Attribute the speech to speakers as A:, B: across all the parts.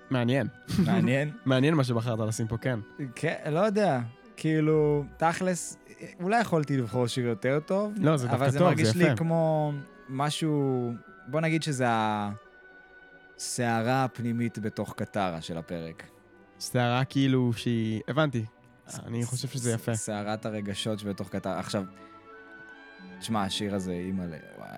A: מעניין.
B: מעניין?
A: מעניין מה שבחרת לשים פה, כן.
B: כן, לא יודע. כאילו, תכלס, אולי יכולתי לבחור שיר יותר טוב.
A: לא, זה דווקא טוב,
B: אבל
A: זה
B: זה מרגיש לי
A: יפה.
B: כמו משהו, בוא נגיד שזה הסערה הפנימית בתוך קטרה של הפרק.
A: סערה כאילו שהיא... הבנתי. אני חושב שזה יפה.
B: סערת הרגשות שבתוך קטרה. עכשיו, תשמע, השיר הזה, אימא'לה,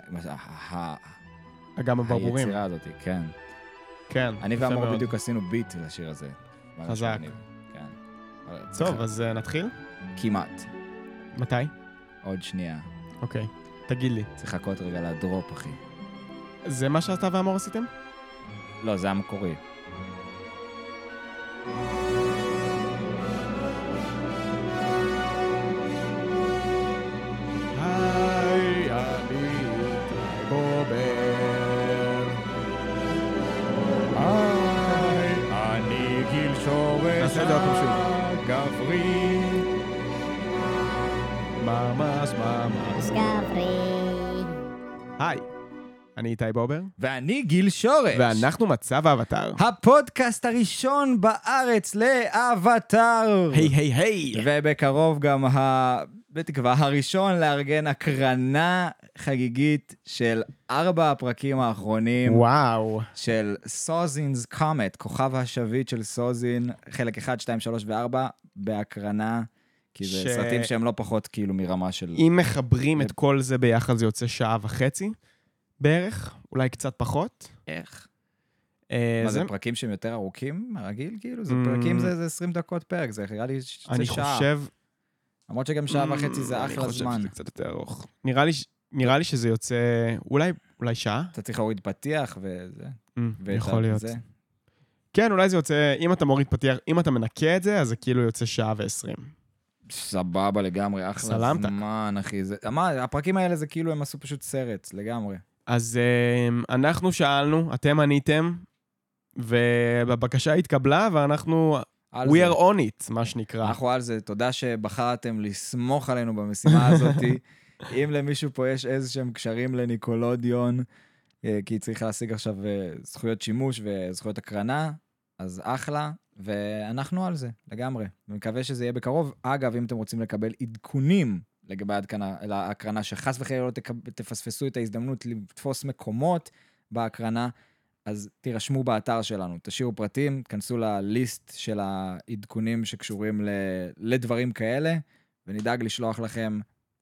A: גם הברבורים.
B: היצירה הזאת, כן.
A: כן,
B: אני
A: יפה
B: ואמור
A: מאוד.
B: בדיוק עשינו ביט לשיר הזה.
A: חזק.
B: כן.
A: טוב, אז נתחיל?
B: כמעט.
A: מתי?
B: עוד שנייה.
A: אוקיי, תגיד לי.
B: צריך לחכות רגע לדרופ, אחי.
A: זה מה שאתה ואמור עשיתם?
B: לא, זה המקורי.
A: היי, אני בובר.
B: היי, אני גיל שורש
A: נעשה את זה עוד פעם שוב.
B: גברי.
A: ממש ממש.
C: גברי.
A: היי, אני איתי בובר,
B: ואני גיל שורש.
A: ואנחנו מצב האבטר.
B: הפודקאסט הראשון בארץ לאבטר.
A: היי היי היי.
B: ובקרוב גם בתקווה הראשון לארגן הקרנה חגיגית של 4 הפרקים האחרונים.
A: וואו.
B: של סוזינ's קומט, כוכב השביט של סוזין, חלק 1, 2, 3 ו-4, בהקרנה, כי זה סרטים שהם לא פחות כאילו מרמה של...
A: אם מחברים את כל זה ביחד, זה יוצא 1.5 שעות בערך, אולי קצת פחות.
B: איך? מה זה פרקים שהם יותר ארוכים מהרגיל? כאילו, זה פרקים זה 20 דקות פרק, זה נראה לי שעה.
A: אני חושב...
B: למרות שגם 1.5 שעות זה אחלה
A: אני חושב
B: זמן.
A: שזה קצת יותר ארוך. נראה לי שזה יוצא אולי שעה.
B: אתה צריך להוריד פתיח וזה.
A: יכול להיות. כן, אולי זה יוצא, אם אתה מוריד פתיח, אם אתה מנקה את זה, אז זה כאילו יוצא 1.20 שעות.
B: סבבה לגמרי, אחלה
A: סלמתק.
B: זמן, אחי. הפרקים האלה זה כאילו הם עשו פשוט סרט, לגמרי.
A: אז אנחנו שאלנו, אתם עניתם, ובבקשה התקבלה, ואנחנו... We are on it, מה שנקרא.
B: אנחנו על זה, תודה שבחרתם לסמוך עלינו במשימה הזאת. אם למישהו פה יש איזשהם קשרים לניקולודיון, כי צריך להשיג עכשיו זכויות שימוש וזכויות הקרנה, אז אחלה, ואנחנו על זה, לגמרי. ומקווה שזה יהיה בקרוב. אגב, אם אתם רוצים לקבל עדכונים לגבי ההקרנה, שחס וחלילה לא תפספסו את ההזדמנות לתפוס מקומות בהקרנה, אז תירשמו באתר שלנו, תשאירו פרטים, כנסו לליסט של העדכונים שקשורים לדברים כאלה, ונדאג לשלוח לכם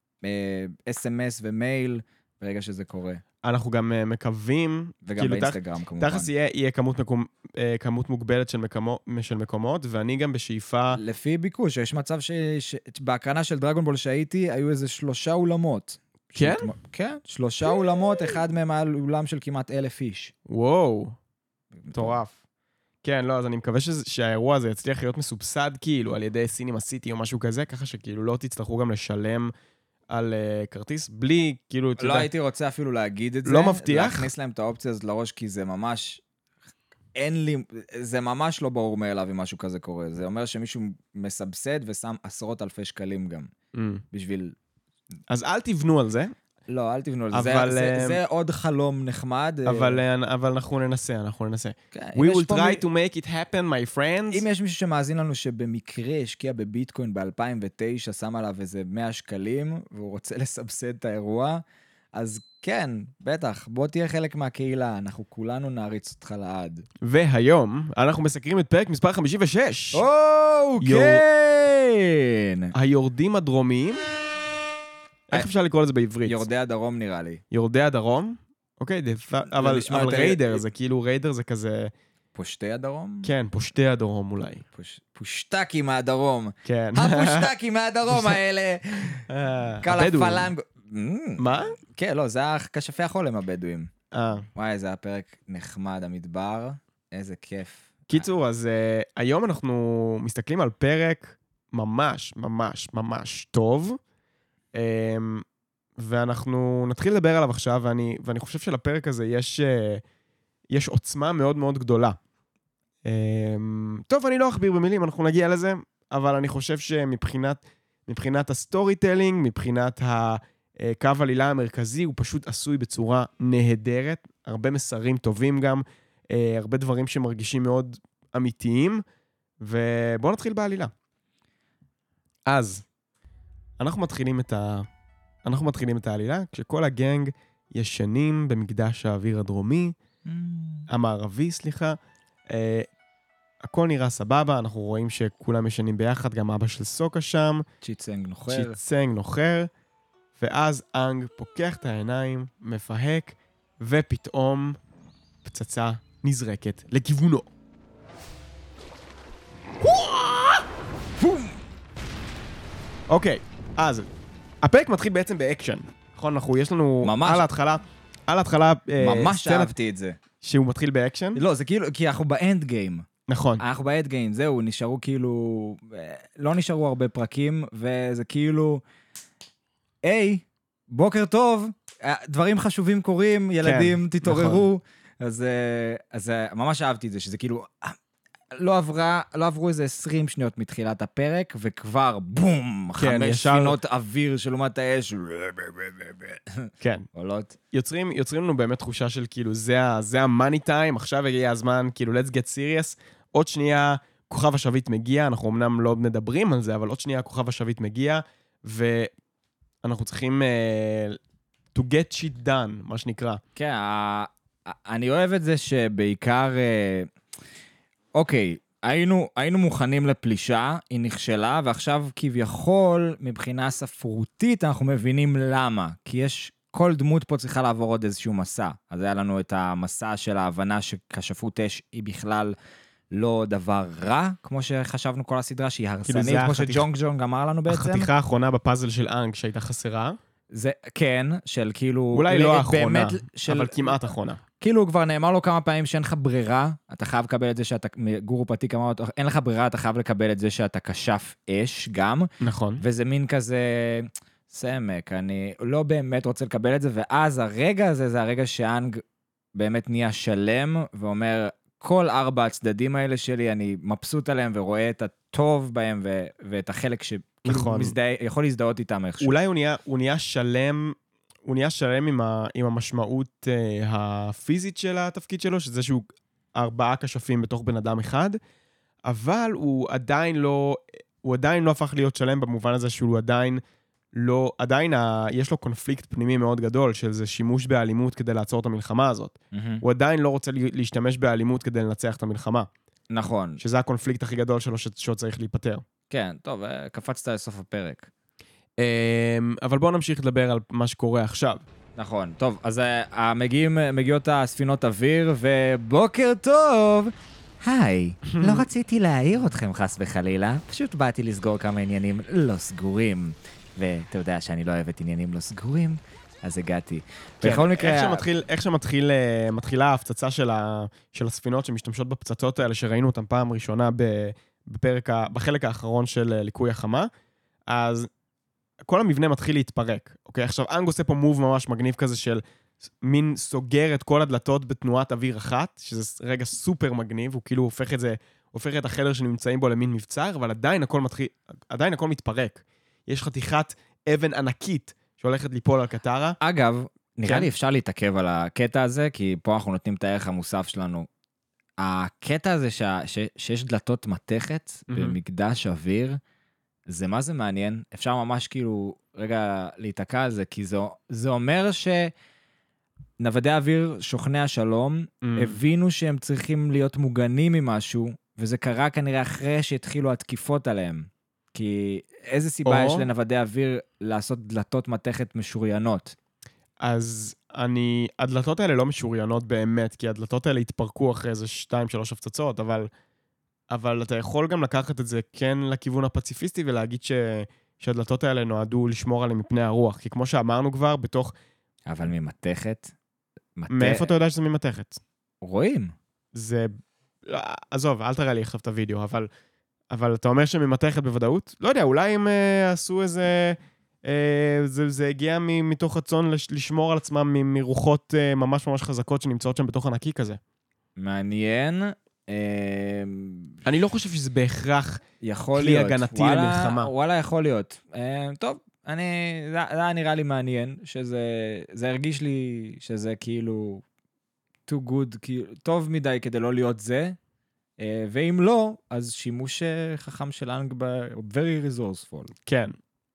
B: SMS ומייל ברגע שזה קורה.
A: אנחנו גם מקווים...
B: וגם באינסטגרם כמובן.
A: תכף יהיה כמות מוגבלת של מקומות, ואני גם בשאיפה...
B: לפי ביקוש, יש מצב שבהקרנה של דרגון בול שהייתי, היו איזה 3 אולמות.
A: כן?
B: כן, 3 אולמות, אחד מהם היה אולם של כמעט 1,000 איש.
A: וואו, מטורף. כן, לא, אז אני מקווה שהאירוע הזה יצליח להיות מסובסד כאילו על ידי סינימה סיטי או משהו כזה, ככה שכאילו לא תצטרכו גם לשלם על כרטיס, בלי כאילו...
B: לא הייתי רוצה אפילו להגיד את זה.
A: לא מבטיח.
B: להכניס להם את האופציה הזאת לראש, כי זה ממש... אין לי... זה ממש לא ברור מאליו אם משהו כזה קורה. זה אומר שמישהו מסבסד ושם עשרות אלפי שקלים גם. בשביל...
A: אז אל תבנו על זה.
B: לא, אל תבנו על זה. זה עוד חלום נחמד.
A: אבל אנחנו ננסה. We will try to make it happen, my friends.
B: אם יש מישהו שמאזין לנו שבמקרה השקיע בביטקוין ב-2009, שם עליו איזה 100 שקלים, והוא רוצה לסבסד את האירוע, אז כן, בטח, בוא תהיה חלק מהקהילה, אנחנו כולנו נעריץ אותך לעד.
A: והיום אנחנו מסקרים את פרק מספר 56.
B: כן!
A: היורדים הדרומיים. איך אפשר לקרוא לזה בעברית?
B: יורדי הדרום נראה לי.
A: יורדי הדרום? אוקיי, אבל ריידר, זה כאילו ריידר זה כזה...
B: פושטי הדרום?
A: כן, פושטי הדרום אולי.
B: פושטקים מהדרום.
A: כן.
B: הפושטקים מהדרום האלה.
A: הבדואים. מה?
B: כן, לא, זה כשפי החולם הבדואים. וואי, זה הפרק נחמד, המדבר. איזה כיף.
A: קיצור, אז היום אנחנו מסתכלים על פרק ממש, ממש, ממש טוב. ואנחנו נתחיל לדבר עליו עכשיו, ואני חושב שלפרק הזה יש עוצמה מאוד מאוד גדולה. טוב, אני לא אכביר במילים, אנחנו נגיע לזה, אבל אני חושב שמבחינת הסטורי טלינג, מבחינת הקו עלילה המרכזי, הוא פשוט עשוי בצורה נהדרת, הרבה מסרים טובים גם, הרבה דברים שמרגישים מאוד אמיתיים, ובואו נתחיל בעלילה. אז, אנחנו מתחילים את העלילה, כשכל הגנג ישנים במקדש האוויר הדרומי, המערבי, סליחה. הכל נראה סבבה, אנחנו רואים שכולם ישנים ביחד, גם אבא של סוקה שם.
B: צ'יצנג נוחר.
A: נוחר. ואז אנג פוקח את העיניים, מפהק, ופתאום פצצה נזרקת לכיוונו. אוקיי, אז הפרק מתחיל בעצם באקשן. נכון, יש לנו
B: ממש.
A: על ההתחלה
B: ממש אהבתי את זה.
A: שהוא מתחיל באקשן.
B: לא, זה כאילו, כי אנחנו באנד גיים.
A: נכון.
B: אנחנו באנד גיים, זהו, נשארו כאילו, לא נשארו הרבה פרקים, וזה כאילו, היי, בוקר טוב, דברים חשובים קורים, ילדים תתעוררו, אז ממש אהבתי את זה, שזה כאילו, לא עברו איזה 20 שניות מתחילת הפרק, וכבר בום, 5 ספינות אוויר שלעומת האש.
A: כן.
B: עולות.
A: יוצרים לנו באמת תחושה של כאילו, זה המאני טיים, עכשיו הגיע הזמן, כאילו, let's get serious. עוד שנייה, כוכב השביט מגיע, אנחנו אמנם לא מדברים על זה, אבל עוד שנייה כוכב השביט מגיע, ואנחנו צריכים to get shit done, מה שנקרא.
B: כן, אני אוהב את זה שבעיקר... אוקיי, היינו מוכנים לפלישה, היא נכשלה, ועכשיו כביכול, מבחינה ספרותית, אנחנו מבינים למה. כי כל דמות פה צריכה לעבור עוד איזשהו מסע. אז היה לנו את המסע של ההבנה שכשפות אש היא בכלל לא דבר רע, כמו שחשבנו כל הסדרה, שהיא הרסנית, כמו שג'ונג אמר לנו בעצם.
A: החתיכה האחרונה בפאזל של אנג שהייתה חסרה.
B: זה כן, של כאילו...
A: אולי לא האחרונה, אבל כמעט האחרונה.
B: כאילו כבר נאמר לו כמה פעמים שאין לך ברירה, אתה חייב לקבל את זה שאתה, גורו פתיק אמר, אין לך ברירה, אתה חייב לקבל את זה שאתה כשף אש גם.
A: נכון.
B: וזה מין כזה סמק, אני לא באמת רוצה לקבל את זה, ואז הרגע הזה, זה הרגע שאנג באמת נהיה שלם, ואומר, כל 4 הצדדים האלה שלי, אני מבסוט עליהם ורואה את הטוב בהם, ואת החלק
A: נכון.
B: יכול להזדהות איתם איכשהו.
A: אולי הוא נהיה שלם... הוא נהיה שלם עם המשמעות הפיזית של התפקיד שלו, שזה שהוא 4 כשפים בתוך בן אדם אחד, אבל הוא עדיין לא הפך להיות שלם במובן הזה שהוא עדיין יש לו קונפליקט פנימי מאוד גדול, של זה שימוש באלימות כדי לעצור את המלחמה הזאת. הוא עדיין לא רוצה להשתמש באלימות כדי לנצח את המלחמה.
B: נכון.
A: שזה הקונפליקט הכי גדול שלו שהוא צריך להיפטר.
B: כן, טוב, קפצת לסוף הפרק.
A: אבל בואו נמשיך לדבר על מה שקורה עכשיו.
B: נכון, טוב, אז מגיעות הספינות אוויר, ובוקר טוב! היי, לא רציתי להעיר אתכם חס וחלילה, פשוט באתי לסגור כמה עניינים לא סגורים. ואתה יודע שאני לא אוהבת עניינים לא סגורים, אז הגעתי.
A: כן, בכל מקרה... איך שמתחילה ההפצצה של הספינות שמשתמשות בפצצות האלה, שראינו אותן פעם ראשונה בחלק האחרון של ליקוי החמה, אז... כל המבנה מתחיל להתפרק, אוקיי? עכשיו, אנג עושה פה מוב ממש מגניב כזה של מין סוגר את כל הדלתות בתנועת אוויר אחת, שזה רגע סופר מגניב, הוא כאילו הופך את החדר שנמצאים בו למין מבצר, אבל עדיין הכל מתפרק. יש חתיכת אבן ענקית שהולכת ליפול על קטרה.
B: אגב, נראה לי אפשר להתעכב על הקטע הזה, כי פה אנחנו נותנים את הערך המוסף שלנו. הקטע הזה שיש דלתות מתכת במקדש אוויר, זה מה זה מעניין, אפשר ממש כאילו רגע להתעקע על זה, כי זה אומר שנוודי האוויר, שוכני השלום, הבינו שהם צריכים להיות מוגנים ממשהו, וזה קרה כנראה אחרי שהתחילו התקיפות עליהם. כי איזה סיבה יש לנוודי האוויר לעשות דלתות מתכת משוריינות?
A: אז הדלתות האלה לא משוריינות באמת, כי הדלתות האלה התפרקו אחרי איזה 2-3 הפצצות, אבל אתה יכול גם לקחת את זה כן לכיוון הפציפיסטי, ולהגיד שהדלתות האלה נועדו לשמור עליהם מפני הרוח, כי כמו שאמרנו כבר, בתוך...
B: אבל ממתכת?
A: מאיפה אתה יודע שזה ממתכת?
B: רואים.
A: זה... עזוב, אל תראה לי עכשיו את הוידאו, אבל אתה אומר שממתכת בוודאות? לא יודע, אולי הם עשו איזה... זה הגיע מתוך רצון לשמור על עצמם מרוחות ממש ממש חזקות שנמצאות שם בתוך ענקי כזה.
B: מעניין.
A: אני לא חושב שזה בהכרח
B: כלי
A: הגנתי למלחמה.
B: וואלה, יכול להיות. טוב, זה היה נראה לי מעניין, זה הרגיש לי שזה כאילו too good, טוב מדי כדי לא להיות זה, ואם לא, אז שימוש חכם של אנג very resourceful.
A: כן.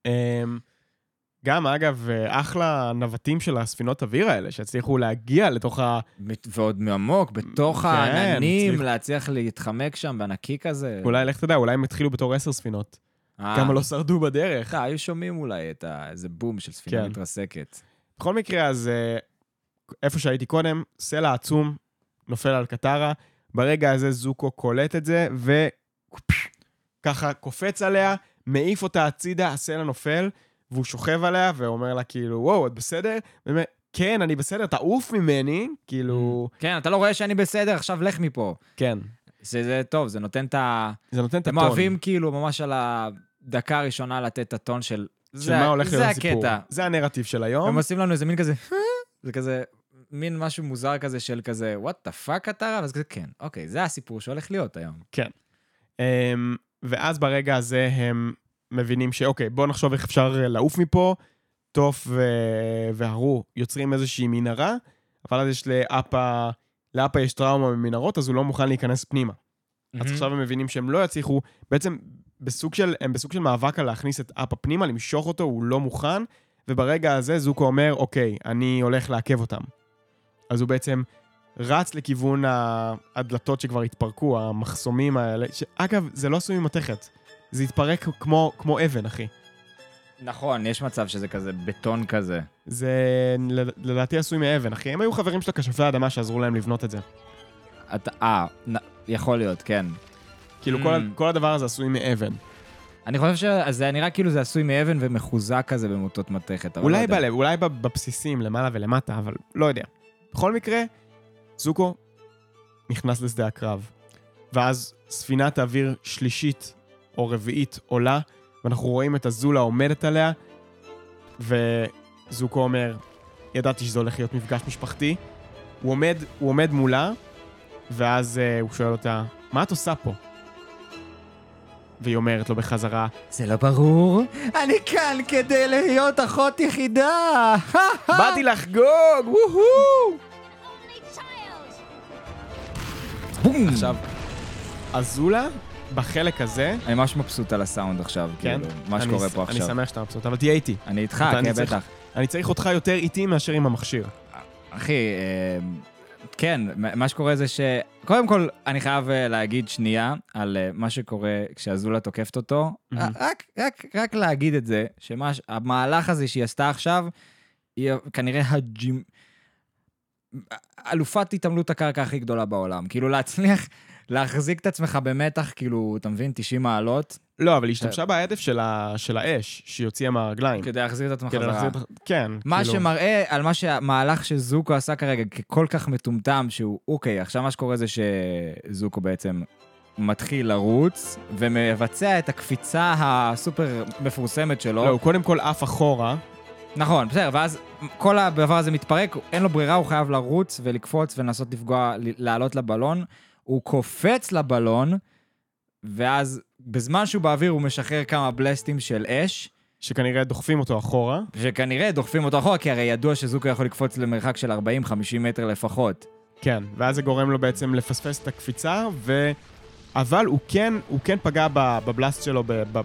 A: גם, אגב, אחלה נווטים של הספינות אוויר האלה, שהצליחו להגיע לתוך
B: ועוד מעמוק, בתוך העננים, להצליח להתחמק שם בענקי כזה.
A: אולי, לך תדע, אולי הם התחילו בתור 10 ספינות. כמה לא שרדו בדרך.
B: היו שומעים אולי את איזה בום של ספינה מתרסקת.
A: בכל מקרה, אז איפה שהייתי קודם, סלע עצום נופל על קטרה, ברגע הזה זוקו קולט את זה, וככה קופץ עליה, מעיף אותה הצידה, הסלע נופל, והוא שוכב עליה, ואומר לה כאילו, וואו, את בסדר? ואומר, כן, אני בסדר, תעוף ממני, כאילו...
B: כן, אתה לא רואה שאני בסדר, עכשיו לך מפה.
A: כן.
B: זה טוב, זה נותן את
A: זה נותן את הטון.
B: הם אוהבים כאילו ממש על הדקה הראשונה לתת את הטון של...
A: מה הולך להיות הסיפור. זה הנרטיב של היום.
B: הם עושים לנו איזה מין כזה, זה כזה, מין משהו מוזר כזה של כזה, what the fuck אתה? ואז כזה, כן, אוקיי, זה הסיפור שהולך להיות היום.
A: כן. ואז ברגע הזה הם מבינים שאוקיי, בואו נחשוב איך אפשר לעוף מפה, טוף והרו יוצרים איזושהי מנהרה, אבל אז יש לאפה יש טראומה ממנהרות, אז הוא לא מוכן להיכנס פנימה. אז עכשיו הם מבינים שהם לא יצליחו, בעצם הם בסוג של מאבק על להכניס את אפה פנימה, למשוך אותו, הוא לא מוכן, וברגע הזה זוקו אומר, אוקיי, אני הולך לעכב אותם. אז הוא בעצם רץ לכיוון הדלתות שכבר התפרקו, המחסומים האלה, שאגב, זה לא עשוי ממתכת. זה התפרק כמו אבן, אחי.
B: נכון, יש מצב שזה כזה בטון כזה.
A: זה לדעתי עשוי מאבן, אחי. הם היו חברים של כשפי האדמה שעזרו להם לבנות את זה.
B: יכול להיות, כן.
A: כאילו כל הדבר הזה עשוי מאבן.
B: אני חושב שזה נראה כאילו זה עשוי מאבן ומחוזק כזה במוטות מתכת.
A: אולי בלב, אולי בבסיסים למעלה ולמטה, אבל לא יודע. בכל מקרה, זוקו נכנס לשדה הקרב. ואז ספינת האוויר שלישית או רביעית עולה, ואנחנו רואים את הזולה עומדת עליה, וזוקו אומר, ידעתי שזה הולך להיות מפגש משפחתי. הוא עומד מולה, ואז הוא שואל אותה, מה את עושה פה? והיא אומרת לו בחזרה,
B: זה לא ברור, אני כאן כדי להיות אחות יחידה.
A: באתי לחגוג, וואו! עכשיו, הזולה, בחלק הזה...
B: אני ממש מבסוט על הסאונד עכשיו,
A: כן?
B: כאילו, מה שקורה פה עכשיו.
A: אני שמח שאתה מבסוט, אבל תהיה איתי.
B: אני איתך, כן, בטח.
A: אני צריך אותך יותר איתי מאשר עם המכשיר.
B: אחי, כן, מה שקורה זה ש... קודם כל, אני חייב להגיד שנייה על מה שקורה כשהזולה תוקפת אותו. רק להגיד את זה, שהמהלך הזה שהיא עשתה עכשיו, היא כנראה אלופת התעמלות הקרקע הכי גדולה בעולם. כאילו להצליח להחזיק את עצמך במתח, כאילו, אתה מבין, 90 מעלות.
A: לא, אבל היא השתמשה בהדף של האש, שהיא הוציאה מהרגליים.
B: כדי להחזיר את עצמך חזרה.
A: כן.
B: מה שמראה על מה שהמהלך שזוקו עשה כרגע, ככל כך מטומטם, שהוא, אוקיי, עכשיו מה שקורה זה שזוקו בעצם מתחיל לרוץ, ומבצע את הקפיצה הסופר מפורסמת שלו.
A: לא, הוא קודם כל אף אחורה.
B: נכון, בסדר, ואז כל הדבר הזה מתפרק, אין לו ברירה, הוא חייב לרוץ ולקפוץ ולנסות לפגוע, לעלות לבלון. הוא קופץ לבלון, ואז בזמן שהוא באוויר הוא משחרר כמה בלסטים של אש.
A: שכנראה דוחפים אותו אחורה.
B: כי הרי ידוע שזוקו יכול לקפוץ למרחק של 40-50 מטר לפחות.
A: כן, ואז זה גורם לו בעצם לפספס את הקפיצה, אבל הוא כן פגע בבלסט שלו,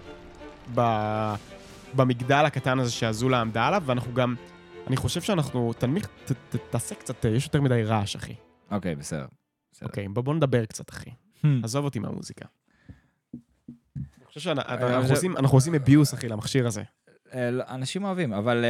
A: במגדל הקטן הזה שהזולה עמדה עליו, ואנחנו גם, אני חושב שאנחנו, תנמיך, תעשה קצת, יש יותר מדי רעש, אחי.
B: אוקיי, בסדר.
A: אוקיי, בוא נדבר קצת, אחי. עזוב אותי מהמוזיקה. אני חושב שאנחנו עושים אביוס, אחי, למכשיר הזה.
B: אנשים אוהבים, אבל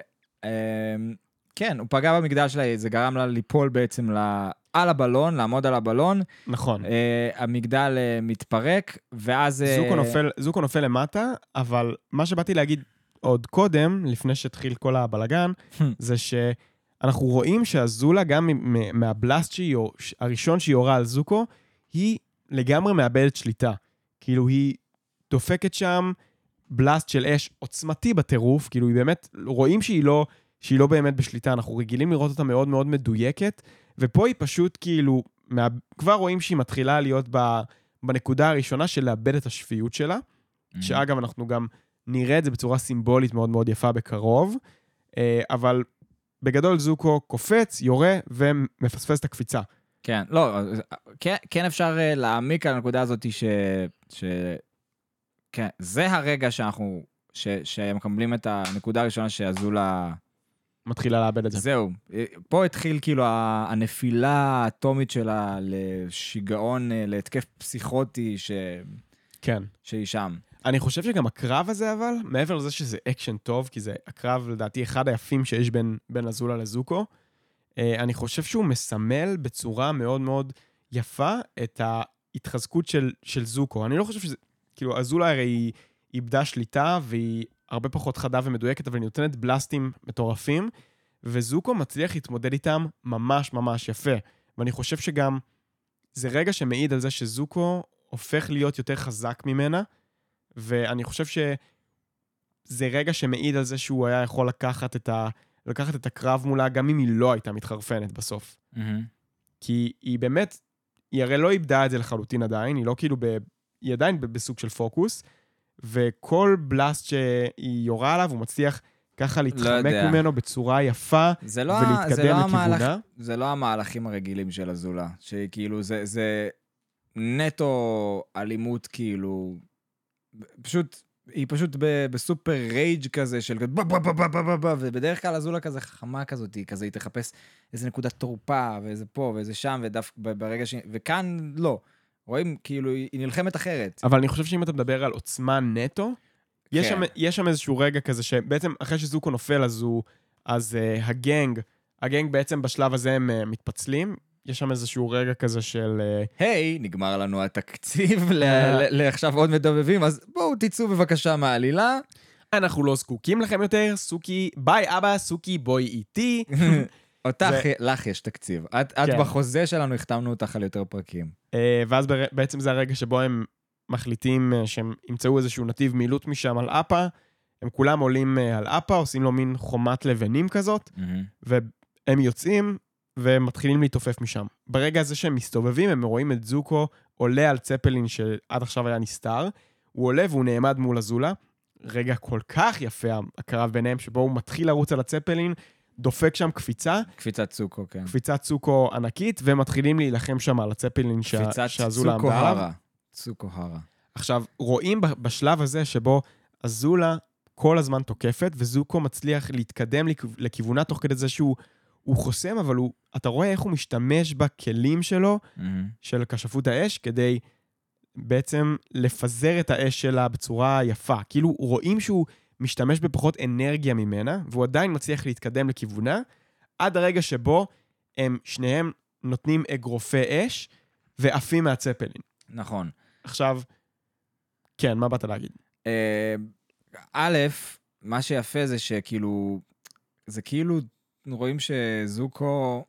B: כן, הוא פגע במגדל שלה, זה גרם לה ליפול בעצם על הבלון, לעמוד על הבלון.
A: נכון.
B: המגדל מתפרק, ואז...
A: זוקו נופל למטה, אבל מה שבאתי להגיד עוד קודם, לפני שהתחיל כל הבלגן, זה שאנחנו רואים שהזולה, גם מהבלסט הראשון שהיא הורה על זוקו, היא לגמרי מאבדת שליטה. כאילו היא דופקת שם בלסט של אש עוצמתי בטירוף, כאילו היא באמת, רואים שהיא לא באמת בשליטה, אנחנו רגילים לראות אותה מאוד מאוד מדויקת, ופה היא פשוט כאילו, כבר רואים שהיא מתחילה להיות בנקודה הראשונה של לאבד את השפיות שלה, שאגב אנחנו גם נראה את זה בצורה סימבולית מאוד מאוד יפה בקרוב, אבל בגדול זוקו קופץ, יורה ומפספס את הקפיצה.
B: כן, לא, כן אפשר להעמיק על הנקודה הזאת כן, זה הרגע שהם מקבלים את הנקודה הראשונה שאזולה...
A: מתחילה לאבד את זה.
B: זהו, פה התחיל כאילו הנפילה האטומית שלה לשיגעון, להתקף פסיכוטי
A: כן.
B: שהיא שם.
A: אני חושב שגם הקרב הזה אבל, מעבר לזה שזה אקשן טוב, כי זה הקרב לדעתי אחד היפים שיש בין אזולה לזוקו, אני חושב שהוא מסמל בצורה מאוד מאוד יפה את ההתחזקות של זוקו. אני לא חושב שזה, כאילו אזולה הרי היא איבדה שליטה והיא הרבה פחות חדה ומדויקת, אבל היא נותנת בלסטים מטורפים, וזוקו מצליח להתמודד איתם ממש ממש יפה. ואני חושב שגם זה רגע שמעיד על זה שזוקו הופך להיות יותר חזק ממנה, ואני חושב שזה רגע שמעיד על זה שהוא היה יכול לקחת את הקרב מולה, גם אם היא לא הייתה מתחרפנת בסוף. כי היא באמת, היא הרי לא איבדה את זה לחלוטין עדיין, היא לא כאילו, היא עדיין בסוג של פוקוס, וכל בלסט שהיא יורה עליו, הוא מצליח ככה להתחמק ממנו בצורה יפה, ולהתקדם לכיוונה.
B: זה לא המהלכים הרגילים של אזולה, שכאילו זה נטו אלימות כאילו, היא פשוט בסופר רייג' כזה של ובדרך כלל אזולה כזה חכמה כזאת, כזה היא תחפש איזה נקודת תורפה, ואיזה פה ואיזה שם, ודווקא ברגע וכאן לא. רואים, כאילו, היא נלחמת אחרת.
A: אבל אני חושב שאם אתה מדבר על עוצמה נטו, יש שם איזשהו רגע כזה שבעצם אחרי שזוקו נופל, אז הגנג בעצם בשלב הזה הם מתפצלים, יש שם איזשהו רגע כזה של...
B: היי, נגמר לנו התקציב לעכשיו עוד מדובבים, אז בואו תצאו בבקשה מהעלילה.
A: אנחנו לא זקוקים לכם יותר, סוקי, ביי אבא, סוקי בואי איתי.
B: לך יש תקציב. את בחוזה שלנו החתמנו אותך על יותר פרקים.
A: ואז בעצם זה הרגע שבו הם מחליטים שהם ימצאו איזשהו נתיב מילוט משם על אפה, הם כולם עולים על אפה, עושים לו מין חומת לבנים כזאת, והם יוצאים ומתחילים להתעופף משם. ברגע הזה שהם מסתובבים, הם רואים את זוקו עולה על צפלין שעד עכשיו היה נסתר, הוא עולה והוא נעמד מול אזולה, רגע כל כך יפה הקרב ביניהם, שבו הוא מתחיל לרוץ על הצפלין, דופק שם קפיצה.
B: קפיצת סוקו, כן.
A: קפיצת סוקו ענקית, ומתחילים להילחם שם על הצפלין שהזולה עמדה עליו.
B: סוקו הרה.
A: עכשיו, רואים בשלב הזה שבו הזולה כל הזמן תוקפת, וזוקו מצליח להתקדם לכיוונה תוך כדי זה שהוא חוסם, אבל אתה רואה איך הוא משתמש בכלים שלו, של כשפות האש, כדי בעצם לפזר את האש שלה בצורה יפה. כאילו רואים שהוא משתמש בפחות אנרגיה ממנה, והוא עדיין מצליח להתקדם לכיוונה, עד הרגע שבו הם שניהם נותנים אגרופי אש, ועפים מהצפלין.
B: נכון.
A: עכשיו, כן, מה באת להגיד?
B: א', מה שיפה זה שכאילו, זה כאילו, רואים שזוקו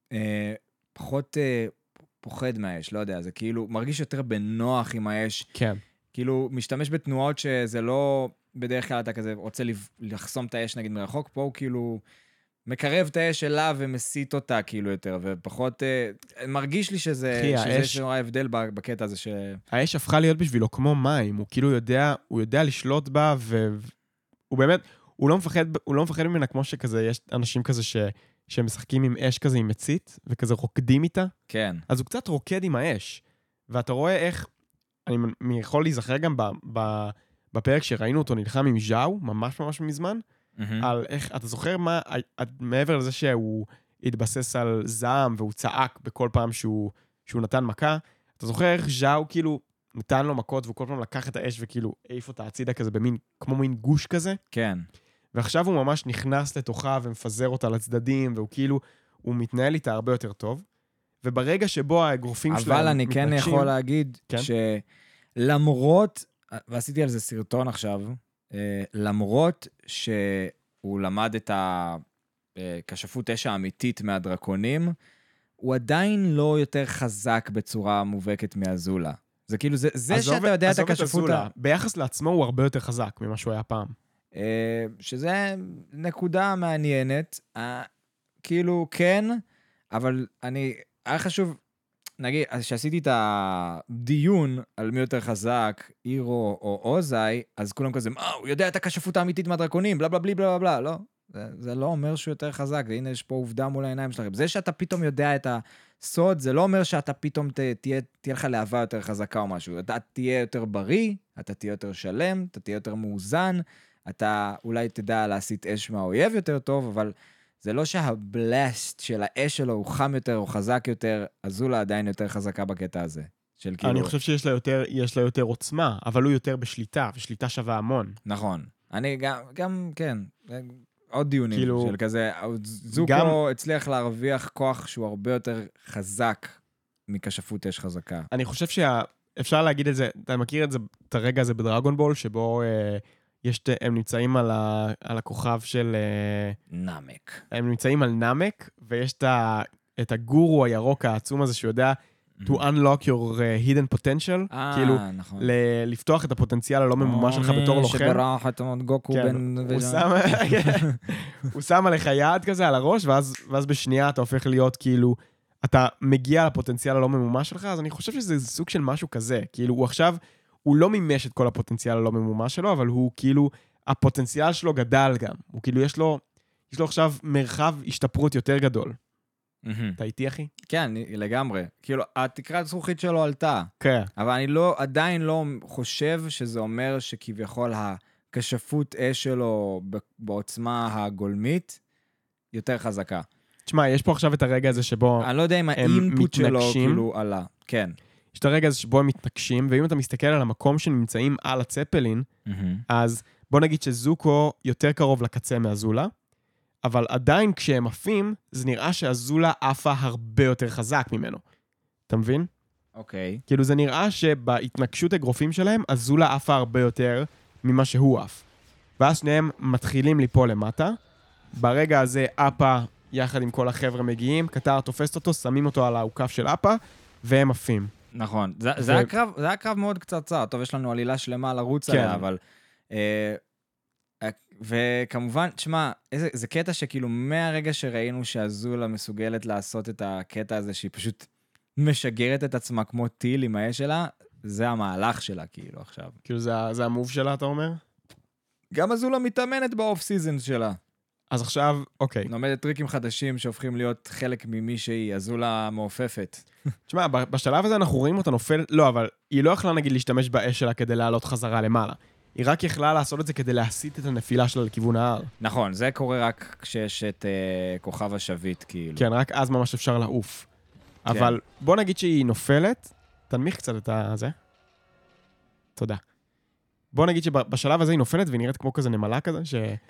B: פחות פוחד מהאש, לא יודע, זה כאילו מרגיש יותר בנוח עם האש.
A: כן.
B: כאילו, משתמש בתנועות שזה לא, בדרך כלל אתה כזה רוצה לחסום את האש נגיד מרחוק, פה הוא כאילו מקרב את האש אליו ומסית אותה כאילו יותר, ופחות, מרגיש לי שזה נורא הבדל בקטע הזה
A: האש הפכה להיות בשבילו כמו מים, הוא כאילו יודע לשלוט בה, והוא באמת, הוא לא מפחד ממנה כמו שכזה, יש אנשים כזה שמשחקים עם אש כזה עם מצית, וכזה רוקדים איתה.
B: כן.
A: אז הוא קצת רוקד עם האש, ואתה רואה איך, אני יכול להיזכר גם בפרק שראינו אותו נלחם עם ז'או, ממש ממש מזמן, על איך, אתה זוכר מה, מעבר לזה שהוא התבסס על זעם, והוא צעק בכל פעם שהוא נתן מכה, אתה זוכר איך ז'או כאילו נתן לו מכות, והוא כל פעם לקח את האש וכאילו העיף אותה הצידה כזה כמו מין גוש כזה?
B: כן.
A: ועכשיו הוא ממש נכנס לתוכה ומפזר אותה לצדדים, והוא כאילו, הוא מתנהל איתה הרבה יותר טוב, וברגע שבו האגרופים שלהם
B: אבל אני כן יכול להגיד שלמרות, ועשיתי על זה סרטון עכשיו, למרות שהוא למד את הכשפות אש האמיתית מהדרקונים, הוא עדיין לא יותר חזק בצורה מובהקת מהזולה. זה כאילו, זה שאתה יודע את הכשפות...
A: ביחס לעצמו הוא הרבה יותר חזק ממה שהוא היה פעם.
B: שזה נקודה מעניינת, כאילו כן, אבל היה חשוב, נגיד, שעשיתי את הדיון על מי יותר חזק, אירו או אוזאי, אז כולם כזה, הוא יודע את הכשפות האמיתית מהדרקונים, בלה בלה בלה בלה בלה, לא? זה לא אומר שהוא יותר חזק, והנה יש פה עובדה מול העיניים שלכם. זה שאתה פתאום יודע את הסוד, זה לא אומר שאתה פתאום תהיה לך להבה יותר חזקה או משהו. אתה תהיה יותר בריא, אתה תהיה יותר שלם, אתה תהיה יותר מאוזן, אתה אולי תדע להסיט אש מהאויב יותר טוב, אבל זה לא שהבלסט של האש שלו הוא חם יותר או חזק יותר, אזולה עדיין יותר חזקה בקטע הזה. של כאילו...
A: אני חושב שיש לה יותר עוצמה, אבל הוא יותר בשליטה, ושליטה שווה המון.
B: נכון. אני גם כן, עוד דיונים
A: כאילו,
B: של כזה, זוקו הצליח להרוויח כוח שהוא הרבה יותר חזק מכשפות אש חזקה.
A: אני חושב שאפשר להגיד את זה, אתה מכיר את הרגע הזה בדרגון בול, שבו הם נמצאים על הכוכב של...
B: נמק.
A: הם נמצאים על נמק, ויש את הגורו הירוק העצום הזה שיודע to unlock your hidden potential, כאילו
B: נכון.
A: לפתוח את הפוטנציאל הלא ממומש שלך בתור לוחם.
B: שברח את גוקו בן...
A: הוא שם עליך יד כזה על הראש, ואז בשנייה אתה הופך להיות כאילו, אתה מגיע לפוטנציאל הלא ממומש שלך, אז אני חושב שזה סוג של משהו כזה, כאילו הוא עכשיו, הוא לא מימש את כל הפוטנציאל הלא ממומש שלו, אבל הוא כאילו, הפוטנציאל שלו גדל גם, הוא כאילו יש לו עכשיו מרחב השתפרות יותר גדול. אתה איתי, אחי?
B: כן, לגמרי. כאילו, התקרת זכוכית שלו עלתה.
A: כן.
B: אבל אני עדיין לא חושב שזה אומר שכביכול הכשפות אש שלו בעוצמה הגולמית יותר חזקה.
A: תשמע, יש פה עכשיו את הרגע הזה שבו
B: אני לא יודע אם האינפוט שלו כאילו עלה. כן.
A: יש את הרגע הזה שבו הם מתנגשים, ואם אתה מסתכל על המקום שנמצאים על הצפלין, אז בוא נגיד שזוקו יותר קרוב לקצה מהזולה, אבל עדיין כשהם עפים, זה נראה שהזולה עפה הרבה יותר חזק ממנו. אתה מבין?
B: אוקיי.
A: כאילו זה נראה שבהתנגשות אגרופים שלהם, הזולה עפה הרבה יותר ממה שהוא עף. ואז שניהם מתחילים ליפול למטה. ברגע הזה אפה, יחד עם כל החבר'ה מגיעים, קטר תופסת אותו, שמים אותו על העוקף של אפה, והם עפים.
B: נכון. זה היה קרב מאוד קצר. טוב, יש לנו עלילה שלמה לרוץ עליה, אבל... וכמובן, תשמע, זה קטע שכאילו מהרגע שראינו שהזולה מסוגלת לעשות את הקטע הזה, שהיא פשוט משגרת את עצמה כמו טיל עם האש שלה, זה המהלך שלה כאילו עכשיו.
A: כאילו זה המוב שלה, אתה אומר?
B: גם הזולה מתאמנת באוף סיזן שלה.
A: אז עכשיו, אוקיי.
B: לומדת טריקים חדשים שהופכים להיות חלק ממי שהיא, הזולה מעופפת.
A: תשמע, בשלב הזה אנחנו רואים אותה נופלת, לא, אבל היא לא יכלה נגיד להשתמש באש שלה כדי לעלות חזרה למעלה. היא רק יכלה לעשות את זה כדי להסיט את הנפילה שלה לכיוון ההר.
B: נכון, זה קורה רק כשיש את כוכב השביט, כאילו.
A: כן, רק אז ממש אפשר לעוף. כן. אבל בוא נגיד שהיא נופלת, תנמיך קצת את זה. תודה. בוא נגיד שבשלב הזה היא נופלת והיא נראית כמו כזה נמלה כזה,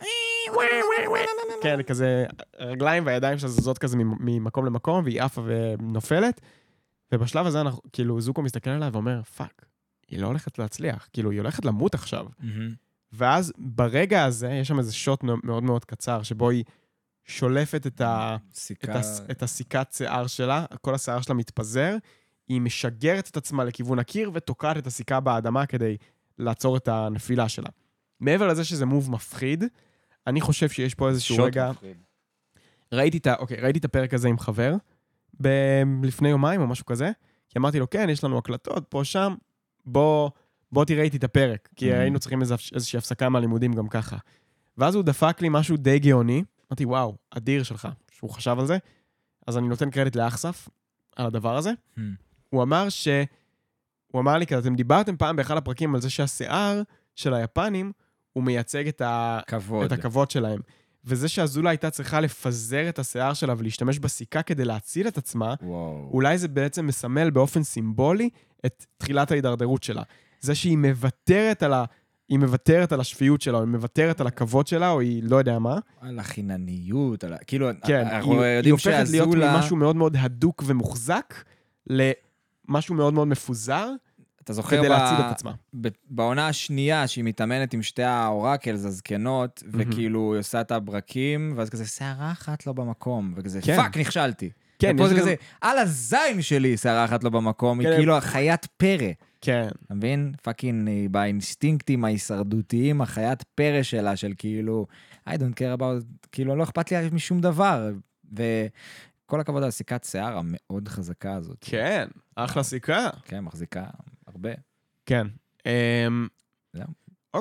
A: כן, כזה רגליים והידיים שלה זזות כזה ממקום למקום, והיא עפה ונופלת, ובשלב הזה כאילו זוקו מסתכל עליה ואומר, פאק. היא לא הולכת להצליח, כאילו, היא הולכת למות עכשיו. ואז ברגע הזה, יש שם איזה שוט מאוד מאוד קצר, שבו היא שולפת את הסיכת שיער שלה, כל השיער שלה מתפזר, היא משגרת את עצמה לכיוון הקיר, ותוקעת את הסיכה באדמה כדי לעצור את הנפילה שלה. מעבר לזה שזה מוב מפחיד, אני חושב שיש פה איזשהו רגע... ראיתי את הפרק הזה עם חבר, לפני יומיים או משהו כזה, כי אמרתי לו, כן, יש לנו הקלטות פה, שם, בוא תראה איתי את הפרק, כי היינו צריכים איזושהי הפסקה מהלימודים גם ככה. ואז הוא דפק לי משהו די גאוני, אמרתי, וואו, אדיר שלך, שהוא חשב על זה, אז אני נותן קרדיט לאחסף על הדבר הזה. הוא אמר לי, כי אתם דיברתם פעם באחד הפרקים על זה שהשיער של היפנים, הוא מייצג את הכבוד שלהם. וזה שהזולה הייתה צריכה לפזר את השיער שלה ולהשתמש בסיכה כדי להציל את עצמה, אולי זה בעצם מסמל באופן סימבולי את תחילת ההידרדרות שלה. זה שהיא מוותרת על השפיות שלה, או היא מוותרת על הכבוד שלה, או היא לא יודע מה.
B: על החינניות, כאילו,
A: כן, היא הופכת להיות ממשהו מאוד מאוד הדוק ומוחזק, למשהו מאוד מאוד מפוזר,
B: אתה זוכר
A: כדי להציל את עצמה.
B: בעונה השנייה שהיא מתאמנת עם שתי האורקלס הזקנות, וכאילו היא עושה את הברקים, ואז כזה, שערה אחת לא במקום, וכזה, פאק, נכשלתי.
A: כן,
B: ופה זה כזה, על הזין שלי, שערה אחת לא במקום, היא כאילו החיית פרא.
A: כן.
B: אתה מבין? פאקינג באינסטינקטים ההישרדותיים, החיית פרא שלה, של כאילו, I don't care about, כאילו, לא אכפת לי משום דבר. וכל הכבוד על סיכת שיער המאוד חזקה הזאת.
A: כן, אחלה סיכה.
B: כן, מחזיקה הרבה.
A: כן. אוקיי.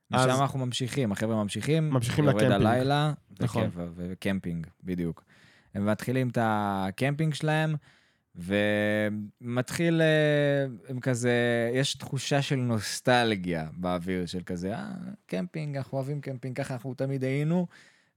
B: משם אנחנו ממשיכים, החבר'ה ממשיכים
A: ממשיכים
B: יורד
A: לקמפינג.
B: הלילה,
A: נכון.
B: וקמפינג, בדיוק. הם מתחילים את הקמפינג שלהם, ומתחיל, הם כזה, יש תחושה של נוסטלגיה באוויר של כזה, קמפינג, אנחנו אוהבים קמפינג, ככה אנחנו תמיד היינו,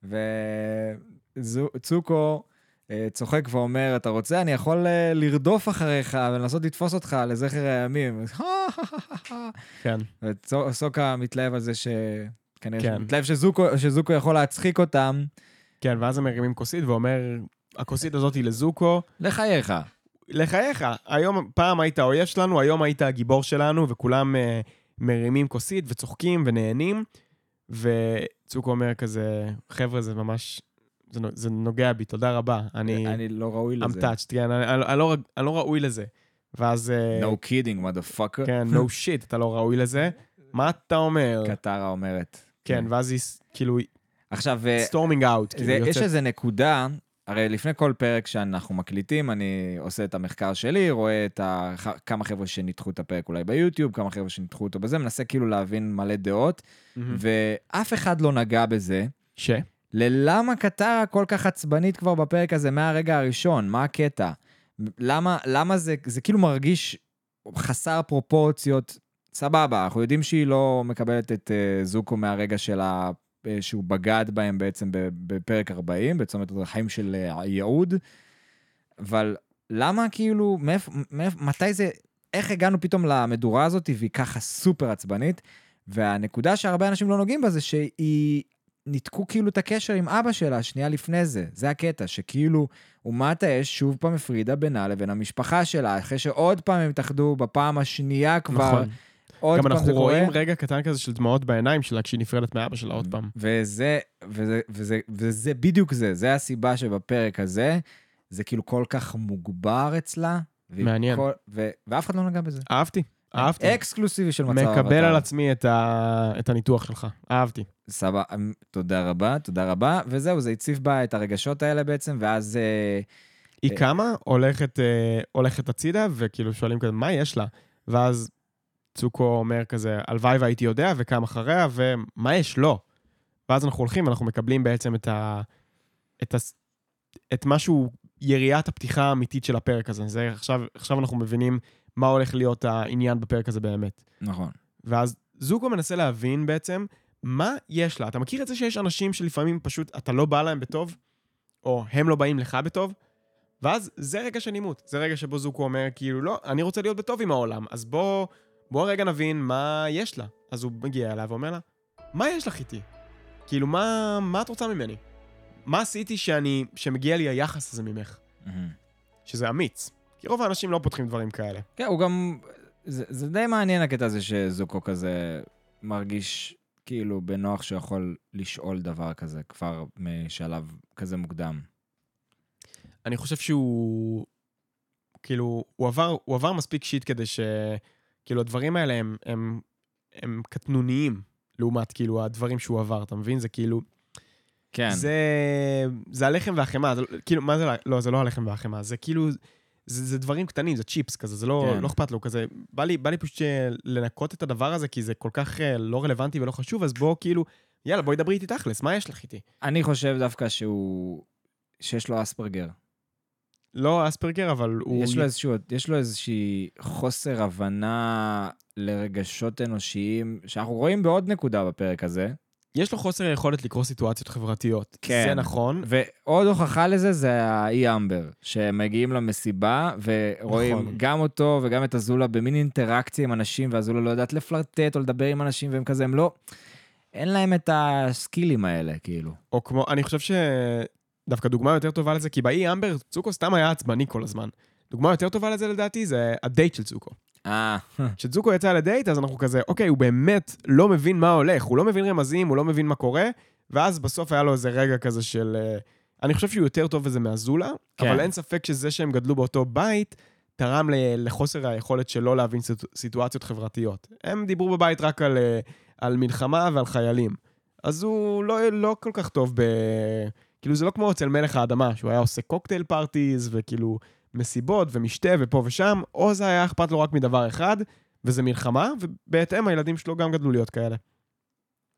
B: וצוקו צוחק ואומר, אתה רוצה, אני יכול לרדוף אחריך ולנסות לתפוס אותך לזכר הימים.
A: כן.
B: וסוקה מתלהב על זה כנראה
A: כן.
B: מתלהב שזוקו יכול להצחיק אותם.
A: כן, ואז הם מרימים כוסית ואומר, הכוסית הזאת היא לזוקו.
B: לחייך.
A: לחייך. היום, פעם היית האויב שלנו, היום היית הגיבור שלנו, וכולם מרימים כוסית וצוחקים ונהנים, וצוקו אומר כזה, חבר'ה, זה ממש, זה נוגע בי, תודה רבה.
B: אני לא ראוי לזה.
A: I'm touched, כן, אני לא ראוי לזה. ואז...
B: No kidding, motherfucker.
A: כן, no shit, אתה לא ראוי לזה. מה אתה אומר?
B: קטרה אומרת.
A: כן, ואז היא כאילו...
B: עכשיו...
A: storming out.
B: יש איזו נקודה, הרי לפני כל פרק שאנחנו מקליטים, אני עושה את המחקר שלי, רואה כמה חבר'ה שניתחו את הפרק אולי ביוטיוב, כמה חבר'ה שניתחו אותו בזה, מנסה כאילו להבין מלא דעות, ואף אחד לא נגע בזה. ללמה קטרה כל כך עצבנית כבר בפרק הזה מהרגע הראשון? מה הקטע? למה זה כאילו מרגיש חסר פרופורציות? סבבה, אנחנו יודעים שהיא לא מקבלת את זוקו מהרגע שלה, שהוא בגד בהם בעצם בפרק 40, בצומת הדרכים של יהוד, אבל למה כאילו, מתי זה, איך הגענו פתאום למדורה הזאת, והיא ככה סופר עצבנית, והנקודה שהרבה אנשים לא נוגעים בה, זה שהיא ניתקו כאילו את הקשר עם אבא שלה, שנייה לפני זה, זה הקטע, שכאילו, אומת האש שוב פעם הפרידה בינה לבין המשפחה שלה, אחרי שעוד פעם הם התאחדו בפעם השנייה כבר,
A: נכון. גם אנחנו רואים רגע קטן כזה של דמעות בעיניים שלה, כשהיא נפרדת מאבא שלה עוד פעם.
B: וזה בדיוק זה, זה הסיבה שבפרק הזה, זה כאילו כל כך מוגבר אצלה.
A: מעניין.
B: ואף אחד לא נגע בזה.
A: אהבתי.
B: אקסקלוסיבי של מצב.
A: מקבל על עצמי את הניתוח שלך. אהבתי.
B: סבבה, תודה רבה, וזהו, זה הציף בה את הרגשות האלה בעצם, ואז...
A: היא קמה, הולכת הצידה, וכאילו שואלים כזה, מה יש לה? ואז צוקו אומר כזה, הלוואי והייתי יודע, וקם אחריה, ומה יש לו? ואז אנחנו הולכים, אנחנו מקבלים בעצם את משהו, יריית הפתיחה האמיתית של הפרק הזה. זה עכשיו אנחנו מבינים מה הולך להיות העניין בפרק הזה באמת.
B: נכון.
A: ואז זוקו מנסה להבין בעצם, מה יש לה? אתה מכיר את זה שיש אנשים שלפעמים פשוט אתה לא בא להם בטוב, או הם לא באים לך בטוב? ואז זה רגע של נימות. זה רגע שבו זוקו אומר, כאילו, לא, אני רוצה להיות בטוב עם העולם, אז בוא רגע נבין מה יש לה. אז הוא מגיע אליה ואומר לה, מה יש לך איתי? כאילו, מה את רוצה ממני? מה עשיתי שמגיע לי היחס הזה ממך? שזה אמיץ. כי רוב האנשים לא פותחים דברים כאלה.
B: כן, הוא גם... זה די מעניין הקטע הזה שזוקו כזה מרגיש כאילו בנוח שיכול לשאול דבר כזה כבר משלב כזה מוקדם.
A: אני חושב שהוא... כאילו, הוא עבר מספיק שיט כדי כאילו, הדברים האלה הם קטנוניים, לעומת, כאילו, הדברים שהוא עבר, אתה מבין? זה כאילו...
B: כן.
A: זה הלחם והחמה, כאילו, מה זה? לא, זה לא הלחם והחמה, זה כאילו... זה דברים קטנים, זה צ'יפס כזה, זה לא אכפת לו, כזה... בא לי פשוט לנקות את הדבר הזה, כי זה כל כך לא רלוונטי ולא חשוב, אז בוא, כאילו... יאללה, בואי דברי איתי תכלס, מה יש לך איתי?
B: אני חושב דווקא שיש לו אספרגר.
A: לא אספרגר, אבל הוא...
B: יש לו איזושהי חוסר הבנה לרגשות אנושיים, שאנחנו רואים בעוד נקודה בפרק הזה.
A: יש לו חוסר יכולת לקרוא סיטואציות חברתיות.
B: כן.
A: זה נכון.
B: ועוד הוכחה לזה זה האי אמבר, שמגיעים למסיבה, ורואים נכון. גם אותו וגם את הזולה במין אינטראקציה עם אנשים, והזולה לא יודעת לפלרטט או לדבר עם אנשים, והם כזה, הם לא... אין להם את הסקילים האלה, כאילו.
A: או כמו, אני חושב דווקא דוגמה יותר טובה לזה, כי באי אמבר, צוקו סתם היה עצבני כל הזמן. דוגמה יותר טובה לזה לדעתי, זה הדייט של צוקו. כשצוקו יצא לדייט, אז אנחנו כזה, אוקיי, הוא באמת לא מבין מה הולך, הוא לא מבין רמזים, הוא לא מבין מה קורה, ואז בסוף היה לו איזה רגע כזה של... אני חושב שהוא יותר טוב בזה מהזולה, אבל אין ספק שזה שהם גדלו באותו בית, תרם לחוסר היכולת שלו להבין סיטואציות חברתיות. הם דיברו בבית רק על מלחמה ועל חיילים. אז הוא לא כל כך טוב כאילו זה לא כמו אצל מלך האדמה, שהוא היה עושה קוקטייל פארטיז, וכאילו מסיבות ומשתה ופה ושם, או זה היה אכפת לו רק מדבר אחד, וזה מלחמה, ובהתאם הילדים שלו גם גדלו להיות כאלה.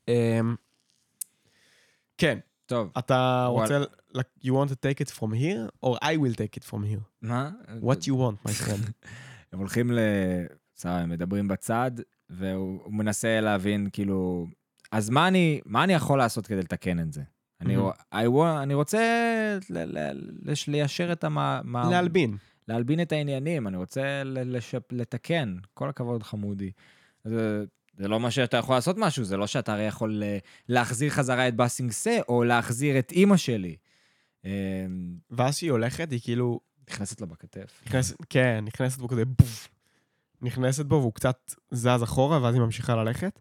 A: כן,
B: טוב,
A: אתה רוצה, you want to take it from here, or I will take it from here?
B: מה?
A: What you want, my friend?
B: הם הולכים הם מדברים בצד, והוא מנסה להבין, כאילו, אז מה אני יכול לעשות כדי לתקן את זה? אני רוצה ליישר את להלבין את העניינים, אני רוצה לתקן. כל הכבוד חמודי. זה לא מה שאתה יכול לעשות משהו, זה לא שאתה הרי יכול להחזיר חזרה את בסינגסה, או להחזיר את אמא שלי.
A: ואז שהיא הולכת, היא כאילו...
B: נכנסת לו בכתף.
A: כן, נכנסת בו כזה בוף. נכנסת בו, והוא קצת זז אחורה, ואז היא ממשיכה ללכת.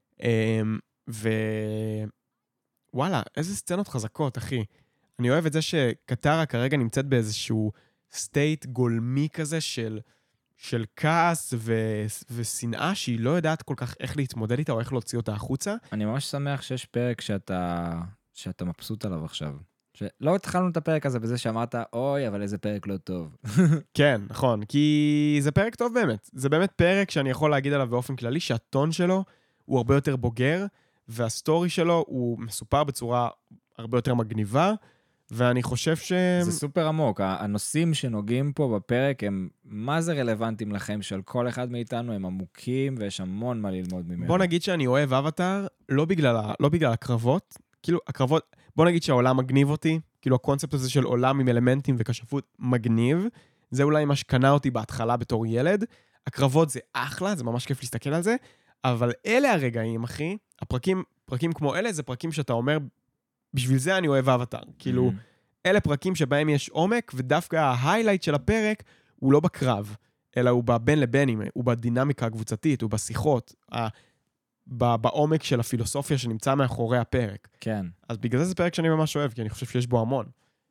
A: וואלה, איזה סצנות חזקות, אחי. אני אוהב את זה שקטרה כרגע נמצאת באיזשהו סטייט גולמי כזה של כעס ושנאה, שהיא לא יודעת כל כך איך להתמודד איתה, או איך להוציא אותה החוצה.
B: אני ממש שמח שיש פרק שאתה מבסוט עליו עכשיו. שלא התחלנו את הפרק הזה בזה שאמרת, אוי, אבל איזה פרק לא טוב.
A: כן, נכון, כי זה פרק טוב באמת. זה באמת פרק שאני יכול להגיד עליו באופן כללי, שהטון שלו הוא הרבה יותר בוגר, והסטורי שלו הוא מסופר בצורה הרבה יותר מגניבה, ואני חושב
B: זה סופר עמוק. הנושאים שנוגעים פה בפרק הם מה זה רלוונטיים לחיים של כל אחד מאיתנו, הם עמוקים ויש המון מה ללמוד ממנו.
A: בוא נגיד שאני אוהב אבטאר, לא בגלל הקרבות, כאילו הקרבות, בוא נגיד שהעולם מגניב אותי, כאילו הקונספט הזה של עולם עם אלמנטים וקשפות מגניב, זה אולי מה שקנה אותי בהתחלה בתור ילד, הקרבות זה אחלה, זה ממש כיף להסתכל על זה, אבל אלה הרגעים, אחי, פרקים כמו אלה, זה פרקים שאתה אומר, בשביל זה אני אוהב אבטאר. כאילו, אלה פרקים שבהם יש עומק, ודווקא ההיילייט של הפרק הוא לא בקרב, אלא הוא בין לבנים, הוא בדינמיקה הקבוצתית, הוא בשיחות, בעומק של הפילוסופיה שנמצא מאחורי הפרק.
B: כן.
A: אז בגלל זה פרק שאני ממש אוהב, כי אני חושב שיש בו המון.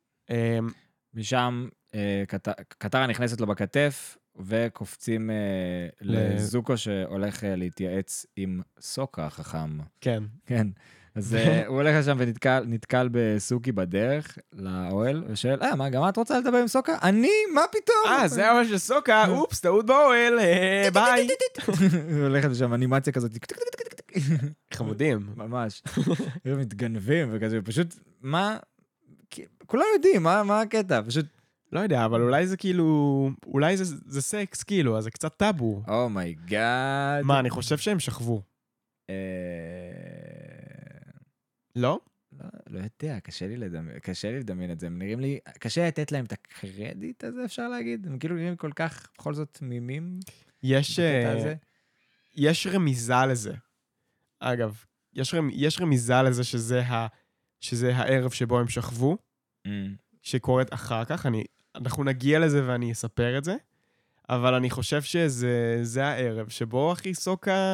B: משם, קטרה נכנסת לו בכתף, וקופצים לזוקו שהולך להתייעץ עם סוקה החכם.
A: כן.
B: כן. אז הוא הולך לשם ונתקל בסוקי בדרך לאוהל, ושואל, מה, גם את רוצה לדבר עם סוקה? אני? מה פתאום?
A: זה האוהל של סוקה, אופס, טעות באוהל, ביי.
B: הוא הולך לשם אנימציה כזאת,
A: חמודים.
B: ממש. הם מתגנבים וכזה, פשוט, מה? כולם יודעים, מה הקטע? פשוט...
A: לא יודע, אבל אולי זה כאילו, אולי זה סקס כאילו, אז זה קצת טאבו.
B: אומייגאד.
A: מה, אני חושב שהם שכבו. לא?
B: לא יודע, קשה לי לדמיין את זה. הם נראים לי, קשה לתת להם את הקרדיט הזה, אפשר להגיד. הם כאילו נראים כל כך, בכל זאת, תמימים.
A: יש רמיזה לזה. אגב, יש רמיזה לזה שזה הערב שבו הם שכבו, שקורית אחר כך. אנחנו נגיע לזה ואני אספר את זה, אבל אני חושב שזה הערב שבו אחי סוקה...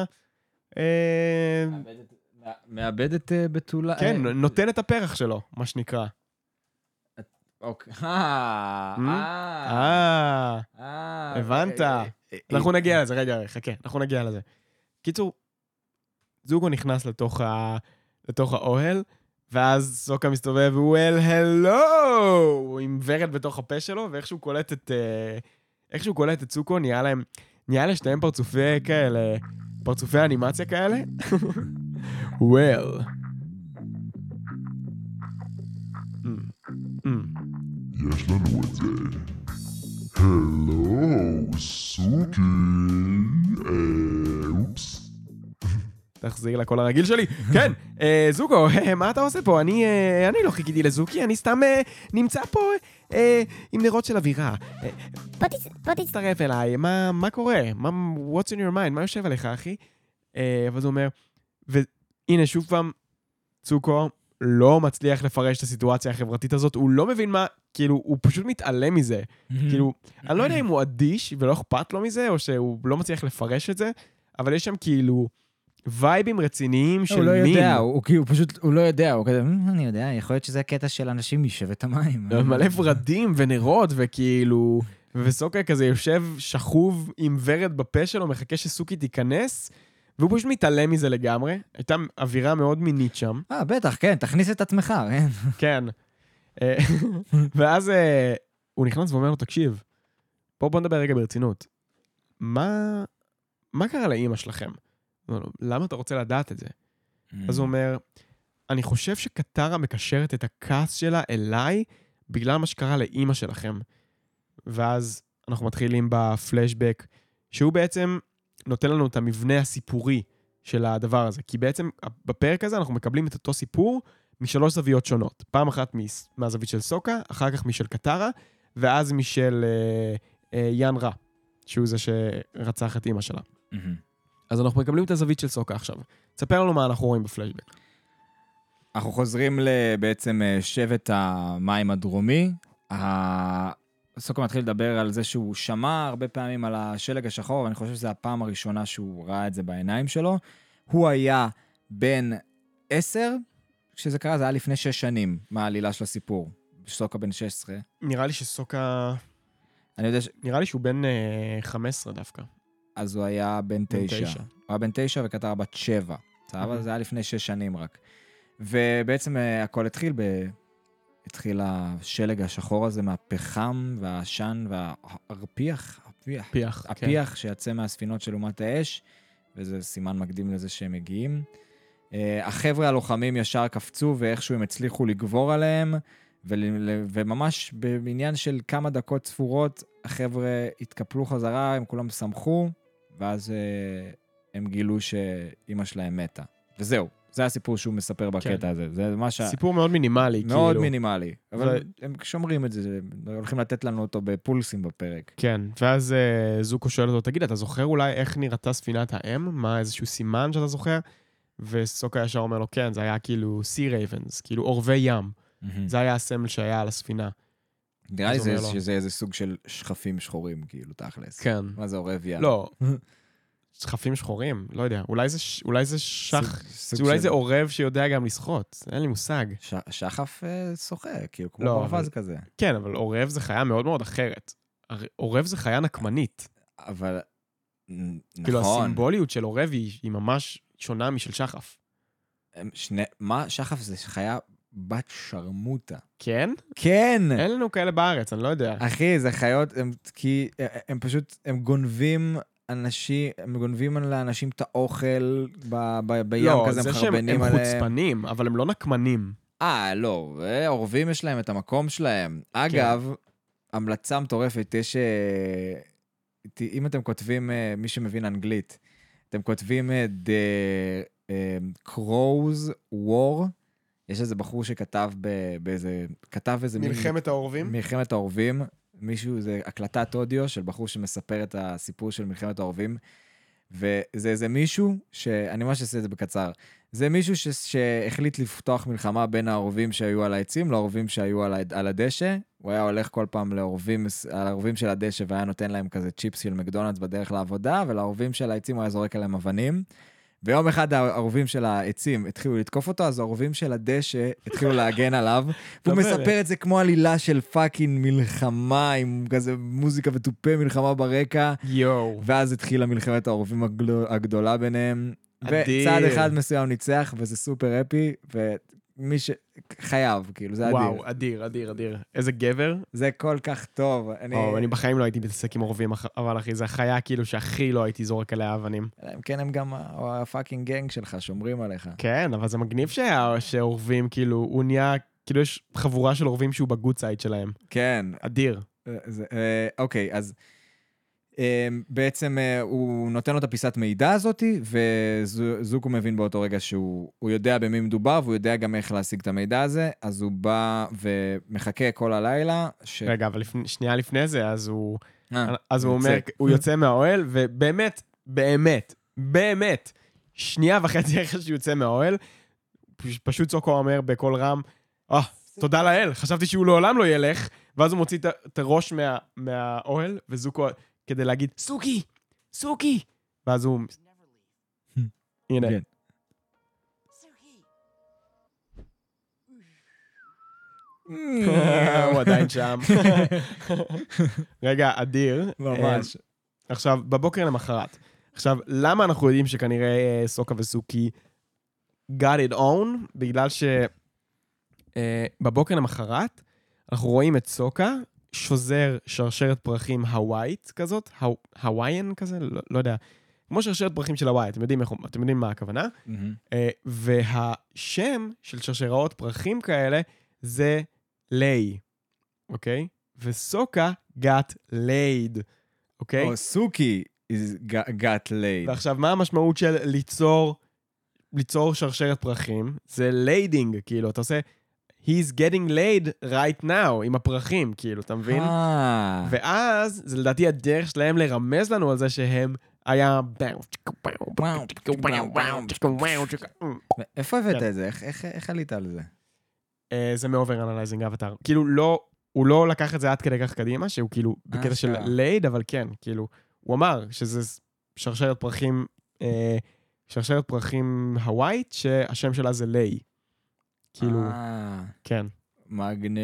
B: מאבדת בתולה...
A: כן, נותן את הפרח שלו, מה שנקרא.
B: אוקיי.
A: הבנת. אנחנו נגיע לזה, רגע, חכה, אנחנו נגיע לזה. קיצור, זוגו נכנס לתוך האוהל, ואז סוקה מסתובב, well, hello! עם ורד בתוך הפה שלו, ואיכשהו קולט את סוקו, נהיה לשתיהם פרצופי כאלה, פרצופי אנימציה כאלה. well.
C: יש לנו את זה. הלו, סוקי. אופס.
A: תחזיר לכל הרגיל שלי. כן, זוגו, מה אתה עושה פה? אני לא חיכיתי לזוקי, אני סתם נמצא פה עם נרות של אווירה. בוא תצטרף אליי, מה קורה? What's in your mind? מה יושב עליך, אחי? אבל זה אומר, והנה שוב פעם, צוקו לא מצליח לפרש את הסיטואציה החברתית הזאת, הוא לא מבין מה, כאילו, הוא פשוט מתעלם מזה. כאילו, אני לא יודע אם הוא אדיש ולא אכפת לו מזה, או שהוא לא מצליח לפרש את זה, אבל יש שם כאילו וייבים רציניים של מין.
B: הוא לא יודע, הוא לא יודע, הוא כזה, אני יודע, יכול להיות שזה הקטע של אנשים משבט המים.
A: מלא ורדים ונרות, וכאילו, וסוקה כזה יושב שכוב עם ורד בפה שלו, מחכה שסוקי תיכנס, והוא פשוט מתעלם מזה לגמרי. הייתה אווירה מאוד מינית שם.
B: בטח, כן, תכניס את עצמך, כן.
A: כן. ואז הוא נכנס ואומר לו, תקשיב, בוא נדבר רגע ברצינות. מה קרה לאמא שלכם? למה אתה רוצה לדעת את זה? אז הוא אומר, אני חושב שקטרה מקשרת את הכעס שלה אליי, בגלל מה שקרה לאימא שלכם. ואז אנחנו מתחילים בפלשבק, שהוא בעצם נותן לנו את המבנה הסיפורי של הדבר הזה. כי בעצם בפרק הזה אנחנו מקבלים את אותו סיפור משלוש זוויות שונות. פעם אחת מהזווית של סוקה, אחר כך משל קטרה, ואז משל יאן רע, שהוא זה שרצח את אימא שלה. אז אנחנו מקבלים את הזווית של סוקה עכשיו. תספר לנו מה אנחנו רואים בפלשבק.
B: אנחנו חוזרים בעצם שבט המים הדרומי. סוקה מתחיל לדבר על זה שהוא שמע הרבה פעמים על השלג השחור, ואני חושב שזו הפעם הראשונה שהוא ראה את זה בעיניים שלו. הוא היה בן 10, כשזה קרה, זה היה לפני 6 שנים, מה העלילה של הסיפור. סוקה בן 16.
A: נראה לי שסוקה...
B: אני יודע
A: נראה לי שהוא בן 15 דווקא.
B: אז הוא היה בן 9. הוא היה בן 9 וקטרה בת 7. זה היה לפני 6 שנים רק. ובעצם הכל התחיל השלג השחור הזה מהפחם והעשן והפיח שיצא מהספינות של אומת האש, וזה סימן מקדים לזה שהם מגיעים. החבר'ה הלוחמים ישר קפצו, ואיכשהו הם הצליחו לגבור עליהם, וממש בעניין של כמה דקות ספורות, החבר'ה התקפלו חזרה, הם כולם שמחו, ואז הם גילו שאמא שלהם מתה. וזהו, זה הסיפור שהוא מספר בקטע הזה. זה ממש...
A: סיפור מאוד מינימלי, כאילו.
B: מאוד מינימלי. אבל הם שומרים את זה, הולכים לתת לנו אותו בפולסים בפרק.
A: כן, ואז זוקו שואל אותו, תגיד, אתה זוכר אולי איך נראתה ספינת האם? מה, איזשהו סימן שאתה זוכר? וסוקה ישר אומר לו, כן, זה היה כאילו Sea Ravens, כאילו עורבי ים. זה היה הסמל שהיה על הספינה.
B: נראה לי שזה איזה סוג של שכפים שחורים, כאילו, תכלס.
A: כן.
B: מה זה עורב ים?
A: לא. שכפים שחורים, לא יודע. אולי זה אולי זה עורב שיודע גם לשחות. אין לי מושג.
B: שחף שוחה, כאילו, כמו ברווז כזה.
A: כן, אבל עורב זה חיה מאוד מאוד אחרת. עורב זה חיה נקמנית.
B: אבל,
A: כאילו,
B: נכון.
A: הסימבוליות של עורב היא ממש שונה משל שחף.
B: מה? שחף זה חיה בת שרמוטה.
A: כן?
B: כן!
A: אין לנו כאלה בארץ, אני לא יודע.
B: אחי, זה חיות, כי הם פשוט, הם גונבים לאנשים את האוכל בים כזה, הם חרבנים עליהם.
A: לא, זה שהם חוצפנים, אבל הם לא נקמנים.
B: לא, עורבים יש להם את המקום שלהם. אגב, המלצה מטורפת, יש... אם אתם כותבים, מי שמבין אנגלית, אתם כותבים Crow's War, יש איזה בחור שכתב כתב איזה...
A: מלחמת העורבים?
B: מלחמת העורבים. מישהו, זה הקלטת אודיו של בחור שמספר את הסיפור של מלחמת העורבים, וזה איזה מישהו, אני ממש אעשה את זה בקצר, זה מישהו שהחליט לפתוח מלחמה בין העורבים שהיו על העצים, לעורבים שהיו על הדשא, הוא היה הולך כל פעם לעורבים של הדשא, והיה נותן להם כזה צ'יפס של מקדונלדס בדרך לעבודה, ולעורבים של העצים הוא היה זורק עליהם אבנים, ויום אחד העורבים של העצים התחילו לתקוף אותו, אז העורבים של הדשא התחילו להגן עליו, והוא מספר את זה כמו עלילה של פאקינג מלחמה, עם כזה מוזיקה וטופי מלחמה ברקע, ואז התחילה מלחמת העורבים הגדולה ביניהם, וצעד אחד מסוים ניצח, וזה סופר אפי, ומי שחייב, כאילו, זה אדיר.
A: וואו, אדיר, אדיר, אדיר. איזה גבר.
B: זה כל כך טוב.
A: אני בחיים לא הייתי מתעסק עם עורבים, אבל אחי, זה החיה כאילו שהכי לא הייתי זורק עליה אבנים.
B: כן, הם גם הפאקינג גנג שלך, שומרים עליך.
A: כן, אבל זה מגניב שעורבים, כאילו, הוא נהיה, כאילו יש חבורה של עורבים שהוא בגוד סייד שלהם.
B: כן.
A: אדיר.
B: אוקיי, אז בעצם הוא נותן לו את הפיסת מידע הזאת, וזוקו מבין באותו רגע שהוא יודע במי מדובר, והוא יודע גם איך להשיג את המידע הזה, אז הוא בא ומחכה כל הלילה.
A: רגע, אבל שנייה לפני זה, אז הוא אומר, הוא יוצא מהאוהל, ובאמת, באמת, שנייה וחצי אחרי שהוא יוצא מהאוהל, פשוט סוקו אומר בכל רם, תודה לאל, חשבתי שהוא לעולם לא ילך, ואז הוא מוציא את הראש מהאוהל, וזוקו... כדי להגיד, סוקי! ואז הוא... הנה. הוא עדיין שם. רגע, אדיר.
B: ממש.
A: עכשיו, בבוקר למחרת. עכשיו, למה אנחנו יודעים שכנראה סוקה וסוקי got it on? בגלל שבבוקר למחרת, אנחנו רואים את סוקה, שוזר שרשרת פרחים הווייט כזאת, הוויין כזה, לא יודע, כמו שרשרת פרחים של הוואי, אתם יודעים מה הכוונה? והשם של שרשראות פרחים כאלה זה ליי, אוקיי? וסוקה got laid, אוקיי?
B: או סוקי got laid.
A: ועכשיו, מה המשמעות של ליצור שרשרת פרחים? זה ליידינג, כאילו, אתה עושה, he's getting laid right now, עם הפרחים, כאילו, אתה מבין? ואז, זה לדעתי הדרך שלהם לרמז לנו על זה שהם היה...
B: איפה הבאת את זה? איך עלית על זה?
A: זה מאובר אנלייזינג אבטר. כאילו, הוא לא לקח את זה עד כדי כך קדימה, שהוא כאילו בקטע של לייד, אבל כן, כאילו, הוא אמר שזה שרשרת פרחים הווייט, שהשם שלה זה ליי. כאילו, כן.
B: מגניב.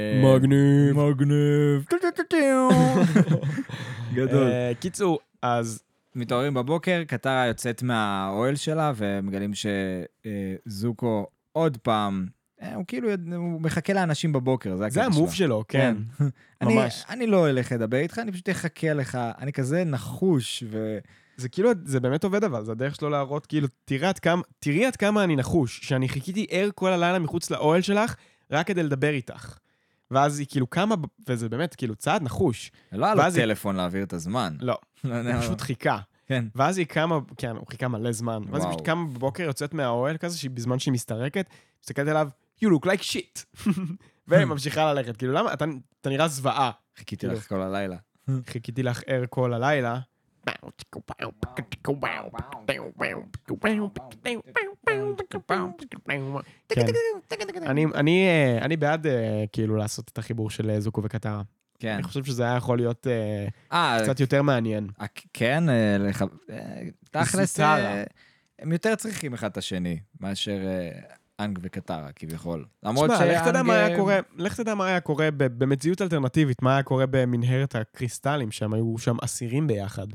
B: גדול.
A: קיצור, אז...
B: מתעוררים בבוקר, קטרה יוצאת מהאוהל שלה, ומגלים שזוקו עוד פעם, הוא כאילו, הוא מחכה לאנשים בבוקר,
A: זה המוב שלו, כן. ממש.
B: אני לא הולך לדבר איתך, אני פשוט אחכה לך, אני כזה נחוש,
A: זה כאילו, זה באמת עובד אבל, זה הדרך שלו להראות, כאילו, תראי עד כמה אני נחוש, שאני חיכיתי ער כל הלילה מחוץ לאוהל שלך, רק כדי לדבר איתך. ואז היא כאילו קמה, וזה באמת כאילו צעד נחוש.
B: לא היה לו טלפון להעביר את הזמן.
A: לא, הוא פשוט חיכה.
B: כן.
A: ואז היא קמה, כן, הוא חיכה מלא זמן. ואז היא פשוט קמה בבוקר, יוצאת מהאוהל כזה, בזמן שהיא מסתרקת, מסתכלת אליו, you look like shit. וממשיכה ללכת. כאילו, למה? אתה נראה זוועה.
B: חיכיתי לך כל הלילה.
A: חיכיתי לך ער כל הלילה. אני בעד כאילו לעשות את החיבור של זוקו וקטרה. אני חושב שזה היה יכול להיות קצת יותר מעניין.
B: כן, תכלס, הם יותר צריכים אחד את השני, מאשר אנג וקטרה, כביכול.
A: תשמע, לך תדע מה היה קורה במציאות אלטרנטיבית, מה היה קורה במנהרת הקריסטלים, שהם היו שם אסירים ביחד.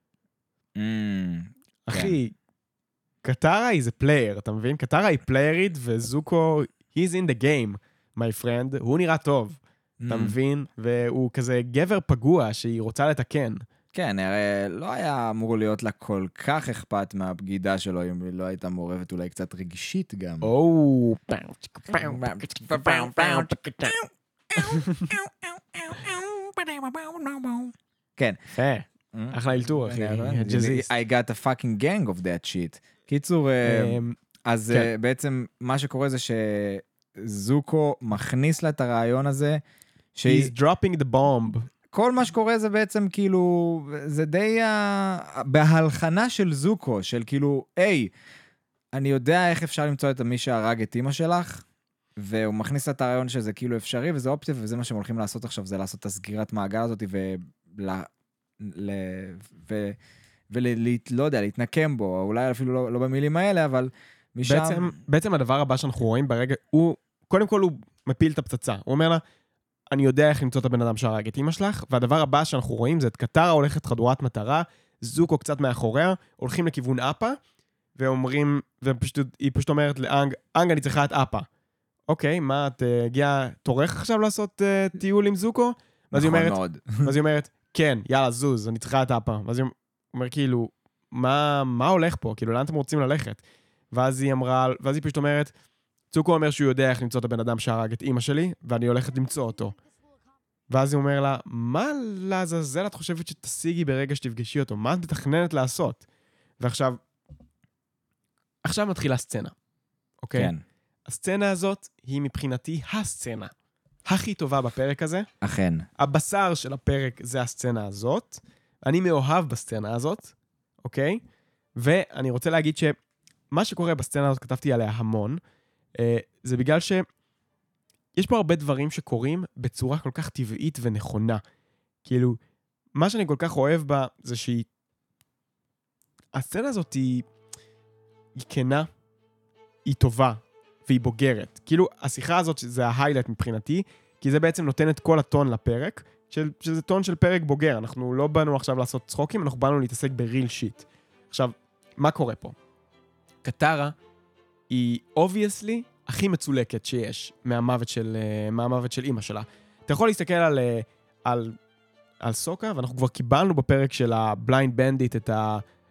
A: אחי, קטרה היא זה פלייר, אתה מבין? קטרה היא פליירית, וזוקו, he's in the game, my friend, הוא נראה טוב, אתה מבין? והוא כזה גבר פגוע שהיא רוצה לתקן.
B: כן, הרי לא היה אמור להיות לה כל כך אכפת מהבגידה שלו, אם היא לא הייתה מעורבת אולי קצת רגשית גם. כן.
A: אחלה אלתור, אחי.
B: I got a fucking gang of that shit. קיצור, אז בעצם מה שקורה זה שזוקו מכניס לה את הרעיון הזה.
A: He's dropping the bomb.
B: כל מה שקורה זה בעצם כאילו, זה די בהלחנה של זוקו, של כאילו, היי, אני יודע איך אפשר למצוא את מי שהרג את אמא שלך, והוא מכניס לה את הרעיון שזה כאילו אפשרי, וזה אופציה, וזה מה שהם הולכים לעשות עכשיו, זה לעשות את הסגירת מעגל הזאת, לא יודע, להתנקם בו, אולי אפילו לא במילים האלה, אבל משם...
A: בעצם הדבר הבא שאנחנו רואים ברגע, קודם כל הוא מפיל את הפצצה, הוא אומר לה, אני יודע איך למצוא את הבן אדם שהרג את אמא שלך, והדבר הבא שאנחנו רואים זה את קטרה הולכת חדורת מטרה, זוקו קצת מאחוריה, הולכים לכיוון אפה, ואומרים, והיא פשוט אומרת לאנג, אנג אני צריכה את אפה. אוקיי, מה, את הגיע תורך עכשיו לעשות טיול עם זוקו?
B: נכון מאוד.
A: ואז היא אומרת, כן, יאללה, זוז, אני צריכה את אפה. ואז היא אומרת, כאילו, מה הולך פה? כאילו, לאן אתם רוצים ללכת? ואז היא פשוט אומרת, זוקו אומר שהוא יודע איך למצוא את הבן אדם שהרג את אמא שלי, ואני הולכת למצוא אותו. ואז היא אומר לה, מה לעזאזל את חושבת שתשיגי ברגע שתפגשי אותו? מה את מתכננת לעשות? ועכשיו מתחילה הסצנה. אוקיי?
B: כן.
A: הסצנה הזאת היא מבחינתי הסצנה הכי טובה בפרק הזה.
B: אכן.
A: הבשר של הפרק זה הסצנה הזאת. אני מאוהב בסצנה הזאת, אוקיי? ואני רוצה להגיד שמה שקורה בסצנה הזאת, כתבתי עליה המון, זה בגלל שיש פה הרבה דברים שקורים בצורה כל כך טבעית ונכונה. כאילו, מה שאני כל כך אוהב בה זה שהיא... הסצנה הזאת היא כנה, היא טובה, והיא בוגרת. כאילו, השיחה הזאת זה ההיילייט מבחינתי, כי זה בעצם נותן את כל הטון לפרק, שזה טון של פרק בוגר. אנחנו לא באנו עכשיו לעשות צחוקים, אנחנו באנו להתעסק בריל שיט. עכשיו, מה קורה פה? קטרה היא obviously הכי מצולקת שיש מהמוות של אמא שלה. אתה יכול להסתכל על סוקה, ואנחנו כבר קיבלנו בפרק של הבליינד בנדיט את ה...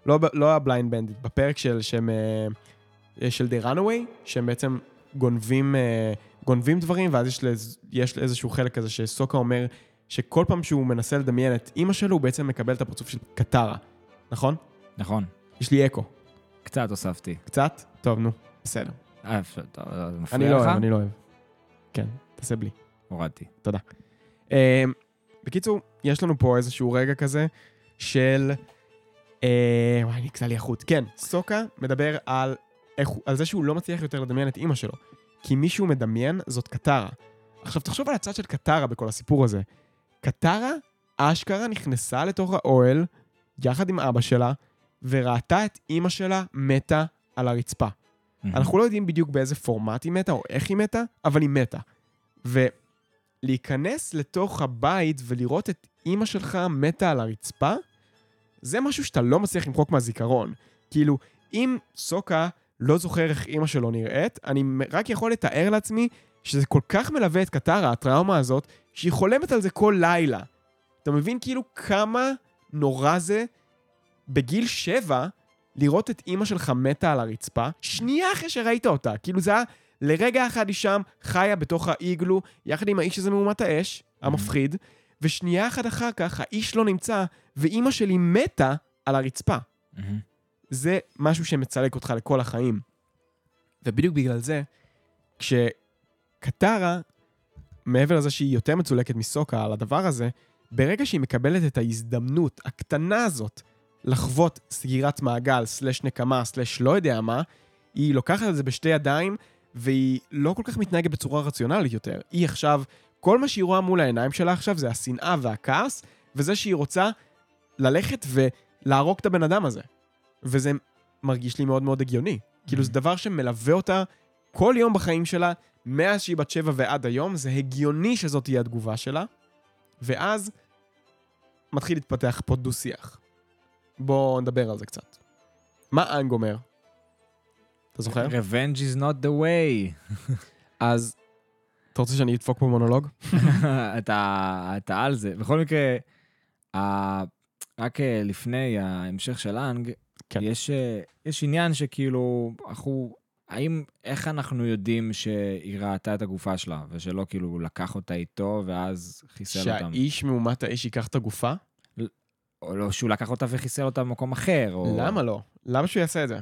A: לא הבליינד בנדיט, בפרק של The Runaway, שהם בעצם גונבים דברים, ואז יש איזשהו חלק כזה שסוקה אומר שכל פעם שהוא מנסה לדמיין את אמא שלו, הוא בעצם מקבל את הפרצוף של קטרה, נכון?
B: נכון.
A: יש לי אקו.
B: קצת הוספתי.
A: קצת? טוב, נו, בסדר.
B: אפשר, זה מפריע לך?
A: אני לא אוהב. כן, תעשה בלי.
B: הורדתי.
A: תודה. בקיצור, יש לנו פה איזשהו רגע כזה של... וואי, נקצה לי החוט. כן, סוקה מדבר על זה שהוא לא מצליח יותר לדמיין את אמא שלו. כי מישהו מדמיין זאת קטרה. עכשיו, תחשוב על הצד של קטרה בכל הסיפור הזה. קטרה, אשכרה נכנסה לתוך האוהל, יחד עם אבא שלה, וראתה את אמא שלה מתה על הרצפה. אנחנו לא יודעים בדיוק באיזה פורמט היא מתה, או איך היא מתה, אבל היא מתה. ולהיכנס לתוך הבית ולראות את אמא שלך מתה על הרצפה, זה משהו שאתה לא מצליח למחוק מהזיכרון. כאילו, אם סוקה לא זוכר איך אמא שלו נראית, אני רק יכול לתאר לעצמי שזה כל כך מלווה את קטרה, הטראומה הזאת, שהיא חולמת על זה כל לילה. אתה מבין כאילו כמה נורא זה בגיל 7 לראות את אמא שלך מתה על הרצפה, שנייה אחרי שראית אותה. כאילו זה היה לרגע אחד היא שם, חיה בתוך האיגלו, יחד עם האיש הזה מאומת האש, המפחיד, ושנייה אחת אחר כך האיש לא נמצא, ואמא שלי מתה על הרצפה. זה משהו שמצלק אותך לכל החיים. ובדיוק בגלל זה, כשקטרה, מעבר לזה שהיא יותר מצולקת מסוקה על הדבר הזה, ברגע שהיא מקבלת את ההזדמנות הקטנה הזאת, לחוות סגירת מעגל, סלש נקמה, סלש לא יודע מה, היא לוקחת את זה בשתי ידיים, והיא לא כל כך מתנהגת בצורה רציונלית יותר. היא עכשיו, כל מה שהיא רואה מול העיניים שלה עכשיו, זה השנאה והכעס, וזה שהיא רוצה ללכת ולהרוג את הבן אדם הזה. וזה מרגיש לי מאוד מאוד הגיוני. כאילו זה דבר שמלווה אותה כל יום בחיים שלה, מאז שהיא בת 7 ועד היום, זה הגיוני שזאת תהיה התגובה שלה, ואז מתחיל להתפתח פה דו-שיח. בואו נדבר על זה קצת. מה אנג אומר? אתה זוכר?
B: Revenge is not the way.
A: אז, אתה רוצה שאני אדפוק פה מונולוג?
B: אתה על זה. בכל מקרה, רק לפני ההמשך של אנג,
A: כן.
B: יש עניין שכאילו, איך אנחנו יודעים שהיא ראתה את הגופה שלה, ושלא כאילו לקח אותה איתו, ואז חיסל אותם.
A: שהאיש מאומת האיש ייקח את הגופה?
B: או לא, שהוא לקח אותה וחיסל אותה במקום אחר. או...
A: למה לא? למה שהוא יעשה את זה?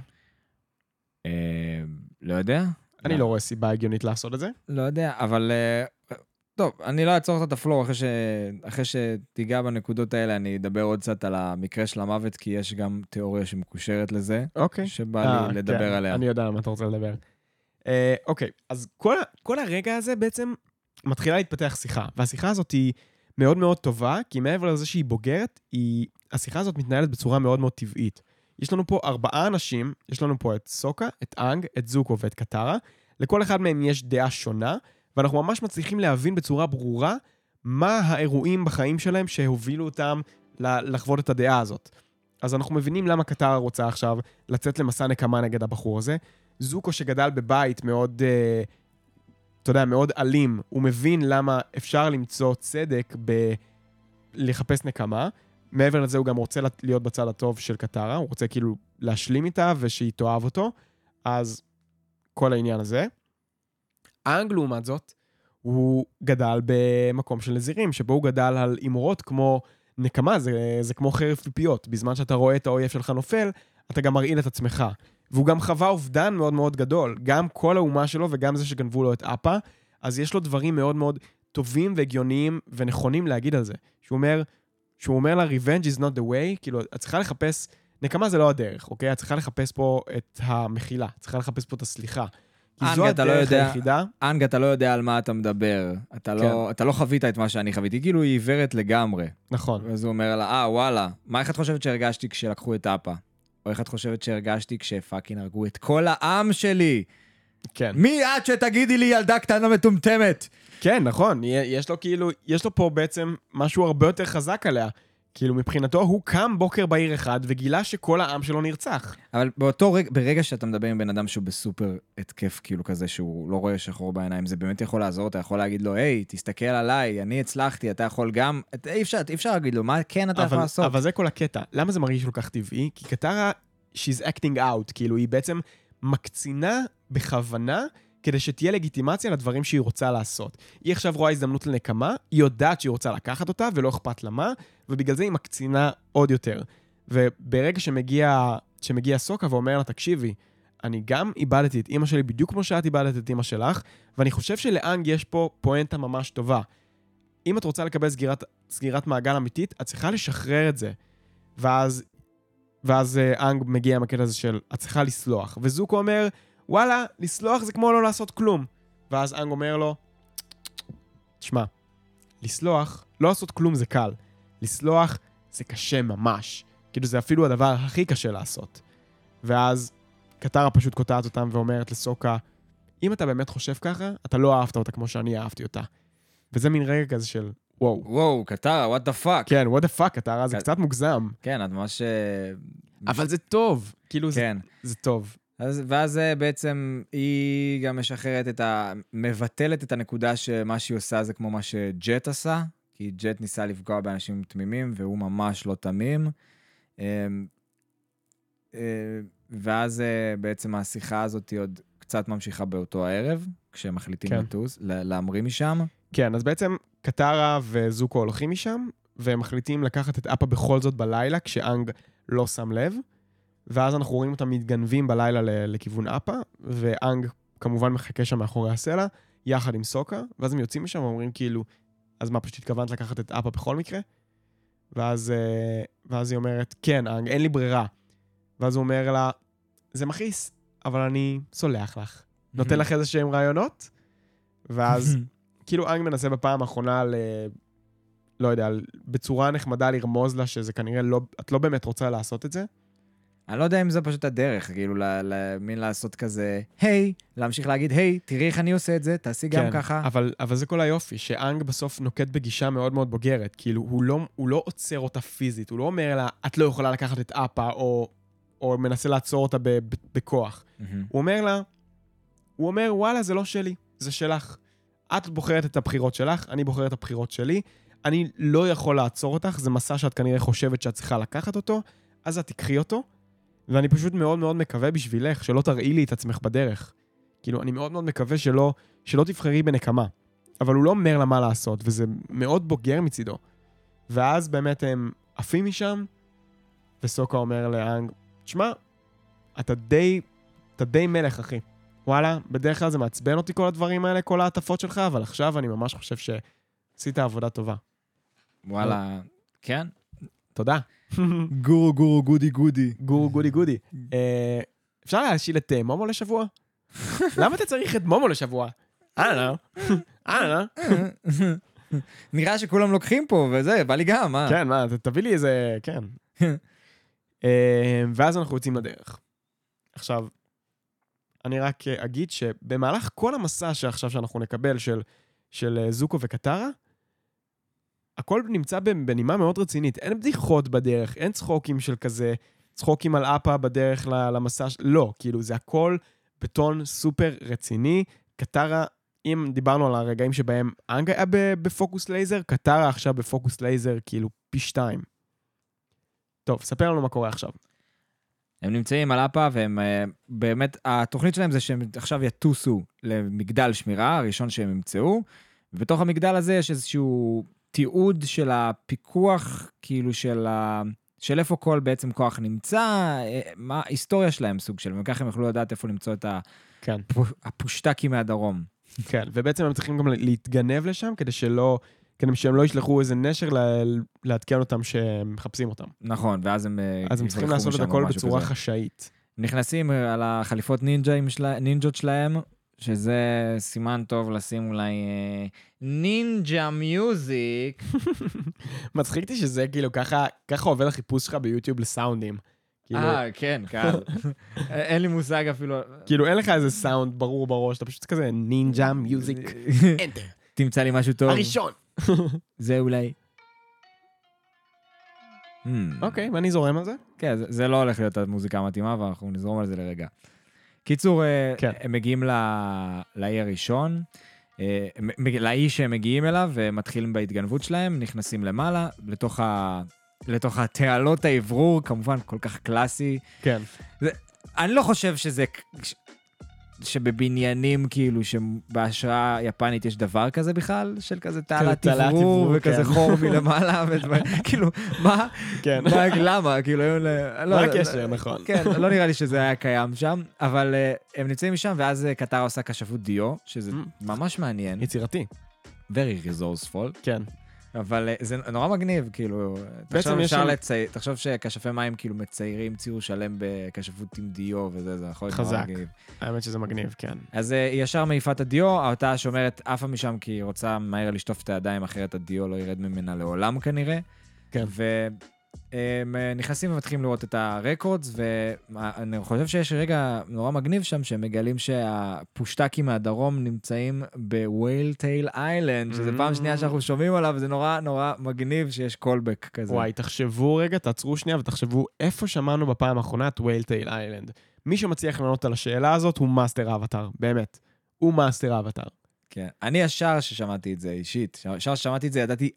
B: לא יודע.
A: אני לא רואה סיבה הגיונית לעשות את זה.
B: לא יודע, אבל... טוב, אני לא אעצור את הפלור, אחרי שתיגע בנקודות האלה, אני אדבר עוד קצת על המקרה של המוות, כי יש גם תיאוריה שמקושרת לזה,
A: אוקיי.
B: שבא לי לדבר עליה.
A: אני יודע על מה אתה רוצה לדבר. אוקיי, אז כל הרגע הזה בעצם מתחילה להתפתח שיחה, והשיחה הזאת היא מאוד מאוד טובה, כי מעבר לזה שהיא בוגרת, השיחה הזאת מתנהלת בצורה מאוד מאוד טבעית. יש לנו פה 4 אנשים, יש לנו פה את סוקה, את אנג, את זוקו ואת קטרה, לכל אחד מהם יש דעה שונה, ואנחנו ממש מצליחים להבין בצורה ברורה מה האירועים בחיים שלהם שהובילו אותם לחוות את הדעה הזאת. אז אנחנו מבינים למה קטרה רוצה עכשיו לצאת למסע נקמה נגד הבחור הזה. זוקו שגדל בבית מאוד, אתה יודע, מאוד אלים, הוא מבין למה אפשר למצוא צדק לחפש נקמה. מעבר לזה הוא גם רוצה להיות בצד הטוב של קטרה, הוא רוצה כאילו להשלים איתה ושהיא תאהב אותו, אז כל העניין הזה. אנג לעומת זאת, הוא גדל במקום של נזירים, שבו הוא גדל על אימורות כמו נקמה, זה כמו חרב פיפיות. בזמן שאתה רואה את האויב שלך נופל, אתה גם מרעיל את עצמך. והוא גם חווה אובדן מאוד מאוד גדול, גם כל האומה שלו וגם זה שגנבו לו את אפה, אז יש לו דברים מאוד מאוד טובים והגיוניים ונכונים להגיד על זה. שהוא אומר לה, revenge is not the way, כאילו, את צריכה לחפש, נקמה זה לא הדרך, אוקיי? את צריכה לחפש פה את המחילה, את צריכה לחפש פה את הסליחה. כי זו הדרך היחידה.
B: אנג, אתה לא יודע על מה אתה מדבר. אתה לא חווית את מה שאני חוויתי. כאילו היא עיוורת לגמרי.
A: נכון.
B: אז הוא אומר לה, וואלה, מה איך את חושבת שהרגשתי כשלקחו את אפה? או איך את חושבת שהרגשתי כשפאקינג הרגו את כל העם שלי?
A: כן.
B: מי את שתגידי לי ילדה קטנה מטומטמת?
A: כן, נכון. יש לו פה בעצם משהו הרבה יותר חזק עליה, כאילו מבחינתו הוא קם בוקר בעיר אחד וגילה שכל העם שלו נרצח.
B: אבל ברגע שאתה מדבר עם בן אדם שהוא בסופר התקף כאילו כזה, שהוא לא רואה שחור בעיניים, זה באמת יכול לעזור, אתה יכול להגיד לו, היי, תסתכל עליי, אני הצלחתי, אתה יכול גם, אי אפשר להגיד לו, מה כן אתה יכול לעשות?
A: אבל זה כל הקטע. למה זה מרגיש כל כך טבעי? כי קטרה, she's acting out, כאילו היא בעצם מקצינה בכוונה, כדי שתהיה לגיטימציה לדברים שהיא רוצה לעשות. היא עכשיו רואה הזדמנות לנקמה, היא יודעת שהיא רוצה לקחת אותה, ולא אכפת לה מה, ובגלל זה היא מקצינה עוד יותר. וברגע שמגיע סוקה ואומר לה, תקשיבי, אני גם איבדתי את אמא שלי בדיוק כמו שאת איבדת את אמא שלך, ואני חושב שלאנג יש פה פואנטה ממש טובה. אם את רוצה לקבל סגירת מעגל אמיתית, את צריכה לשחרר את זה. ואז אנג מגיע עם הקטע הזה של, את צריכה לסלוח. וזוקו אומר, וואלה, לסלוח זה כמו לא לעשות כלום. ואז אנג אומר לו, תשמע, לסלוח, לא לעשות כלום זה קל. לסלוח זה קשה ממש. כאילו זה אפילו הדבר הכי קשה לעשות. ואז קטרה פשוט קוטעת אותם ואומרת לסוקה, אם אתה באמת חושב ככה, אתה לא אהבת אותה כמו שאני אהבתי אותה. וזה מין רגע כזה של, וואו.
B: וואו, קטרה, what the fuck.
A: כן, what the fuck, קטרה, זה קצת מוגזם.
B: כן, את ממש...
A: אבל זה טוב. כאילו
B: כן.
A: זה טוב.
B: ואז בעצם היא גם משחררת מבטלת את הנקודה שמה שהיא עושה זה כמו מה שג'ט עשה, כי ג'ט ניסה לפגוע באנשים תמימים, והוא ממש לא תמים. ואז בעצם השיחה הזאת עוד קצת ממשיכה באותו הערב, כשהם מחליטים לטוס, להמריא משם.
A: כן, אז בעצם קטרה וזוקו הולכים משם, והם מחליטים לקחת את אפה בכל זאת בלילה, כשאנג לא שם לב, ואז אנחנו רואים אותם מתגנבים בלילה לכיוון אפה, ואנג כמובן מחכה שם מאחורי הסלע, יחד עם סוקה, ואז הם יוצאים משם ואומרים כאילו, אז מה, פשוט התכוונת לקחת את אפה בכל מקרה? ואז היא אומרת, כן, אנג, אין לי ברירה. ואז הוא אומר לה, זה מכעיס, אבל אני סולח לך. נותן לך איזה שהם רעיונות? ואז כאילו אנג מנסה בפעם האחרונה לא יודע, בצורה נחמדה לרמוז לה שזה כנראה לא, את לא באמת רוצה לעשות את זה.
B: אני לא יודע אם זה פשוט הדרך, כאילו, מין לעשות כזה, היי, להמשיך להגיד, היי, תראי איך אני עושה את זה, תעשי גם ככה.
A: אבל זה כל היופי, שאנג בסוף נוקט בגישה מאוד מאוד בוגרת, כאילו, הוא לא עוצר אותה פיזית, הוא לא אומר לה, את לא יכולה לקחת את אפה, או מנסה לעצור אותה בכוח. הוא אומר לה, וואלה, זה לא שלי, זה שלך. את בוחרת את הבחירות שלך, אני בוחרת את הבחירות שלי, אני לא יכול לעצור אותך, זה מסע שאת כנראה חושבת שאת צריכה לקחת אותו, אז את תקחי אותו, ואני פשוט מאוד מאוד מקווה בשבילך, שלא תראי לי את עצמך בדרך. כאילו, אני מאוד מאוד מקווה שלא תבחרי בנקמה. אבל הוא לא אומר לה מה לעשות, וזה מאוד בוגר מצידו. ואז באמת הם עפים משם, וסוקה אומר לאנג, תשמע, אתה די מלך, אחי. וואלה, בדרך כלל זה מעצבן אותי כל הדברים האלה, כל העטפות שלך, אבל עכשיו אני ממש חושב שעשית עבודה טובה.
B: וואלה, כן.
A: תודה.
B: גורו, גודי.
A: גודי. אפשר להשיל את מומו לשבוע? למה אתה צריך את מומו לשבוע? I don't know.
B: נראה שכולם לוקחים פה, וזה, בא לי גם, מה?
A: כן, מה, תביא לי איזה, כן. ואז אנחנו יוצאים לדרך. עכשיו, אני רק אגיד שבמהלך כל המסע שעכשיו שאנחנו נקבל של זוקו וקטרה, הכל נמצא בנימה מאוד רצינית. אין בדיחות בדרך, אין צחוקים של כזה, צחוקים על אפה בדרך למסע. לא, כאילו זה הכל בטון סופר רציני. קטרה, אם דיברנו על הרגעים שבהם אנג היה בפוקוס לייזר, קטרה עכשיו בפוקוס לייזר כאילו פי 2. טוב, ספר לנו מה קורה עכשיו.
B: הם נמצאים על אפה, והם באמת, התוכנית שלהם זה שהם עכשיו יטוסו למגדל שמירה, הראשון שהם ימצאו, ובתוך המגדל הזה יש איזשהו תיעוד של הפיקוח, כאילו של איפה כל בעצם כוח נמצא, מה ההיסטוריה שלהם סוג של, וכך הם יוכלו לדעת איפה למצוא את הפושטקים מהדרום.
A: כן, ובעצם הם צריכים גם להתגנב לשם, כדי שהם לא ישלחו איזה נשר לעדכן אותם שהם מחפשים אותם.
B: נכון, ואז הם
A: צריכים לעשות את הכל בצורה חשאית.
B: נכנסים על החליפות נינג'ות שלהם, שזה סימן טוב לשים אולי נינג'ה מיוזיק.
A: מצחיק אותי שזה כאילו ככה עובד החיפוש שלך ביוטיוב לסאונדים.
B: כן, קל. אין לי מושג אפילו.
A: כאילו אין לך איזה סאונד ברור בראש, אתה פשוט כזה נינג'ה מיוזיק, אנטר.
B: תמצא לי משהו טוב.
A: הראשון.
B: זה אולי.
A: אוקיי, ואני זורם על זה?
B: כן, זה לא הולך להיות המוזיקה המתאימה, ואנחנו נזרום על זה לרגע. קיצור,
A: כן.
B: הם מגיעים לאי הראשון, לאי שהם מגיעים אליו, ומתחילים בהתגנבות שלהם, נכנסים למעלה, לתוך התעלות האוורור, כמובן כל כך קלאסי.
A: כן.
B: אני לא חושב שבבניינים, כאילו, שבהשראה יפנית יש דבר כזה בכלל, של כזה תעלת אוורור, וכזה חור מלמעלה, כאילו, מה?
A: כן.
B: למה? כאילו,
A: מה הקשר, נכון.
B: כן, לא נראה לי שזה היה קיים שם, אבל הם נמצאים משם, ואז קטרה עושה כשפות דיו, שזה ממש מעניין.
A: יצירתי.
B: Very resourceful.
A: כן.
B: אבל זה נורא מגניב, כאילו, תחשוב שכשפי מים כאילו מציירים ציור שלם בכשפות עם דיו, וזה יכול להיות נורא מגניב.
A: האמת שזה מגניב, כן.
B: אז ישר מעיפה את הדיו, אותה שומרת עפה משם, כי היא רוצה מהר לשטוף את הידיים, אחרת הדיו לא ירד ממנה לעולם כנראה.
A: כן.
B: הם נכנסים ומתחילים לראות את הרקורדס, ואני חושב שיש רגע נורא מגניב שם, שהם מגלים שהפושטקים מהדרום נמצאים בווייל טייל איילנד, שזה פעם שנייה שאנחנו שומעים עליו, וזה נורא נורא מגניב שיש קולבק כזה.
A: וואי, תחשבו רגע, תעצרו שנייה ותחשבו איפה שמענו בפעם האחרונה את ווייל טייל איילנד. מי שמצליח לענות על השאלה הזאת הוא מאסטר אבטר, באמת. הוא מאסטר אבטר.
B: כן, אני ישר ששמעתי את זה אישית, ישר ששמעתי את זה ידעתי,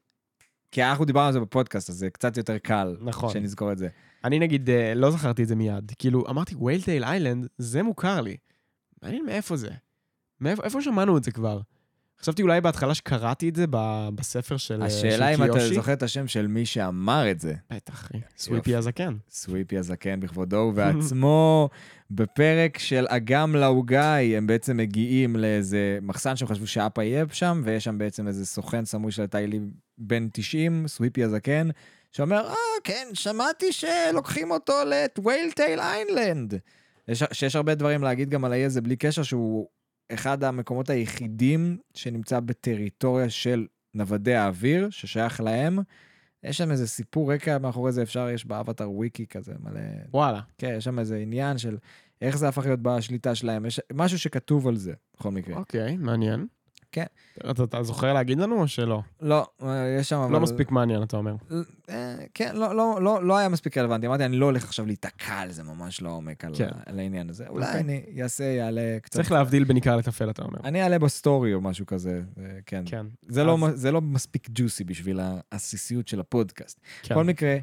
B: כי אנחנו דיברנו על זה בפודקאסט, אז זה קצת יותר קל שנזכור את זה.
A: אני נגיד, לא זכרתי את זה מיד. כאילו, אמרתי, ווייל טייל איילנד, זה מוכר לי. מעניין מאיפה זה? איפה שמענו את זה כבר? חשבתי אולי בהתחלה שקראתי את זה בספר של קיושי.
B: השאלה אם אתה זוכר את השם של מי שאמר את זה.
A: בטח, סוויפי הזקן.
B: סוויפי הזקן בכבודו ובעצמו, בפרק של אגם לאוגאי, הם בעצם מגיעים לאיזה מחסן שהם חשבו שאפה יהיה שם, ויש שם בעצם איזה סוכן סמוי של טיילי בן 90, סוויפי הזקן, שאומר, כן, שמעתי שלוקחים אותו לווייל טייל איילנד. שיש הרבה דברים להגיד גם על האי הזה, בלי קשר שהוא אחד המקומות היחידים שנמצא בטריטוריה של נוודי האוויר, ששייך להם. יש שם איזה סיפור רקע מאחורי זה, יש באבטר וויקי כזה מלא.
A: וואלה.
B: כן, יש שם איזה עניין של איך זה הפך להיות בשליטה שלהם. יש משהו שכתוב על זה, בכל מקרה.
A: אוקיי, מעניין.
B: כן.
A: אתה זוכר להגיד לנו או שלא?
B: לא, יש שם אבל...
A: לא מספיק מעניין, אתה אומר.
B: כן, לא היה מספיק רלוונטי. אמרתי, אני לא הולך עכשיו להתעקע על זה, ממש לא עומק על העניין הזה. אולי אני יעלה קצת...
A: צריך להבדיל בין עיקר לטפל, אתה אומר.
B: אני אעלה בסטורי או משהו כזה, כן. זה לא מספיק ג'וסי בשביל העסיסיות של הפודקאסט. בכל מקרה,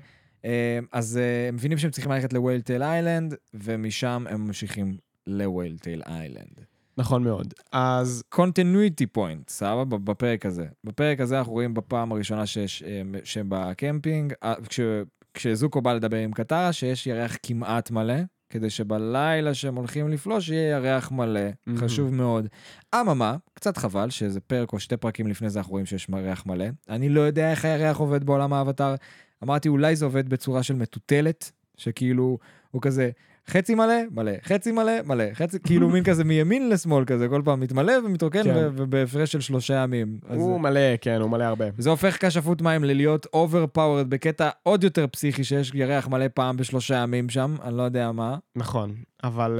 B: אז הם מבינים שהם צריכים ללכת לווייל טייל איילנד, ומשם הם ממשיכים לווייל טייל איילנד.
A: נכון מאוד. אז...
B: continuity point, סבבה, בפרק הזה. בפרק הזה אנחנו רואים בפעם הראשונה שהם בקמפינג, כשזוקו בא לדבר עם קטרה, שיש ירח כמעט מלא, כדי שבלילה שהם הולכים לפלוש, יהיה ירח מלא. חשוב מאוד. אממה, קצת חבל, שזה פרק או 2 פרקים לפני זה אנחנו רואים שיש ירח מלא. אני לא יודע איך הירח עובד בעולם האבטר. אמרתי, אולי זה עובד בצורה של מטוטלת, שכאילו, הוא כזה... חצי מלא, מלא, חצי מלא, מלא, חצי, כאילו מין כזה מימין לשמאל כזה, כל פעם מתמלא ומתרוקן, ובהפרש של 3 ימים.
A: הוא מלא, כן, הוא מלא הרבה.
B: זה הופך כשפות מים ללהיות overpowered בקטע עוד יותר פסיכי, שיש ירח מלא פעם ב3 ימים שם, אני לא יודע מה.
A: נכון, אבל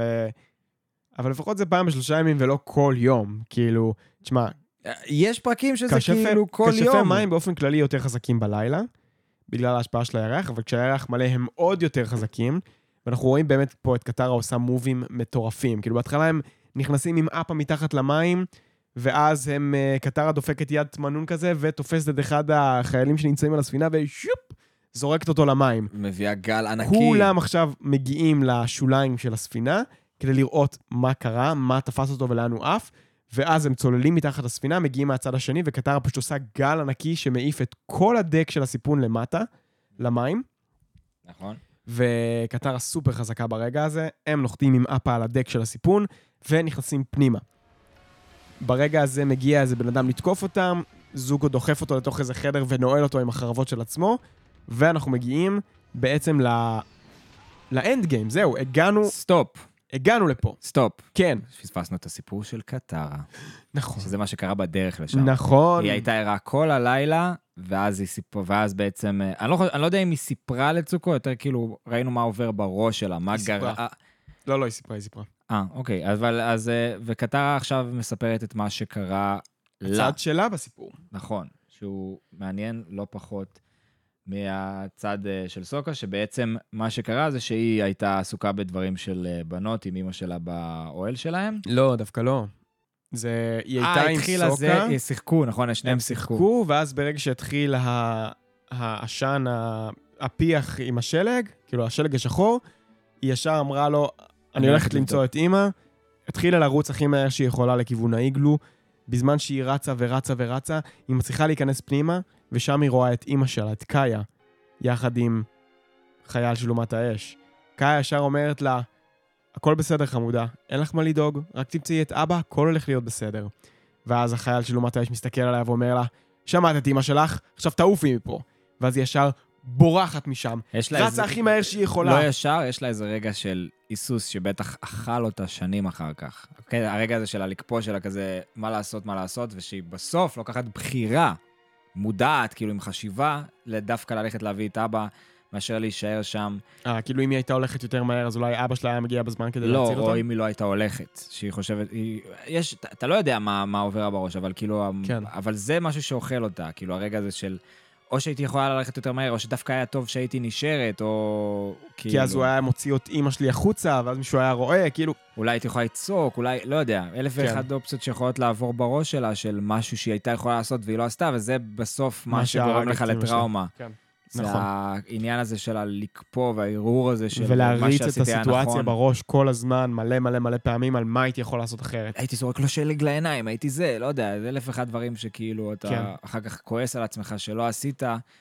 A: לפחות זה פעם ב3 ימים ולא כל יום, כאילו, תשמע...
B: יש פרקים שזה כאילו כל יום.
A: כשפי מים באופן כללי יותר חזקים בלילה, בגלל ההשפעה של הירח, אבל כשהירח מלא הם עוד יותר חזקים, ואנחנו רואים באמת פה את קטרה עושה מובים מטורפים. כאילו בהתחלה הם נכנסים עם אפה מתחת למים, ואז קטרה דופקת יד תמנון כזה, ותופסת את אחד החיילים שנמצאים על הספינה, ושופ, זורקת אותו למים.
B: מביאה גל ענקי.
A: כולם עכשיו מגיעים לשוליים של הספינה, כדי לראות מה קרה, מה תפס אותו ולאן הוא עף, ואז הם צוללים מתחת לספינה, מגיעים מהצד השני, וקטרה פשוט עושה גל ענקי שמעיף את כל הדק של הסיפון למטה, למים.
B: נכון.
A: וקטרה סופר חזקה ברגע הזה, הם נוחתים עם אפה על הדק של הסיפון, ונכנסים פנימה. ברגע הזה מגיע איזה בן אדם לתקוף אותם, זוקו דוחף אותו לתוך איזה חדר ונועל אותו עם החרבות של עצמו, ואנחנו מגיעים בעצם לאנד גיים, זהו, הגענו לפה.
B: סטופ.
A: כן.
B: פספסנו את הסיפור של קטרה.
A: נכון.
B: שזה מה שקרה בדרך לשם.
A: נכון.
B: היא הייתה ערה כל הלילה, ואז היא סיפרה, ואז בעצם, אני לא יודע אם היא סיפרה לצוקו, יותר כאילו ראינו מה עובר בראש שלה, מה גרה.
A: לא, היא סיפרה.
B: אוקיי, אבל אז, וקטרה עכשיו מספרת את מה שקרה לה.
A: הצד שלה בסיפור.
B: נכון, שהוא מעניין לא פחות. מהצד של סוקה, שבעצם מה שקרה זה שהיא הייתה עסוקה בדברים של בנות עם אמא שלה באוהל שלהם.
A: לא, דווקא לא. היא הייתה עם
B: התחילה
A: סוקה.
B: זה, שיחקו, נכון? שניהם
A: הם
B: שיחקו.
A: שיחקו, ואז ברגע שהתחיל העשן, הפיח עם השלג, כאילו השלג השחור, היא ישר אמרה לו, אני הולכת למצוא את אמא, התחילה לרוץ הכי מהר שהיא יכולה לכיוון האיגלו, בזמן שהיא רצה ורצה ורצה, היא מצליחה להיכנס פנימה, ושם היא רואה את אמא שלה, את קאיה, יחד עם חייל של אומת האש. קאיה ישר אומרת לה, הכל בסדר חמודה, אין לך מה לדאוג, רק תמצאי את אבא, הכל הולך להיות בסדר. ואז החייל של אומת האש מסתכל עליה ואומר לה, שמעת את אמא שלך, עכשיו תעופי מפה. ואז היא ישר בורחת משם, רצה הכי מהר שהיא יכולה.
B: לא ישר, יש לה איזה רגע של איסוס שבטח אכל אותה שנים אחר כך. הרגע הזה שלה לקפוא שלה כזה, מה לעשות, ושהיא בסוף לוקחת בחירה, מודעת, כאילו עם חשיבה, דווקא ללכת להביא את אבא, מאשר להישאר שם.
A: כאילו אם היא הייתה הולכת יותר מהר, אז אולי אבא שלה היה מגיע בזמן כדי להציל אותה?
B: לא, או אם היא לא הייתה הולכת, שהיא חושבת, אתה לא יודע מה עובר בראש, אבל כאילו, אבל זה משהו שאוכל אותה, כאילו הרגע הזה של, או שהייתי יכולה ללכת יותר מהר, או שדווקא היה טוב שהייתי נשארת, או כאילו...
A: כי אז הוא היה מוציא את אמא שלי החוצה, ואז מישהו היה רואה, כאילו...
B: אולי הייתי יכולה לצעוק, אולי, לא יודע, 1,001 אופציות שיכולות לעבור בראש שלה, של משהו שהיא הייתה יכולה לעשות והיא לא עשתה, וזה בסוף מה שגורם לך לטראומה.
A: כן.
B: זה
A: נכון.
B: העניין הזה של הלקפוא והערעור הזה של מה
A: ולהריץ
B: שעשיתי
A: את
B: היה
A: הסיטואציה
B: נכון.
A: בראש כל הזמן, מלא פעמים, על מה הייתי יכול לעשות אחרת.
B: הייתי זורק לו שלג לעיניים, הייתי זה, לא יודע, זה 1,001 דברים שכאילו אתה
A: כן.
B: אחר כך כועס על עצמך שלא עשית,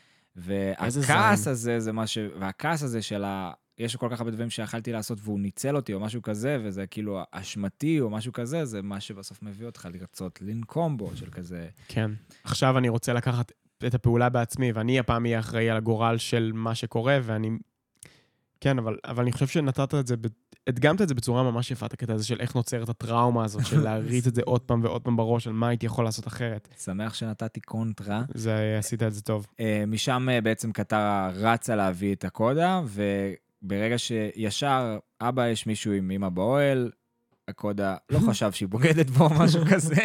B: והכעס הזה זה מה והכעס הזה של יש כל כך הרבה דברים שיכלתי לעשות והוא ניצל אותי או משהו כזה, וזה כאילו אשמתי או משהו כזה, זה מה שבסוף מביא אותך לרצות לנקום בו של כזה.
A: כן. עכשיו אני רוצה לקחת את הפעולה בעצמי, ואני הפעם אהיה אחראי על הגורל של מה שקורה, ואני... כן, אבל אני חושב שנתת את זה, הדגמת את זה בצורה ממש יפה, את הקטע הזה של איך נוצרת הטראומה הזאת, של להריץ את זה עוד פעם ועוד פעם בראש, על מה הייתי יכול לעשות אחרת.
B: שמח שנתתי קונטרה.
A: עשית את זה טוב.
B: משם בעצם קטרה רצה להביא את הקודה, וברגע שישר אבא יש מישהו עם אמא באוהל, הקודה לא חשב שהיא בוגדת בו או משהו כזה,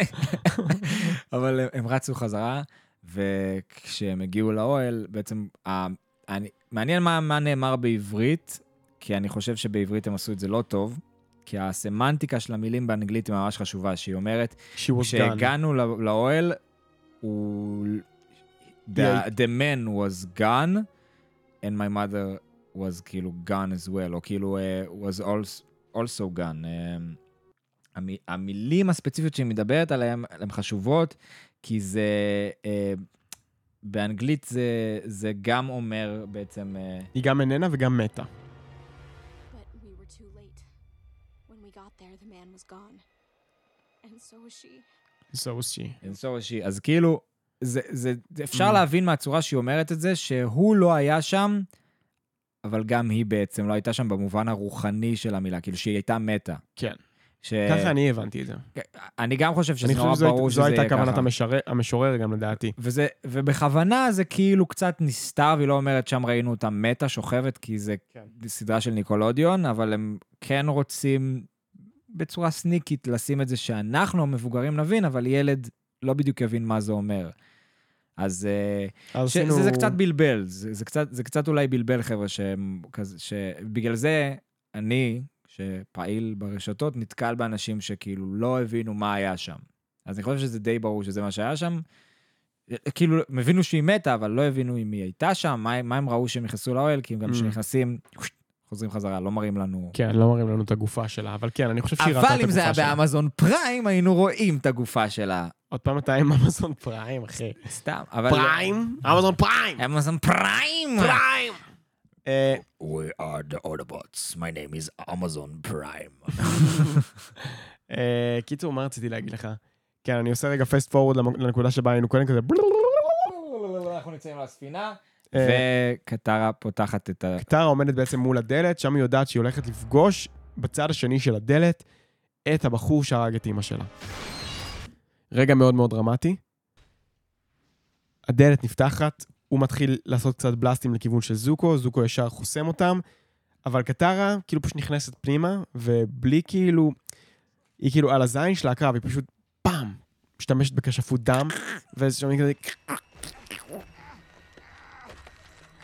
B: אבל הם רצו חזרה, וכשהם הגיעו לאוהל, בעצם, מעניין מה נאמר בעברית, כי אני חושב שבעברית הם עשו את זה לא טוב, כי הסמנטיקה של המילים באנגלית היא ממש חשובה, שהיא אומרת, כשהגענו לאוהל, the man was gone, and my mother was כאילו gone as well, או כאילו was also gone. המילים הספציפיות שהיא מדברת עליהן, הן חשובות, כי זה, באנגלית זה גם אומר בעצם...
A: היא גם איננה וגם מתה.
D: But we were too late. When we got there, the man was gone. And so was she.
A: So was she.
B: And so was she. אז כאילו, אפשר להבין מהצורה שהיא אומרת את זה, שהוא לא היה שם, אבל גם היא בעצם לא הייתה שם במובן הרוחני של המילה, כאילו שהיא הייתה מתה.
A: כן. ככה אני הבנתי את זה.
B: אני גם חושב שזה נורא ברור שזה
A: זו
B: יהיה
A: הייתה
B: ככה.
A: כוונת המשורר גם לדעתי.
B: ובכוונה זה כאילו קצת נסתר, והיא לא אומרת שם ראינו אותה מתה, שוכבת, כי זה סדרה של ניקולודיון, אבל הם כן רוצים בצורה סניקית לשים את זה שאנחנו המבוגרים נבין, אבל ילד לא בדיוק יבין מה זה אומר. אז זה קצת בלבל, זה קצת אולי בלבל חבר'ה, שבגלל זה אני... שפעיל ברשתות, נתקל באנשים שכאילו לא הבינו מה היה שם. אז אני חושב שזה די ברור שזה מה שהיה שם. כאילו, הם הבינו שהיא מתה, אבל לא הבינו אם היא הייתה שם, מה הם ראו שהם נכנסו לאוהל, כי הם גם שנכנסים, חוזרים חזרה, לא מראים לנו...
A: כן, לא מראים לנו את הגופה שלה, אבל כן, אני חושב שהיא ראתה את הגופה שלה.
B: אבל אם זה היה באמזון פריים, היינו רואים את הגופה שלה.
A: עוד פעם אתה עם אמזון פריים, אחי.
B: סתם, אבל...
A: פריים? אמזון פריים!
B: אמזון פריים!
A: פריים!
B: We are the Autobots. My name is Amazon Prime.
A: קיצור, מה רציתי להגיד לך? כן, אני עושה רגע פסט פורוורד לנקודה שבה היינו קודם כזה...
B: אנחנו נמצאים על הספינה, וקטרה פותחת את
A: קטרה עומדת בעצם מול הדלת, שם היא יודעת שהיא הולכת לפגוש בצד השני של הדלת את הבחור שהרג את אמא שלה. רגע מאוד מאוד דרמטי. הדלת נפתחת, הוא מתחיל לעשות קצת בלסטים לכיוון של זוקו, זוקו ישר חוסם אותם, אבל קטרה כאילו פשוט נכנסת פנימה, ובלי כאילו, היא כאילו על הזין של הקרב, היא פשוט פעם, משתמשת בכשפות דם, ושומעים כזה...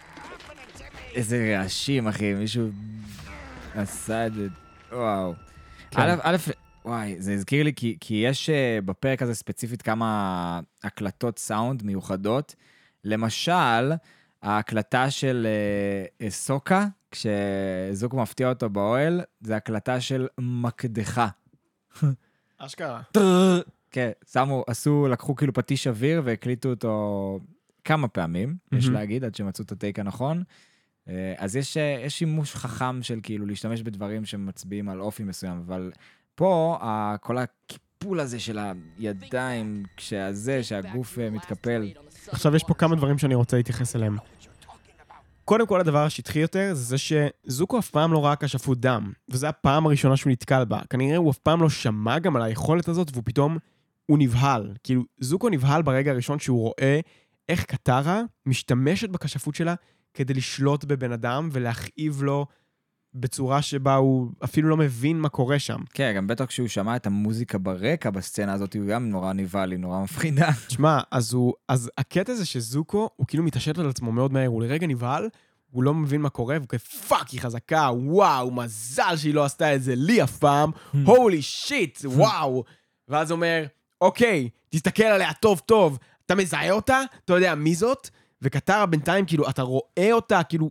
B: איזה רעשים, אחי, מישהו עשה את זה, וואו.
A: כן.
B: א', וואי, זה הזכיר לי, כי יש בפרק הזה ספציפית כמה הקלטות סאונד מיוחדות. למשל, ההקלטה של סוקה, כשזוקו מפתיע אותו באוהל, זה הקלטה של מקדחה.
A: אשכרה.
B: כן, לקחו כאילו פטיש אוויר והקליטו אותו כמה פעמים, יש להגיד, עד שמצאו את הטייק הנכון. אז יש שימוש חכם של כאילו להשתמש בדברים שמצביעים על אופי מסוים, אבל פה כל הקיפול הזה של הידיים, שהגוף מתקפל.
A: עכשיו יש פה כמה דברים שאני רוצה להתייחס אליהם. קודם כל הדבר השטחי יותר זה שזוקו אף פעם לא ראה כשפות דם, וזו הפעם הראשונה שהוא נתקל בה. כנראה הוא אף פעם לא שמע גם על היכולת הזאת, והוא פתאום, הוא נבהל. כאילו, זוקו נבהל ברגע הראשון שהוא רואה איך קטרה משתמשת בכשפות שלה כדי לשלוט בבן אדם ולהכאיב לו בצורה שבה הוא אפילו לא מבין מה קורה שם.
B: כן, גם בטח כשהוא שמע את המוזיקה ברקע בסצנה הזאת, הוא גם נורא נבהל, היא נורא מפחידה.
A: תשמע, אז הקטע זה שזוקו, הוא כאילו מתעשת על עצמו מאוד מהר, הוא לרגע נבהל, הוא לא מבין מה קורה, והוא פאק, היא חזקה, וואו, מזל שהיא לא עשתה את זה לי אף פעם, הולי שיט, וואו. ואז הוא אומר, אוקיי, תסתכל עליה טוב טוב, אתה מזהה אותה? אתה יודע מי זאת? וקטרה בינתיים, כאילו, אתה רואה אותה, כאילו,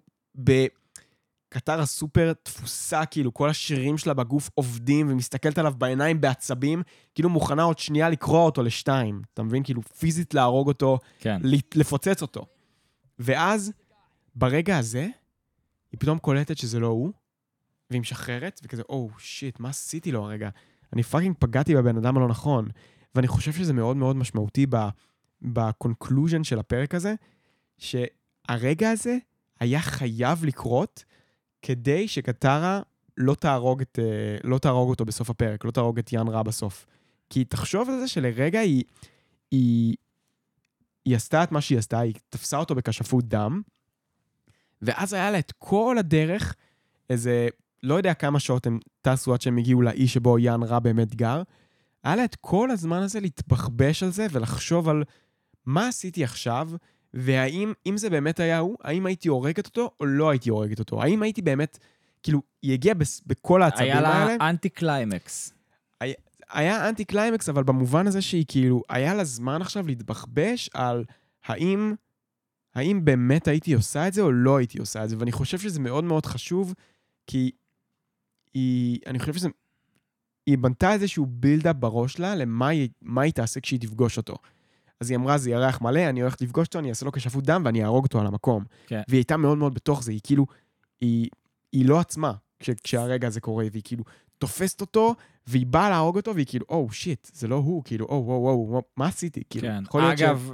A: קטרה סופר תפוסה, כאילו, כל השירים שלה בגוף עובדים, ומסתכלת עליו בעיניים בעצבים, כאילו מוכנה עוד שנייה לקרוא אותו לשתיים. אתה מבין? כאילו, פיזית להרוג אותו,
B: כן.
A: לפוצץ אותו. ואז, ברגע הזה, היא פתאום קולטת שזה לא הוא, והיא משחררת, וכזה, שיט, מה עשיתי לו הרגע? אני פאקינג פגעתי בבן אדם הלא נכון. ואני חושב שזה מאוד מאוד משמעותי בקונקלוז'ן של הפרק הזה, שהרגע הזה היה חייב לקרות, כדי שקטרה לא תהרוג אותו בסוף הפרק, לא תהרוג את יאן רע בסוף. כי תחשוב על זה שלרגע היא עשתה את מה שהיא עשתה, היא תפסה אותו בכשפות דם, ואז היה לה את כל הדרך, איזה, לא יודע כמה שעות הם טסו עד שהם הגיעו לאי שבו יאן רע באמת גר, היה לה את כל הזמן הזה להתבחבש על זה ולחשוב על מה עשיתי עכשיו, והאם, אם זה באמת היה הוא, האם הייתי הורגת אותו או לא הייתי הורגת אותו? האם הייתי באמת, כאילו, היא הגיעה בכל העצבים האלה?
B: היה לה אנטי קליימקס.
A: היה אנטי קליימקס, אבל במובן הזה שהיא כאילו, היה לה זמן עכשיו להתבחבש על האם באמת הייתי עושה את זה או לא הייתי עושה את זה, ואני חושב שזה מאוד מאוד חשוב, כי אני חושב שזה, היא בנתה איזשהו בילדאפ בראש שלה, למה היא תעשה כשהיא תפגוש אותו. אז היא אמרה, זה ירח מלא, אני הולכת לפגוש אותו, אני אעשה לו כשפות דם, ואני אהרוג אותו על המקום.
B: כן.
A: והיא הייתה מאוד מאוד בתוך זה, היא כאילו, היא לא עצמה, כשהרגע הזה קורה, והיא כאילו תופסת אותו, והיא באה להרוג אותו, והיא כאילו, שיט, זה לא הוא, כאילו, מה עשיתי? כאילו,
B: כן. אגב,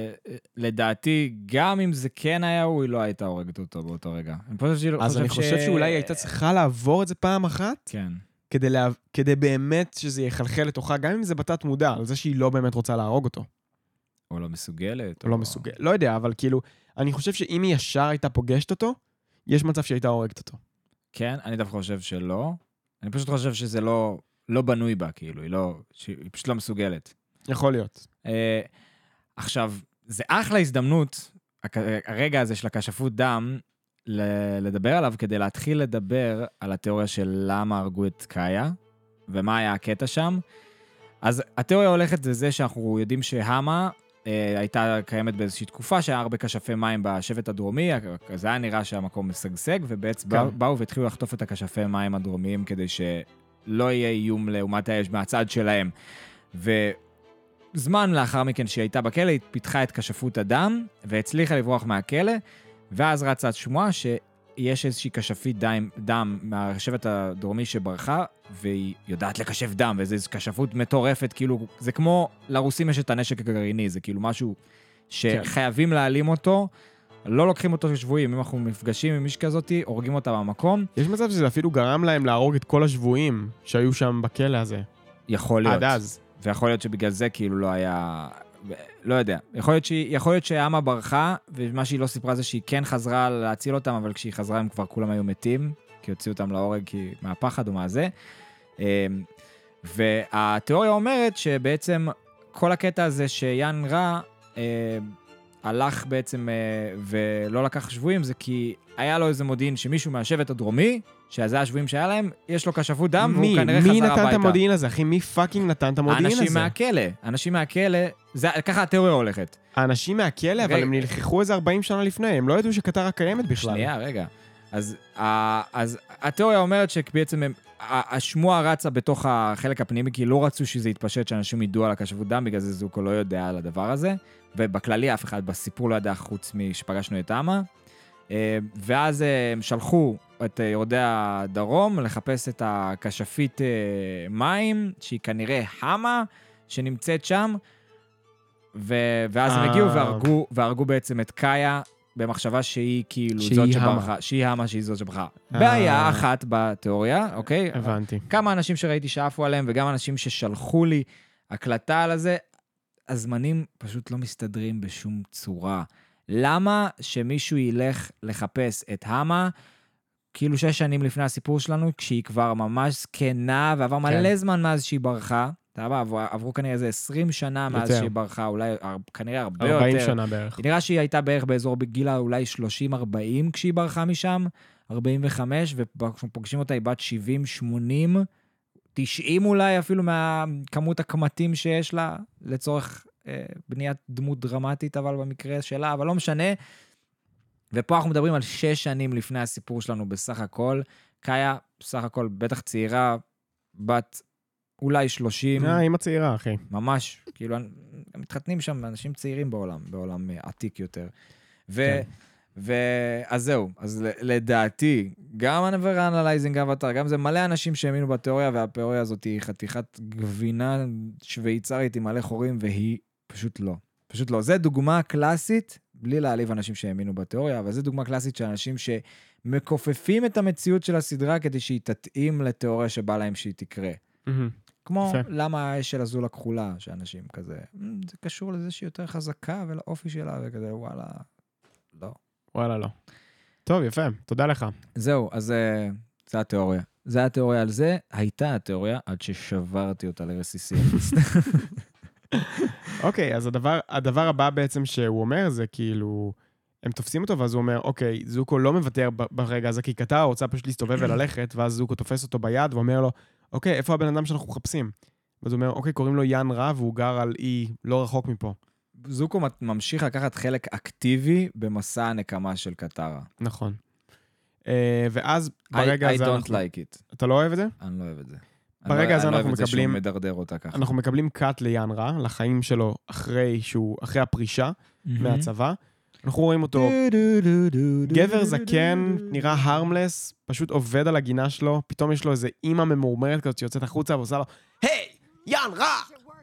B: לדעתי, גם אם זה כן היה הוא, היא לא הייתה הורגת אותו באותו רגע.
A: אז אני חושב שאולי היא הייתה צריכה לעבור את זה פעם אחת,
B: כן.
A: כדי באמת שזה יחלחל לתוכה, גם אם זה בתת מודע, על זה שהיא לא באמת רוצה להרוג אותו.
B: או לא מסוגלת.
A: או לא מסוגלת, לא יודע, אבל כאילו, אני חושב שאם היא ישר הייתה פוגשת אותו, יש מצב שהייתה הורגת אותו.
B: כן, אני דווקא חושב שלא. אני פשוט חושב שזה לא בנוי בה, כאילו, היא פשוט לא מסוגלת.
A: יכול להיות.
B: עכשיו, זה אחלה הזדמנות, הרגע הזה של הכשפות דם, לדבר עליו כדי להתחיל לדבר על התיאוריה של למה הרגו את קאיה, ומה היה הקטע שם. אז התיאוריה הולכת לזה שאנחנו יודעים שהמה הייתה קיימת באיזושהי תקופה שהיה הרבה כשפי מים בשבט הדרומי, אז היה נראה שהמקום משגשג, ובעצם באו והתחילו לחטוף את הכשפי מים הדרומיים כדי שלא יהיה איום לאומת האש מהצד שלהם. וזמן לאחר מכן שהיא הייתה בכלא, היא פיתחה את כשפות הדם, והצליחה לברוח מהכלא, ואז רצה שמועה שיש איזושהי כשפית דם מהשבט הדרומי שברחה, והיא יודעת לקשף דם, וזו כשפות מטורפת, כאילו, זה כמו לרוסים יש את הנשק הגרעיני, זה כאילו משהו שחייבים להעלים אותו, לא לוקחים אותו שבויים, אם אנחנו מפגשים עם מישהו כזאת, הורגים אותה במקום.
A: יש מצב שזה אפילו גרם להם להרוג את כל השבויים שהיו שם בכלא הזה.
B: יכול להיות.
A: עד אז.
B: ויכול להיות שבגלל זה כאילו לא היה, לא יודע. יכול להיות שהאמה ברחה, ומה שהיא לא סיפרה זה שהיא כן חזרה להציל אותם, אבל כשהיא חזרה הם כבר כולם היו מתים, כי הוציאו אותם להורג מהפחד או מהזה. והתיאוריה אומרת שבעצם כל הקטע הזה שיאן רע הלך בעצם ולא לקח שבויים, זה כי היה לו איזה מודיעין שמישהו מהשבט הדרומי, שזה השבויים שהיה להם, יש לו כשפות דם, והוא כנראה חזר הביתה.
A: מי נתן את המודיעין הזה, אחי? מי פאקינג נתן את המודיעין הזה?
B: אנשים מהכלא, ככה התיאוריה הולכת.
A: האנשים מהכלא, אבל הם נלחכו איזה 40 שנה לפני, הם לא ידעו שקטרה קיימת בכלל.
B: שנייה, רגע. אז התיאוריה אומרת שבעצם השמועה רצה בתוך החלק הפנימי, כי לא רצו שזה יתפשט, שאנשים ידעו על הכשפות דם, בגלל זה זוקו לא יודע על הדבר הזה, ובכללי אף אחד בסיפור לא ידע חוץ משפגשנו את אמה, ואז הם שלחו את יורדי הדרום לחפש את הכשפית מים, שהיא כנראה המה, שנמצאת שם, ואז הם הגיעו והרגו בעצם את קאיה, במחשבה שהיא כאילו זאת שברחה, שהיא המה, שהיא זאת שברחה. בעיה אחת בתיאוריה, אוקיי?
A: הבנתי.
B: כמה אנשים שראיתי שעפו עליהם, וגם אנשים ששלחו לי הקלטה על הזה, הזמנים פשוט לא מסתדרים בשום צורה. למה שמישהו ילך לחפש את המה, כאילו 6 שנים לפני הסיפור שלנו, כשהיא כבר ממש זקנה, ועבר מלא זמן מאז שהיא ברחה, עברו כנראה איזה 20 שנה מאז שהיא ברחה, אולי כנראה הרבה יותר.
A: 40 שנה בערך.
B: נראה שהיא הייתה בערך באזור בגילה אולי 30-40 כשהיא ברחה משם, 45, ואנחנו פוגשים אותה, היא בת 70, 80, 90 אולי אפילו מהכמות הקמטים שיש לה, לצורך בניית דמות דרמטית, אבל במקרה שלה, אבל לא משנה. ופה אנחנו מדברים על 6 שנים לפני הסיפור שלנו בסך הכל. קאיה, בסך הכל, בטח צעירה, בת אולי 30.
A: אמא צעירה, אחי.
B: ממש, כאילו, מתחתנים שם אנשים צעירים בעולם עתיק יותר. אז זהו, אז לדעתי, גם אנליזינג אבטר, גם זה מלא אנשים שהאמינו בתיאוריה, והתיאוריה הזאת היא חתיכת גבינה שוויצרית עם מלא חורים, והיא פשוט לא. פשוט לא. זה דוגמה קלאסית, בלי להעליב אנשים שהאמינו בתיאוריה, אבל זה דוגמה קלאסית של אנשים שמכופפים את המציאות של הסדרה, כדי שהיא תתאים לתיאוריה שבא להם שהיא תקרה. כמו למה האש של הזול הכחולה, שאנשים כזה, זה קשור לזה שהיא יותר חזקה ולאופי שלה, וכזה, וואלה, לא.
A: וואלה, לא. טוב, יפה, תודה לך.
B: זהו, אז זה התיאוריה. זה התיאוריה על זה, הייתה התיאוריה, עד ששברתי אותה לרסיסים.
A: אוקיי, אז הדבר הבא בעצם שהוא אומר, זה כאילו, הם תופסים אותו, ואז הוא אומר, אוקיי, זוקו לא מוותר ברגע הזה, כי קטרה רוצה פשוט להסתובב וללכת, ואז זוקו תופס אותו ביד, ואומר לו, אוקיי, איפה הבן אדם שאנחנו מחפשים? ואז הוא אומר, אוקיי, קוראים לו יאן רע, והוא גר על אי לא רחוק מפה.
B: זוקו ממשיך לקחת חלק אקטיבי במסע הנקמה של קטרה.
A: נכון. ואז ברגע הזה...
B: I don't like it.
A: אתה לא אוהב את זה?
B: אני לא אוהב את זה.
A: ברגע הזה אנחנו מקבלים...
B: אני לא אוהב את זה שהוא מדרדר אותה ככה.
A: אנחנו מקבלים קאט ליאן רע, לחיים שלו אחרי הפרישה מהצבא. אנחנו רואים אותו גבר זקן, נראה הרמלס, פשוט עובד על הגינה שלו, פתאום יש לו איזה אימא ממורמרת כזאת שיוצאת החוצה ועושה לו, היי, יאן רע!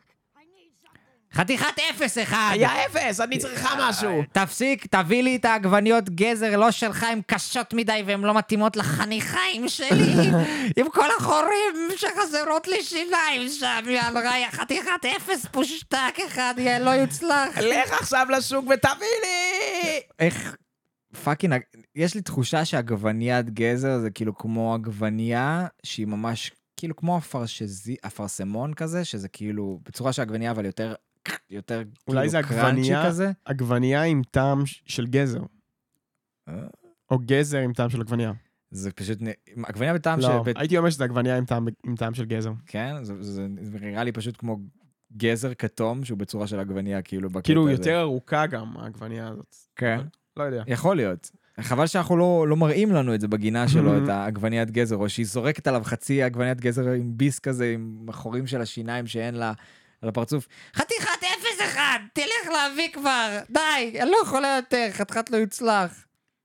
B: חתיכת 0-1.
A: היה 0, אני צריכה משהו.
B: תפסיק, תביא לי את העגבניות גזר, לא שלך, הן קשות מדי והן לא מתאימות לחניכיים שלי. עם כל החורים שחזרות לי שיניים שם, יאן רע, חתיכת 0 פושטק אחד, לא יוצלח.
A: לך עכשיו לשוק ותביא לי!
B: איך... פאקינג, יש לי תחושה שהעגבניית גזר זה כאילו כמו עגבנייה שהיא ממש כאילו כמו אפרסמון כזה, שזה כאילו בצורה של עגבנייה אבל יותר
A: אולי זה עגבנייה עם טעם של גזר. או גזר עם טעם של עגבנייה.
B: זה פשוט, עגבנייה בטעם של...
A: לא, הייתי אומר שזה עגבנייה עם טעם של גזר.
B: כן, זה נראה לי פשוט כמו גזר כתום, שהוא בצורה של עגבנייה, כאילו בקטע הזה.
A: כאילו יותר ארוכה גם, העגבנייה הזאת.
B: כן.
A: לא יודע.
B: יכול להיות. חבל שאנחנו לא מראים לנו את זה בגינה שלו, את העגבניית גזר, או שהיא זורקת עליו חצי עגבניית גזר עם ביס כזה, עם החורים של השיניים שאין לה על הפרצוף. חתיכת 0-1, תלך להביא כבר, די, אני לא יכולה יותר, חתיכת לא יוצלח.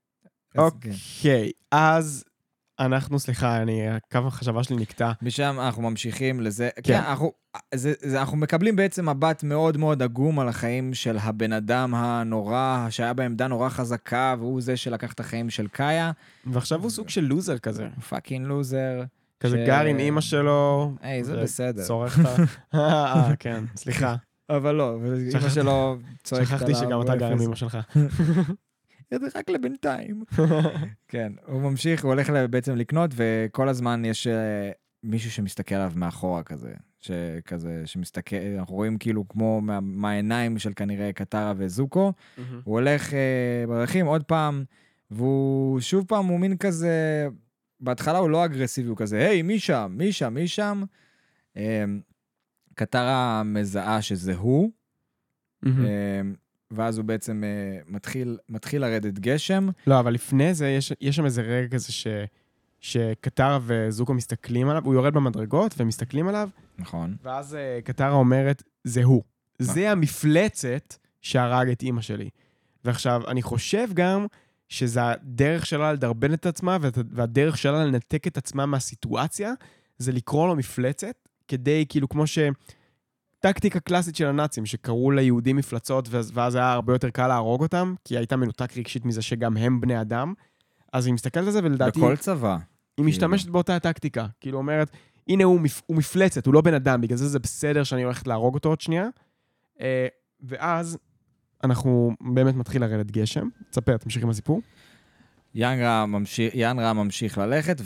A: אוקיי, אז אנחנו, סליחה, קו החשבה שלי נקטע.
B: משם אנחנו ממשיכים לזה, כן, אנחנו מקבלים בעצם מבט מאוד מאוד עגום על החיים של הבן אדם הנורא, שהיה בעמדה נורא חזקה, והוא זה שלקח את החיים של קאיה.
A: ועכשיו הוא סוג של לוזר כזה.
B: פאקינג לוזר.
A: כזה גר עם אמא שלו.
B: היי, זה בסדר.
A: צורך את כן, סליחה.
B: אבל לא, אמא שלו צורך עליו.
A: שכחתי שגם אתה גר עם אמא שלך.
B: זה רק לבינתיים. כן, הוא ממשיך, הוא הולך בעצם לקנות, וכל הזמן יש מישהו שמסתכל עליו מאחורה כזה, שכזה, שמסתכל, אנחנו רואים כאילו כמו מהעיניים של כנראה קטרה וזוקו, הוא הולך בדרכים עוד פעם, והוא שוב פעם הוא מין כזה, בהתחלה הוא לא אגרסיבי, הוא כזה, היי, מי שם? מי שם? מי שם? קטרה מזהה שזה הוא, ואז הוא בעצם מתחיל לרדת גשם.
A: לא, אבל לפני זה יש שם איזה רגע כזה שקטרה וזוקו מסתכלים עליו, הוא יורד במדרגות ומסתכלים עליו.
B: נכון.
A: ואז קטרה אומרת, זה הוא. זה המפלצת שהרג את אמא שלי. ועכשיו, אני חושב גם שזה הדרך שלה לדרבן את עצמה, והדרך שלה לנתק את עצמה מהסיטואציה, זה לקרוא לו מפלצת, כדי כאילו כמו טקטיקה קלאסית של הנאצים, שקראו ליהודים מפלצות, ואז היה הרבה יותר קל להרוג אותם, כי הייתה מנותק רגשית מזה שגם הם בני אדם. אז היא מסתכלת על זה, ולדעתי...
B: בכל צבא.
A: היא משתמשת באותה טקטיקה. כאילו אומרת, הנה הוא מפלצת, הוא לא בן אדם, בגלל זה בסדר שאני הולכת להרוג אותו עוד שנייה. ואז אנחנו באמת מתחיל לרדת גשם. תספר, תמשיך עם הסיפור.
B: יאנרה ממשיך ללכת,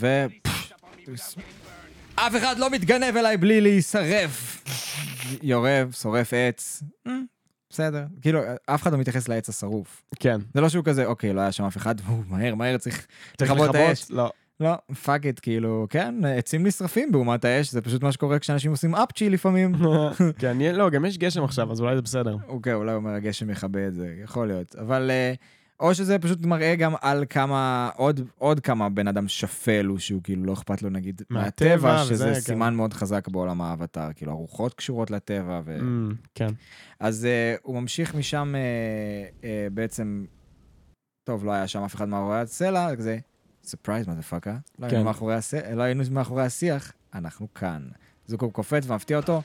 B: אף אחד לא מתגנב אליי בלי להישרף. יורב, שורף עץ. בסדר. כאילו, אף אחד לא מתייחס לעץ השרוף.
A: כן.
B: זה לא שהוא כזה, אוקיי, לא היה שם אף אחד, מהר, צריך לכבות את האש. לא, פאק את, כאילו, כן, עצים נשרפים באומת האש, זה פשוט מה שקורה כשאנשים עושים אפצ'י לפעמים.
A: כן, לא, גם יש גשם עכשיו, אז אולי זה בסדר.
B: אוקיי, אולי אומר, הגשם יכבה את זה, יכול להיות. אבל, או שזה פשוט מראה גם על כמה, עוד כמה בן אדם שפל הוא, שהוא כאילו לא אכפת לו, נגיד, מהטבע, שזה סימן מאוד חזק בעולם האבטר, כאילו, הרוחות קשורות לטבע,
A: כן.
B: אז הוא ממשיך משם, בעצם, טוב, לא היה שם אף אחד מאחורי הסלע, כזה, surprise, motherfucker. לא היינו מאחורי השיח, אנחנו כאן. זוקו קופץ ומפתיע אותו.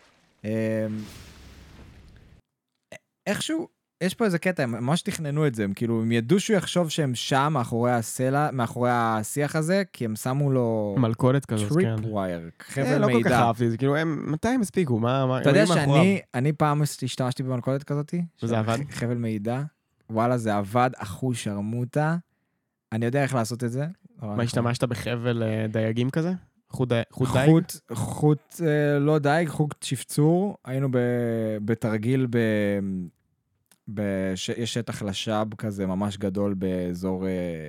B: איכשהו, יש פה איזה קטע, הם ממש תכננו את זה, הם כאילו, הם ידעו שהוא יחשוב שהם שם מאחורי הסלע, מאחורי השיח הזה, כי הם שמו לו...
A: מלכודת כזאת, כן.
B: טריפ ווייר, חבל מידע.
A: לא כל כך אהבתי, זה כאילו, מתי הם הספיקו?
B: אתה יודע שאני פעם השתמשתי במלכודת כזאת?
A: וזה עבד?
B: חבל מידע. וואלה, זה עבד, אחו שרמוטה. אני יודע איך לעשות את זה.
A: מה, השתמשת בחבל דייגים כזה? חוט דייג?
B: חוט לא דייג, חוט שפצור. היינו בתרגיל יש שטח לשב כזה ממש גדול באזור...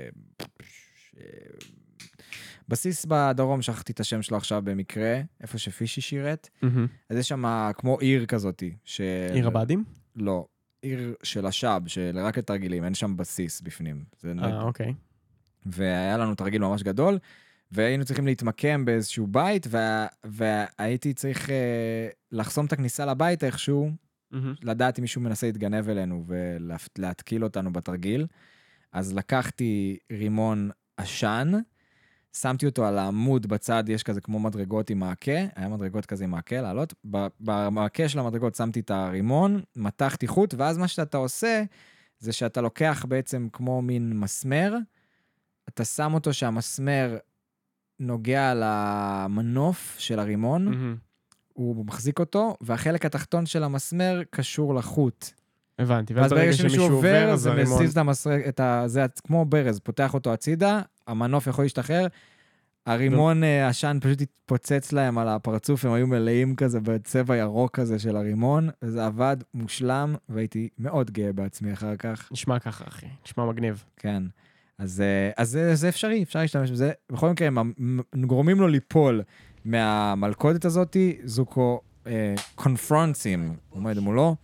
B: בסיס בדרום, שכחתי את השם שלו עכשיו במקרה, איפה שפישי שירת. אז יש שם כמו עיר כזאת.
A: עיר הבאדים?
B: לא. עיר של השב, של רק לתרגילים, אין שם בסיס בפנים.
A: אוקיי.
B: והיה לנו תרגיל ממש גדול, והיינו צריכים להתמקם באיזשהו בית, והייתי צריך לחסום את הכניסה לבית איכשהו, לדעת אם מישהו מנסה להתגנב אלינו, ולהתקיל אותנו בתרגיל. אז לקחתי רימון עשן, שמתי אותו על העמוד בצד, יש כזה כמו מדרגות עם מעקה, היה מדרגות כזה עם מעקה לעלות, במעקה של המדרגות שמתי את הרימון, מתחתי חוט, ואז מה שאתה עושה, זה שאתה לוקח בעצם כמו מין מסמר, אתה שם אותו שהמסמר נוגע למנוף של הרימון, הוא מחזיק אותו, והחלק התחתון של המסמר קשור לחוט.
A: הבנתי,
B: ואז ברגע שמישהו עובר, זה מזיז את זה כמו ברז, פותח אותו הצידה, המנוף יכול להשתחרר, הרימון עשן פשוט התפוצץ להם על הפרצוף, הם היו מלאים כזה בצבע ירוק כזה של הרימון, וזה עבד מושלם, והייתי מאוד גאה בעצמי אחר כך.
A: נשמע ככה, אחי, נשמע מגניב.
B: כן, אז זה אפשרי, אפשר להשתמש בזה. בכל מקרה, הם גורמים לו ליפול מהמלכודת הזאת, זוקו קונפרונטים, עומד מולו,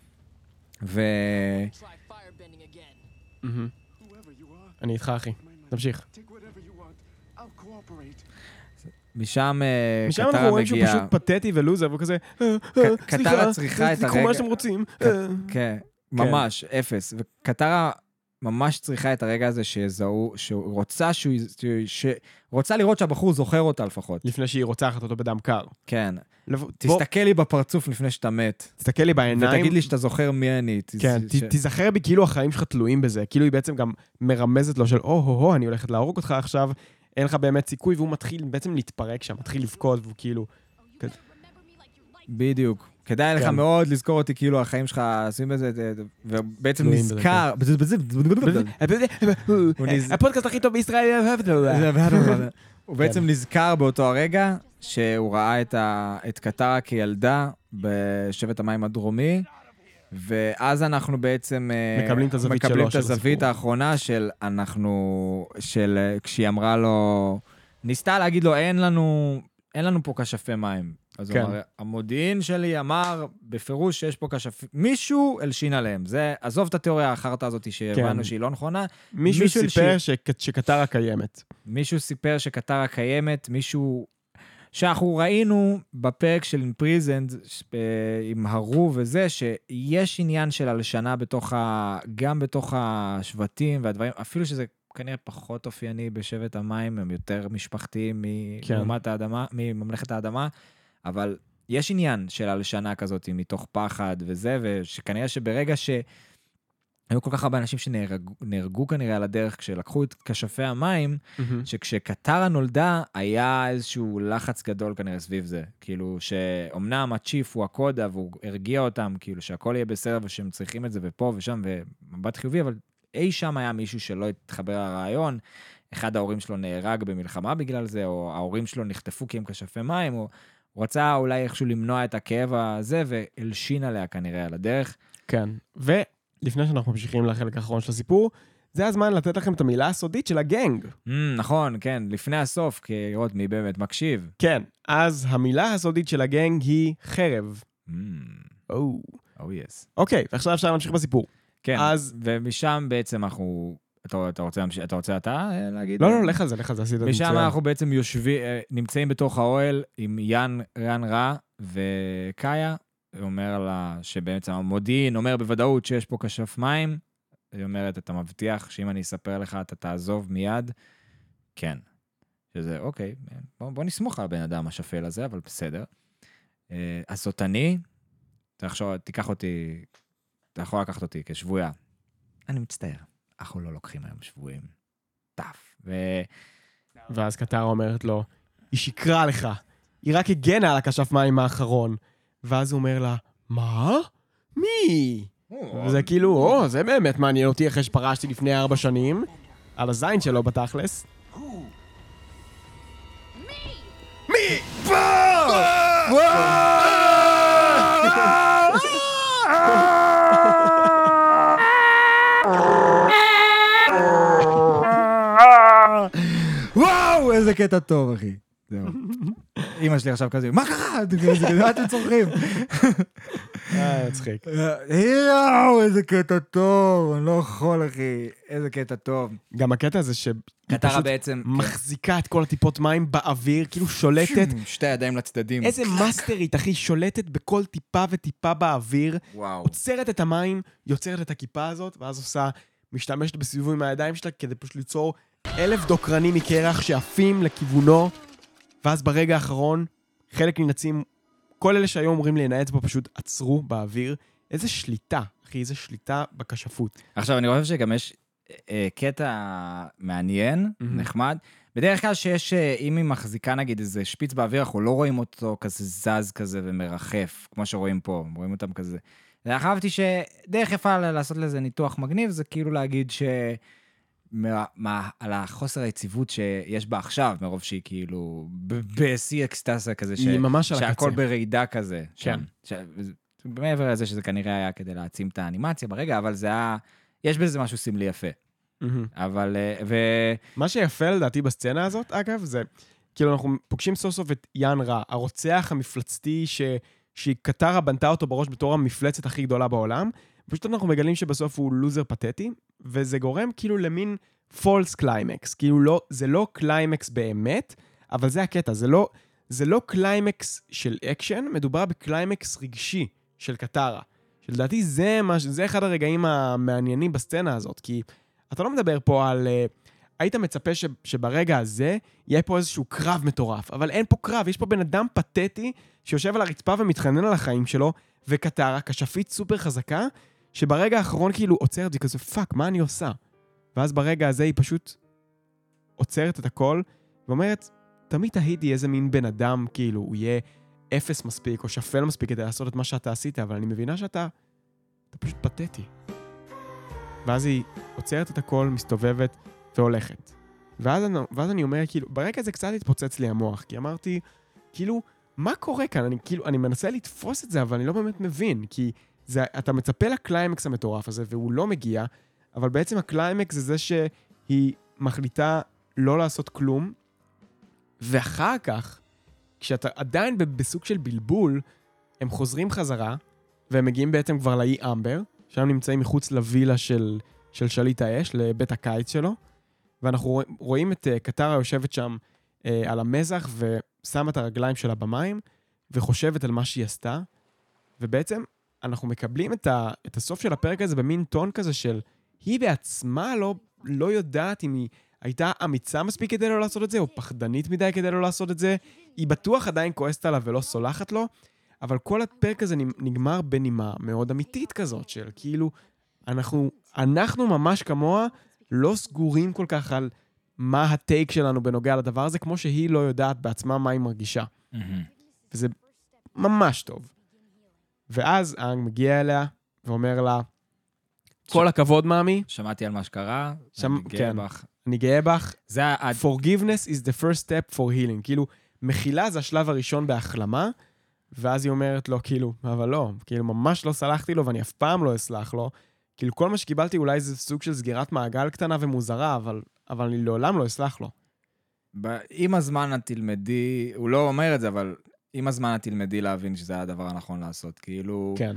A: אני איתך, אחי. תמשיך.
B: משם
A: אנחנו רואים שהוא פשוט פתטי ולוזר, והוא כזה,
B: קטרה צריכה את הרגע...
A: תקחו מה שאתם רוצים.
B: כן, ממש, אפס. וקטרה ממש צריכה את הרגע הזה שהוא רוצה לראות שהבחור זוכר אותה לפחות.
A: לפני שהיא רוצחת אותו בדם קר.
B: כן. תסתכל לי בפרצוף לפני שאתה מת.
A: תסתכל לי בעיניים.
B: ותגיד לי שאתה זוכר מי אני.
A: כן, תזכר בי כאילו החיים שלך תלויים בזה. כאילו היא בעצם גם מרמזת לו של, אני הולכת להרוג אותך עכשיו, אין לך באמת סיכוי, והוא מתחיל בעצם להתפרק שם, מתחיל לבכות, והוא כאילו...
B: בדיוק. כדאי לך מאוד לזכור אותי, כאילו החיים שלך עושים בזה, ובעצם נזכר...
A: הפודקאסט הכי טוב בישראל.
B: הוא בעצם נזכר באותו הרגע, שהוא ראה את קטרה כילדה בשבט המים הדרומי, ואז אנחנו בעצם
A: מקבלים את הזווית שלו,
B: מקבלים את
A: של
B: הזווית
A: הסיפור.
B: האחרונה כשהיא אמרה לו, ניסתה להגיד לו, אין לנו פה כשפי מים. אז
A: כן.
B: הוא אמר, המודיעין שלי אמר בפירוש שיש פה כשפי, מישהו הלשין עליהם. זה, עזוב את התיאוריה האחרת הזאת שהבנו שהיא לא נכונה.
A: מישהו סיפר שקטרה קיימת.
B: מישהו סיפר שקטרה קיימת, שאנחנו ראינו בפרק של Imprisoned, עם הרו וזה, שיש עניין של הלשנה גם בתוך השבטים והדברים, אפילו שזה כנראה פחות אופייני בשבט המים, הם יותר משפחתיים מממלכת האדמה, אבל יש עניין של הלשנה כזאת מתוך פחד וזה, ושכנראה שברגע היו כל כך הרבה אנשים שנהרגו כנראה על הדרך כשלקחו את כשפי המים, שכשקטרה נולדה, היה איזשהו לחץ גדול כנראה סביב זה. כאילו שאומנם הצ'יף הוא הקודה, והוא הרגיע אותם, כאילו שהכל יהיה בסדר, ושהם צריכים את זה ופה ושם, ומבט חיובי, אבל אי שם היה מישהו שלא התחבר לרעיון, אחד ההורים שלו נהרג במלחמה בגלל זה, או ההורים שלו נחטפו כי הם כשפי מים, או הוא רצה אולי איכשהו למנוע את הכאב הזה, והלשין עליה כנראה על הדרך.
A: כן, לפני שאנחנו ממשיכים לחלק האחרון של הסיפור, זה הזמן לתת לכם את המילה הסודית של הגנג.
B: נכון, כן, לפני הסוף, כי לראות מי באמת מקשיב.
A: כן, אז המילה הסודית של הגנג היא חרב.
B: yes.
A: אוקיי, ועכשיו אפשר להמשיך בסיפור.
B: כן,
A: אז...
B: ומשם בעצם אנחנו... אתה רוצה להגיד?
A: לא, לך על זה, עשית את זה.
B: משם אנחנו בעצם נמצאים בתוך האוהל עם רן רע וקאיה, היא אומר לה שבעצם המודיעין אומר בוודאות שיש פה כשף מים, היא אומרת, אתה מבטיח שאם אני אספר לך, אתה תעזוב מיד? כן. שזה, אוקיי, בוא נסמוך על הבן אדם השפל הזה, אבל בסדר. אז זאת אני, תיקח אותי, אתה יכול לקחת אותי כשבויה. אני מצטער, אנחנו לא לוקחים היום שבויים. טף.
A: ואז קטרה אומרת לו, היא שקרה לך, היא רק הגנה על הכשף מים האחרון. ואז הוא אומר לה, מה? מי? וזה כאילו, זה באמת מעניין אותי אחרי שפרשתי לפני 4 שנים, על הזין שלו בתכלס. מי?
B: וואו, איזה קטע טוב, אחי. זהו. אמא שלי עכשיו כזה, מה קרה? מה אתם צורכים?
A: מצחיק.
B: יאו, איזה קטע טוב, אני לא יכול, אחי. איזה קטע טוב.
A: גם הקטע הזה
B: קטרה בעצם
A: מחזיקה את כל הטיפות מים באוויר, כאילו שולטת.
B: שתי ידיים לצדדים.
A: איזה מאסטרית, אחי, שולטת בכל טיפה וטיפה באוויר.
B: וואו.
A: עוצרת את המים, יוצרת את הכיפה הזאת, ואז עושה, משתמשת בסיבוב עם הידיים שלה, כדי פשוט ליצור 1,000 דוקרנים מקרח שעפים לכיוונו, ואז ברגע האחרון, חלק ננצים, כל אלה שהיו אומרים לנעץ בו פשוט עצרו באוויר. איזה שליטה, אחי, איזה שליטה בכשפות.
B: עכשיו, אני חושב שגם יש קטע מעניין, נחמד. בדרך כלל שיש, אם היא מחזיקה נגיד איזה שפיץ באוויר, אנחנו לא רואים אותו כזה זז כזה ומרחף, כמו שרואים פה, רואים אותם כזה. ואחרתי שדרך יפה לעשות לזה ניתוח מגניב, זה כאילו להגיד על החוסר היציבות שיש בה עכשיו, מרוב שהיא כאילו בשיא אקסטסיה כזה, שהכל ברעידה כזה.
A: כן.
B: מעבר לזה שזה כנראה היה כדי להעצים את האנימציה ברגע, אבל זה היה, יש בזה משהו סמלי יפה. אבל,
A: מה שיפה לדעתי בסצנה הזאת, אגב, זה, כאילו אנחנו פוגשים סוף סוף את יאן רע, הרוצח המפלצתי שהיא קטרה בנתה אותו בראש בתור המפלצת הכי גדולה בעולם, פשוט אנחנו מגלים שבסוף הוא לוזר פתטי, וזה גורם כאילו למין פולס קליימקס, כאילו לא, זה לא קליימקס באמת, אבל זה הקטע, זה לא קליימקס של אקשן, מדובר בקליימקס רגשי של קטרה, שלדעתי זה אחד הרגעים המעניינים בסצנה הזאת, כי אתה לא מדבר פה על, היית מצפה שברגע הזה יהיה פה איזשהו קרב מטורף, אבל אין פה קרב, יש פה בן אדם פתטי שיושב על הרצפה ומתחנן על החיים שלו, וקטרה, כשפית סופר חזקה, שברגע האחרון כאילו עוצרת וכזה, פאק, מה אני עושה? ואז ברגע הזה היא פשוט עוצרת את הכל, ואומרת, תמיד תהיתי איזה מין בן אדם, כאילו, הוא יהיה אפס מספיק, או שפל מספיק כדי לעשות את מה שאתה עשית, אבל אני מבינה שאתה פשוט פתטי. ואז היא עוצרת את הכל, מסתובבת והולכת. ואז אני אומר, כאילו, ברגע הזה קצת התפוצץ לי המוח, כי אמרתי, כאילו, מה קורה כאן? אני מנסה לתפוס את זה, אבל אני לא באמת מבין, כי אתה מצפה לקליימקס המטורף הזה, והוא לא מגיע, אבל בעצם הקליימקס זה שהיא מחליטה לא לעשות כלום, ואחר כך, כשאתה עדיין בסוג של בלבול, הם חוזרים חזרה, והם מגיעים בעצם כבר לאי אמבר, שם נמצאים מחוץ לווילה של שליט האש, לבית הקיץ שלו, ואנחנו רואים את קטרה יושבת שם על המזח, ושמה את הרגליים שלה במים, וחושבת על מה שהיא עשתה, ובעצם אנחנו מקבלים את הסוף של הפרק הזה במין טון כזה של, היא בעצמה לא יודעת אם היא הייתה אמיצה מספיק כדי לא לעשות את זה, או פחדנית מדי כדי לא לעשות את זה, היא בטוח עדיין כועסת עליו ולא סולחת לו, אבל כל הפרק הזה נגמר בנימה מאוד אמיתית כזאת, של כאילו, אנחנו ממש כמוה לא סגורים כל כך על מה הטייק שלנו בנוגע לדבר הזה, כמו שהיא לא יודעת בעצמה מה היא מרגישה. וזה ממש טוב. ואז האנג מגיע אליה ואומר לה, כל הכבוד, מאמי.
B: שמעתי על מה שקרה, אני גאה בך.
A: אני גאה בך. Forgiveness is the first step for healing. כאילו, מחילה זה השלב הראשון בהחלמה, ואז היא אומרת לו, כאילו, אבל לא, כאילו, ממש לא סלחתי לו, ואני אף פעם לא אסלח לו. כאילו, כל מה שקיבלתי אולי זה סוג של סגירת מעגל קטנה ומוזרה, אבל אני לעולם לא אסלח לו.
B: עם הזמן את תלמדי, הוא לא אומר את זה, אבל עם הזמן את תלמדי להבין שזה הדבר הנכון לעשות. כאילו,
A: כן.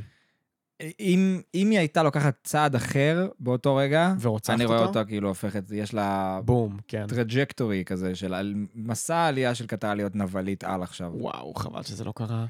B: אם היא הייתה לוקחת צעד אחר באותו רגע, אני רואה אותה כאילו הופכת, יש לה
A: בום, כן.
B: טראג'קטורי כזה, של מסע העלייה של קטרה להיות נבלית על עכשיו.
A: וואו, חבל שזה לא קרה.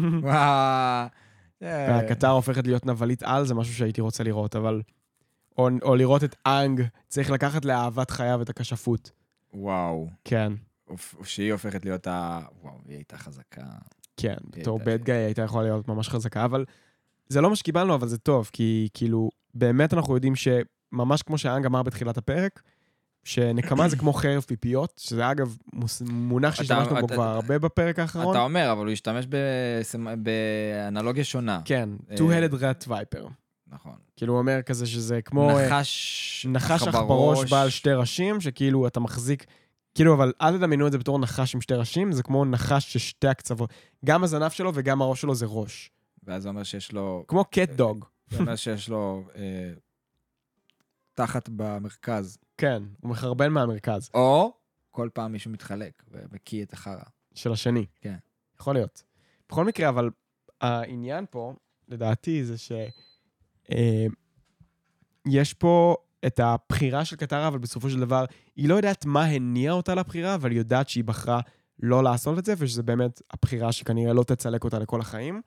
B: וואו.
A: והקטרה הופכת להיות נבלית על, זה משהו שהייתי רוצה לראות, אבל... או לראות את אנג, צריך לקחת לאהבת חייו את הכשפות.
B: וואו.
A: כן.
B: שהיא הופכת להיות וואו, היא הייתה חזקה.
A: כן, בתור בד גאי הייתה יכולה להיות ממש חזקה, אבל זה לא מה שקיבלנו, אבל זה טוב, כי כאילו, באמת אנחנו יודעים שממש כמו שאנג אמר בתחילת הפרק, שנקמה זה כמו חרב פיפיות, שזה אגב מונח שהשתמשנו בו כבר הרבה בפרק האחרון.
B: אתה אומר, אבל הוא השתמש באנלוגיה שונה.
A: כן, two-headed rat viper.
B: נכון.
A: כאילו הוא אומר כזה שזה כמו... נחש בראש בעל שתי ראשים, שכאילו אתה מחזיק... כאילו, אבל אל תדמיינו את זה בתור נחש עם שתי ראשים, זה כמו נחש ששתי הקצוות. גם הזנב שלו וגם הראש שלו זה ראש.
B: ואז זה אומר שיש לו...
A: כמו קט דוג.
B: זה אומר שיש לו תחת במרכז.
A: כן, הוא מחרבן מהמרכז.
B: או כל פעם מישהו מתחלק ומקיא את החרה.
A: של השני.
B: כן.
A: יכול להיות. בכל מקרה, אבל העניין פה, לדעתי, זה יש פה את הבחירה של קטרה, אבל בסופו של דבר, היא לא יודעת מה הניע אותה לבחירה, אבל היא יודעת שהיא בחרה לא לעשות את זה, ושזה באמת הבחירה שכנראה לא תצלק אותה לכל החיים.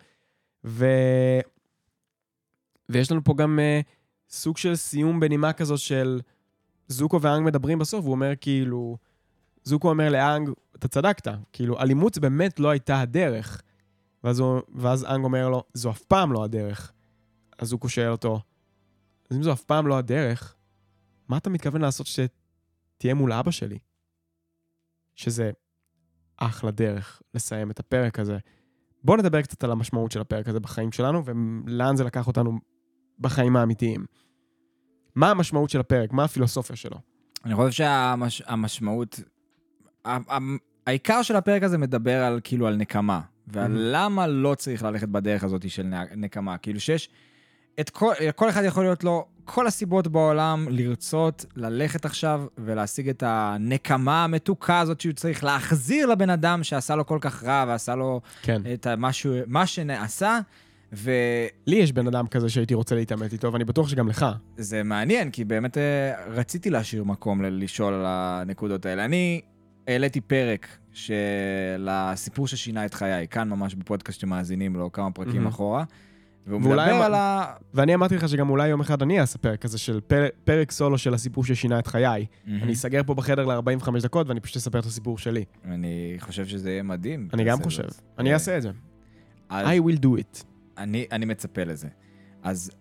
A: ויש לנו פה גם סוג של סיום בנימה כזאת של זוקו ואנג מדברים בסוף, הוא אומר כאילו, זוקו אומר לאנג, אתה צדקת, כאילו, אלימות זה באמת לא הייתה הדרך. ואז אנג אומר לו, זו אף פעם לא הדרך. אז זוקו שואל אותו, אז אם זו אף פעם לא הדרך, מה אתה מתכוון לעשות שתהיה מול אבא שלי? שזה אחלה דרך לסיים את הפרק הזה. בואו נדבר קצת על המשמעות של הפרק הזה בחיים שלנו, ולאן זה לקח אותנו בחיים האמיתיים. מה המשמעות של הפרק? מה הפילוסופיה שלו?
B: אני חושב שהמשמעות... העיקר של הפרק הזה מדבר על כאילו על נקמה, ועל למה לא צריך ללכת בדרך הזאת של נקמה. כאילו שיש... כל אחד יכול להיות לו כל הסיבות בעולם לרצות ללכת עכשיו ולהשיג את הנקמה המתוקה הזאת שהוא צריך להחזיר לבן אדם שעשה לו כל כך רע ועשה לו את מה שנעשה.
A: לי יש בן אדם כזה שהייתי רוצה להתאמת איתו, ואני בטוח שגם לך.
B: זה מעניין, כי באמת רציתי להשאיר מקום לשאול על הנקודות האלה. אני העליתי פרק של הסיפור ששינה את חיי, כאן ממש בפודקאסט שמאזינים לו כמה פרקים אחורה. והוא מדבר על
A: ואני אמרתי לך שגם אולי יום אחד אני אספר כזה של פרק סולו של הסיפור ששינה את חיי. אני אסגר פה בחדר ל-45 דקות ואני פשוט אספר את הסיפור שלי.
B: אני חושב שזה יהיה מדהים.
A: אני גם חושב. אני אעשה את זה. I will do it.
B: אני מצפה לזה. אז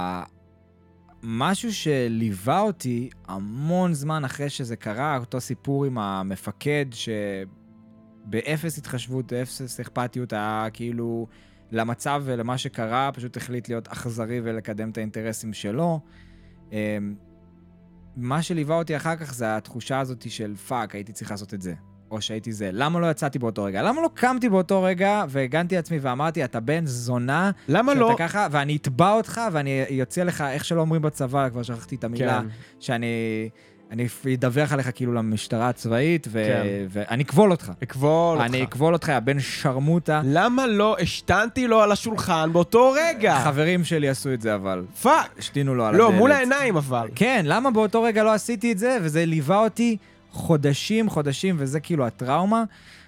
B: משהו שליווה אותי המון זמן אחרי שזה קרה, אותו סיפור עם המפקד שבאפס התחשבות, אפס אכפתיות, היה כאילו למצב ולמה שקרה, פשוט החליט להיות אכזרי ולקדם את האינטרסים שלו. מה שליווה אותי אחר כך זה התחושה הזאת של פאק, הייתי צריך לעשות את זה. או שהייתי זה, למה לא יצאתי באותו רגע? למה לא קמתי באותו רגע והגנתי עצמי ואמרתי, אתה בן זונה,
A: למה לא?
B: שאתה ככה, ואני אתבע אותך ואני יוצא לך, איך שלא אומרים בצבא, כבר שכחתי את המילה,
A: כן.
B: שאני אדווח עליך כאילו למשטרה הצבאית,
A: כן.
B: ואני אכבול אותך.
A: אכבול אותך.
B: אני אכבול אותך, הבן שרמוטה.
A: למה לא השתנתי לו על השולחן באותו רגע?
B: חברים שלי עשו את זה, אבל.
A: פאק!
B: השתינו לו על הדלת.
A: לא, מול העיניים אבל.
B: כן, למה באותו רגע לא עשיתי את זה? וזה ליווה אותי חודשים, וזה כאילו הטראומה.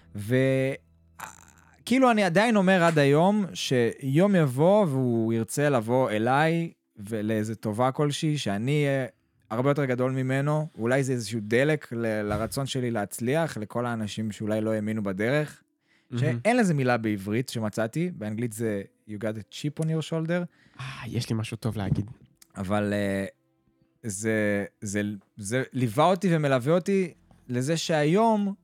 B: וכאילו אני עדיין אומר עד היום, שיום יבוא והוא ירצה לבוא אליי, ולאיזה טובה כלשהי, שאני אהיה הרבה יותר גדול ממנו, אולי זה איזשהו דלק לרצון שלי להצליח, לכל האנשים שאולי לא האמינו בדרך, שאין לזה מילה בעברית שמצאתי, באנגלית זה you got a chip on your shoulder.
A: יש לי משהו טוב להגיד.
B: אבל זה ליווה אותי ומלווה אותי לזה שהיום,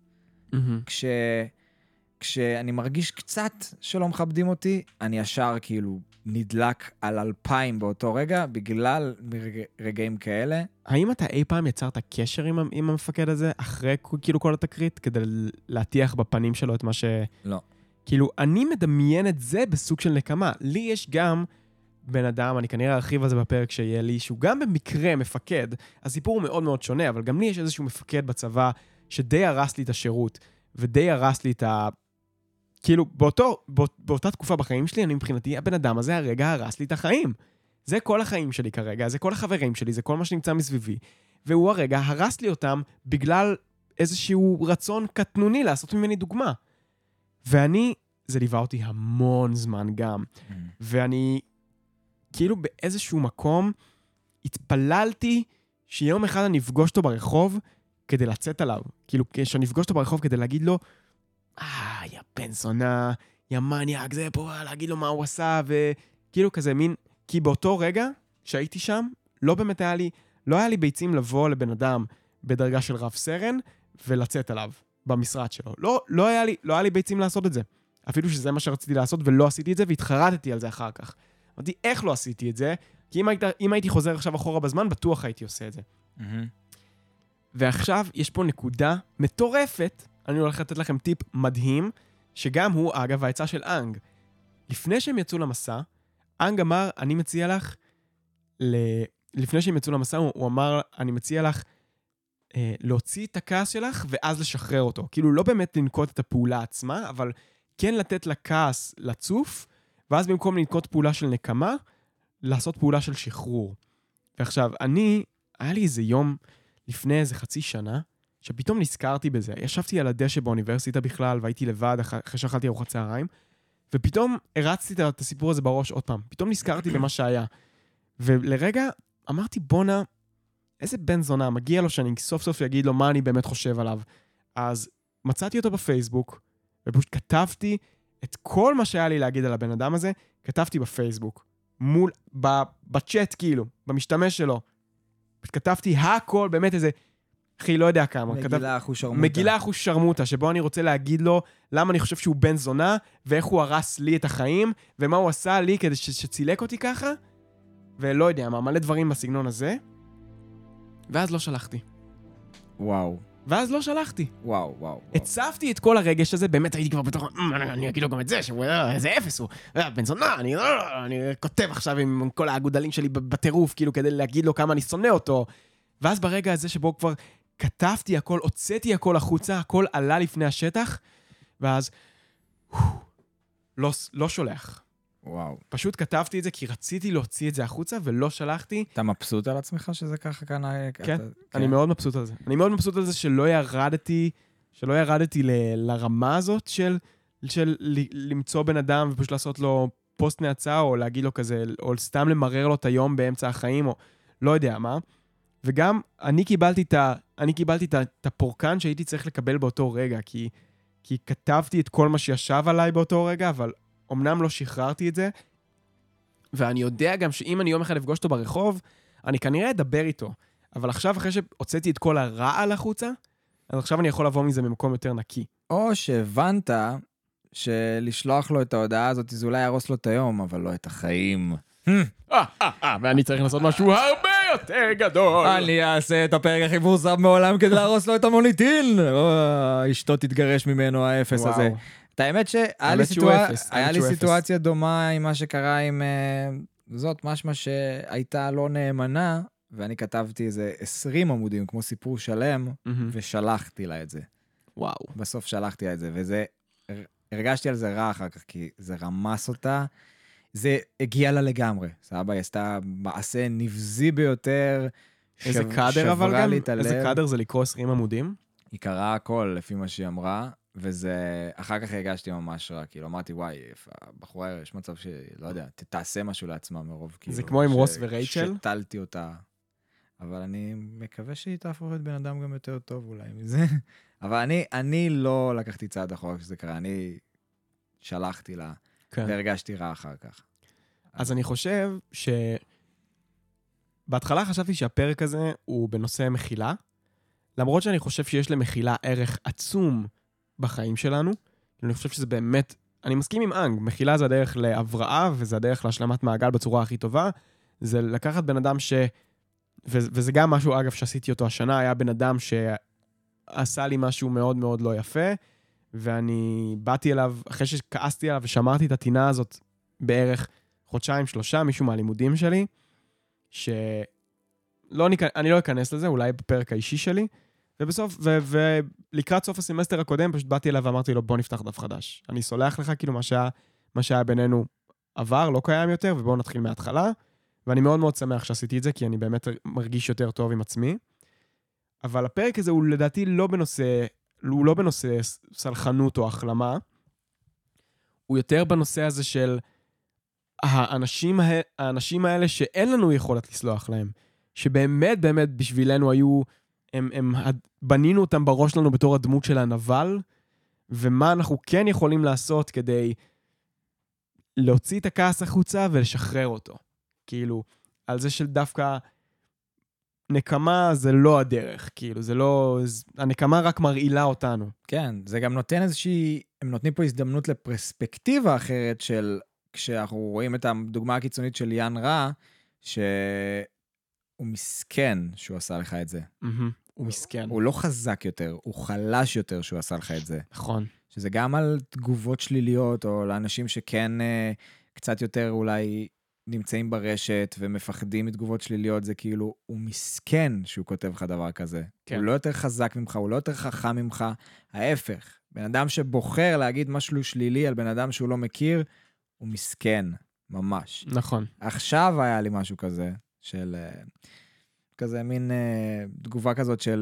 B: כשאני מרגיש קצת שלא מכבדים אותי, אני ישר כאילו נדלק על 2000 באותו רגע, בגלל רגעים כאלה.
A: האם אתה אי פעם יצרת קשר עם המפקד הזה, אחרי כאילו כל התקרית, כדי להטיח בפנים שלו את מה ש...
B: לא.
A: כאילו, אני מדמיין את זה בסוג של נקמה. לי יש גם בן אדם, אני כנראה ארחיב על זה בפרק שיהיה לי, שהוא גם במקרה מפקד, הסיפור הוא מאוד מאוד שונה, אבל גם לי יש איזשהו מפקד בצבא, שדי הרס לי את השירות, ודי הרס לי את ה... כאילו, באותה תקופה בחיים שלי, אני מבחינתי, הבן אדם הזה הרגע הרס לי את החיים. זה כל החיים שלי כרגע, זה כל החברים שלי, זה כל מה שנמצא מסביבי. והוא הרגע הרס לי אותם בגלל איזשהו רצון קטנוני לעשות ממני דוגמה. ואני, זה ליווה אותי המון זמן גם. ואני, כאילו באיזשהו מקום, התפללתי שיום אחד אני אפגוש אותו ברחוב כדי לצאת עליו. כאילו, שאני אפגוש אותו ברחוב כדי להגיד לו, יא בן זונה, יא מניאק, זה פה, להגיד לו מה הוא עשה, וכאילו כזה מין, כי באותו רגע שהייתי שם, לא באמת לא היה לי ביצים לבוא לבן אדם בדרגה של רב סרן, ולצאת עליו במשרד שלו. לא היה לי ביצים לעשות את זה. אפילו שזה מה שרציתי לעשות, ולא עשיתי את זה, והתחרטתי על זה אחר כך. אמרתי, איך לא עשיתי את זה? כי אם הייתי חוזר עכשיו אחורה בזמן, בטוח הייתי עושה את זה. ועכשיו יש פה נקודה מטורפת, אני הולך לתת לכם טיפ מדהים, שגם הוא, אגב, העצה של אנג. לפני שהם יצאו למסע, אנג אמר, אני מציע לך, לפני שהם יצאו למסע, הוא אמר, אני מציע לך להוציא את הכעס שלך, ואז לשחרר אותו. כאילו, לא באמת לנקוט את הפעולה עצמה, אבל כן לתת לכעס לצוף, ואז במקום לנקוט פעולה של נקמה, לעשות פעולה של שחרור. ועכשיו, היה לי איזה יום לפני איזה חצי שנה, שפתאום נזכרתי בזה. ישבתי על הדשא באוניברסיטה בכלל, והייתי לבד אחרי שאכלתי ארוחת צהריים, ופתאום הרצתי את הסיפור הזה בראש עוד פעם. פתאום נזכרתי במה שהיה. ולרגע אמרתי, בונה, איזה בן זונה, מגיע לו שאני סוף סוף אגיד לו מה אני באמת חושב עליו. אז מצאתי אותו בפייסבוק, ופשוט כתבתי את כל מה שהיה לי להגיד על הבן אדם הזה, כתבתי בפייסבוק. בצ'אט כאילו, במשתמש שלו. כתבתי הכל, באמת איזה... אחי, לא יודע כמה. מגילה אחוש שרמוטה, שבו אני רוצה להגיד לו למה אני חושב שהוא בן זונה, ואיך הוא הרס לי את החיים, ומה הוא עשה לי כדי שצילק אותי ככה, ולא יודע מה, מלא דברים בסגנון הזה, ואז לא שלחתי.
B: וואו.
A: ואז לא שלחתי.
B: וואו.
A: הצפתי את כל הרגש הזה, באמת הייתי כבר בתוך, אני אגיד לו גם את זה, שהוא איזה אפס הוא, בן זונה, אני כותב עכשיו עם כל האגודלים שלי בטירוף, כאילו כדי להגיד לו כמה אני שונא אותו, ואז ברגע הזה שבו כבר כתבתי הכל, הוצאתי הכל החוצה, הכל עלה לפני השטח, ואז לא שולח.
B: וואו.
A: פשוט כתבתי את זה כי רציתי להוציא את זה החוצה ולא שלחתי.
B: אתה מבסוט על עצמך שזה ככה כאן?
A: כן, אני מאוד מבסוט על זה. אני מאוד מבסוט על זה שלא ירדתי לרמה הזאת של למצוא בן אדם ופשוט לעשות לו פוסט נעצה, או להגיד לו כזה, או סתם למרר לו את היום באמצע החיים, או לא יודע מה. וגם אני קיבלתי את הפורקן שהייתי צריך לקבל באותו רגע, כי כתבתי את כל מה שישב עליי באותו רגע, אבל אמנם לא שחררתי את זה, ואני יודע גם שאם אני יום אחד אפגוש אותו ברחוב, אני כנראה אדבר איתו. אבל עכשיו, אחרי שהוצאתי את כל הרעל החוצה, אז עכשיו אני יכול לבוא מזה ממקום יותר נקי.
B: או שהבנת שלשלוח לו את ההודעה הזאת, זה אולי ירוס לו את היום, אבל לא את החיים.
A: ואני צריך לעשות משהו הרבה יותר גדול.
B: אני אעשה את הפרק הכי מפורסם מעולם כדי להרוס לו את המוניטין. אשתו תתגרש ממנו, האפס הזה.
A: וואו.
B: את האמת שהיה
A: האמת שהוא אפס,
B: היה
A: האמת
B: לי
A: שהוא אפס.
B: סיטואציה דומה עם מה שקרה עם זאת, משמע שהייתה לא נאמנה, ואני כתבתי איזה 20 עמודים, כמו סיפור שלם, ושלחתי לה את זה.
A: וואו.
B: בסוף שלחתי לה את זה, וזה, הרגשתי על זה רע אחר כך, כי זה רמס אותה, זה הגיע לה לגמרי, סבבה, היא עשתה מעשה נבזי ביותר,
A: איזה קאדר אבל
B: שברה
A: גם?
B: לי את הלב.
A: איזה קאדר זה לקרוא 20 עמודים?
B: היא קראה הכל לפי מה שהיא אמרה, וזה, אחר כך הרגשתי ממש רע, כאילו אמרתי, וואי, הבחורה, יש מצב שלא יודע, תעשה משהו לעצמה מרוב, כאילו.
A: זה כמו עם רוס ורייצ'ל?
B: שתלתי אותה. אבל אני מקווה שהיא תהפוך להיות בן אדם גם יותר טוב אולי מזה. אבל אני לא לקחתי צעד אחורה כשזה קרה, אני שלחתי לה,
A: כן.
B: והרגשתי רע אחר כך.
A: אז אני חושב בהתחלה חשבתי שהפרק הזה הוא בנושא מחילה, למרות שאני חושב שיש למחילה ערך עצום בחיים שלנו. אני חושב שזה באמת, אני מסכים עם אנג, מחילה זה הדרך להבראה, וזה הדרך להשלמת מעגל בצורה הכי טובה. זה לקחת בן אדם וזה גם משהו, אגב, שעשיתי אותו השנה, היה בן אדם שעשה לי משהו מאוד מאוד לא יפה, ואני באתי אליו, אחרי שכעסתי עליו ושמרתי את הטינה הזאת בערך חודשיים-3, מישהו מהלימודים שלי, אני לא אכנס לזה, אולי בפרק האישי שלי, ובסוף, ולקראת סוף הסמסטר הקודם, פשוט באתי אליו ואמרתי לו, בוא נפתח דף חדש. אני סולח לך, כאילו מה שהיה בינינו עבר, לא קיים יותר, ובואו נתחיל מההתחלה, ואני מאוד מאוד שמח שעשיתי את זה, כי אני באמת מרגיש יותר טוב עם עצמי. אבל הפרק הזה הוא לדעתי הוא לא בנושא סלחנות או החלמה, הוא יותר בנושא הזה של האנשים האלה שאין לנו יכולת לסלוח להם, שבאמת באמת בשבילנו היו, בנינו אותם בראש לנו בתור הדמות של הנבל, ומה אנחנו כן יכולים לעשות כדי להוציא את הכעס החוצה ולשחרר אותו. כאילו, על זה של דווקא נקמה זה לא הדרך, כאילו, זה לא, הנקמה רק מרעילה אותנו.
B: כן, זה גם נותן הם נותנים פה הזדמנות לפרספקטיבה אחרת של, כשאנחנו רואים את הדוגמה הקיצונית של יאן רע, שהוא מסכן שהוא עשה לך את זה.
A: הוא מסכן.
B: הוא לא חזק יותר, הוא חלש יותר שהוא עשה לך את זה.
A: נכון.
B: שזה גם על תגובות שליליות, או לאנשים שכן קצת יותר אולי נמצאים ברשת ומפחדים מתגובות שליליות, זה כאילו, הוא מסכן שהוא כותב לך דבר כזה. כן. הוא לא יותר חזק ממך, הוא לא יותר חכם ממך, ההפך. בן אדם שבוחר להגיד משהו שלילי על בן אדם שהוא לא מכיר, הוא מסכן, ממש.
A: נכון.
B: עכשיו היה לי משהו כזה, של כזה מין תגובה כזאת של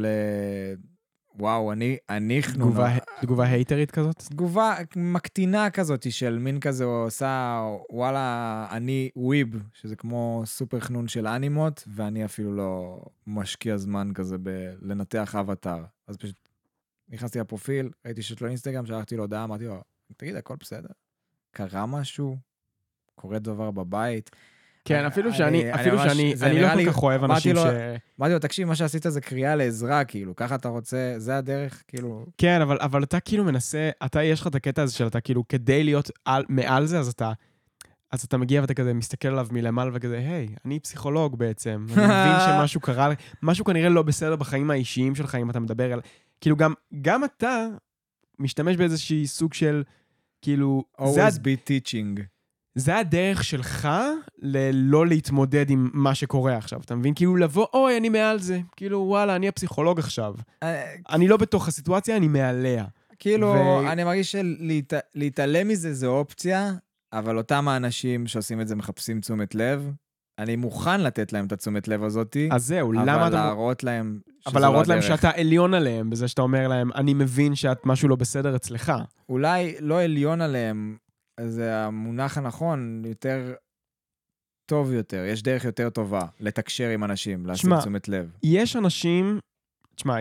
B: וואו, אני
A: תגובה הייטרית כזאת?
B: תגובה מקטינה כזאת של מין כזה, הוא עושה, וואלה, אני וויב, שזה כמו סופר חנון של אנימות, ואני אפילו לא משקיע זמן כזה לנתח אבטר. אז פשוט נכנסתי לפרופיל, ראיתי שיש לו אינסטגרם, שלחתי לו הודעה, אמרתי לו, תגיד, הכל בסדר? קרה משהו? קורה דבר בבית?
A: כן, אפילו שאני לא כל כך אוהב אנשים
B: אמרתי לו, תקשיב, מה שעשית זה קריאה לעזרה, כאילו, ככה אתה רוצה, זה הדרך, כאילו.
A: כן, אבל אתה כאילו מנסה, יש לך את הקטע הזה של אתה כאילו, כדי להיות מעל זה, אז אתה מגיע ואתה כזה מסתכל עליו מלמעלה וכזה, היי, אני פסיכולוג בעצם, אני מבין שמשהו קרה, משהו כנראה לא בסדר בחיים האישיים שלך, אם אתה מדבר על, כאילו גם אתה משתמש באיזושהי סוג של, כאילו,
B: always be teaching.
A: זה הדרך שלך לא להתמודד עם מה שקורה עכשיו. אתה מבין? כאילו לבוא, אוי, אני מעל זה. כאילו, וואלה, אני הפסיכולוג עכשיו. אני לא בתוך הסיטואציה, אני מעליה.
B: כאילו, אני מרגיש שלהתעלם מזה זה אופציה, אבל אותם האנשים שעושים את זה מחפשים תשומת לב, אני מוכן לתת להם את התשומת לב הזאת,
A: אז זהו, למה
B: אבל
A: אתה...
B: להראות להם שזה לא הדרך.
A: אבל להראות להם שאתה עליון עליהם, בזה שאתה אומר להם, אני מבין שאת משהו לא בסדר אצלך.
B: אולי לא עליון עליהם, זה המונח הנכון, יותר טוב יותר, יש דרך יותר טובה לתקשר עם אנשים, לעשות תשומת לב.
A: יש אנשים, תשמע,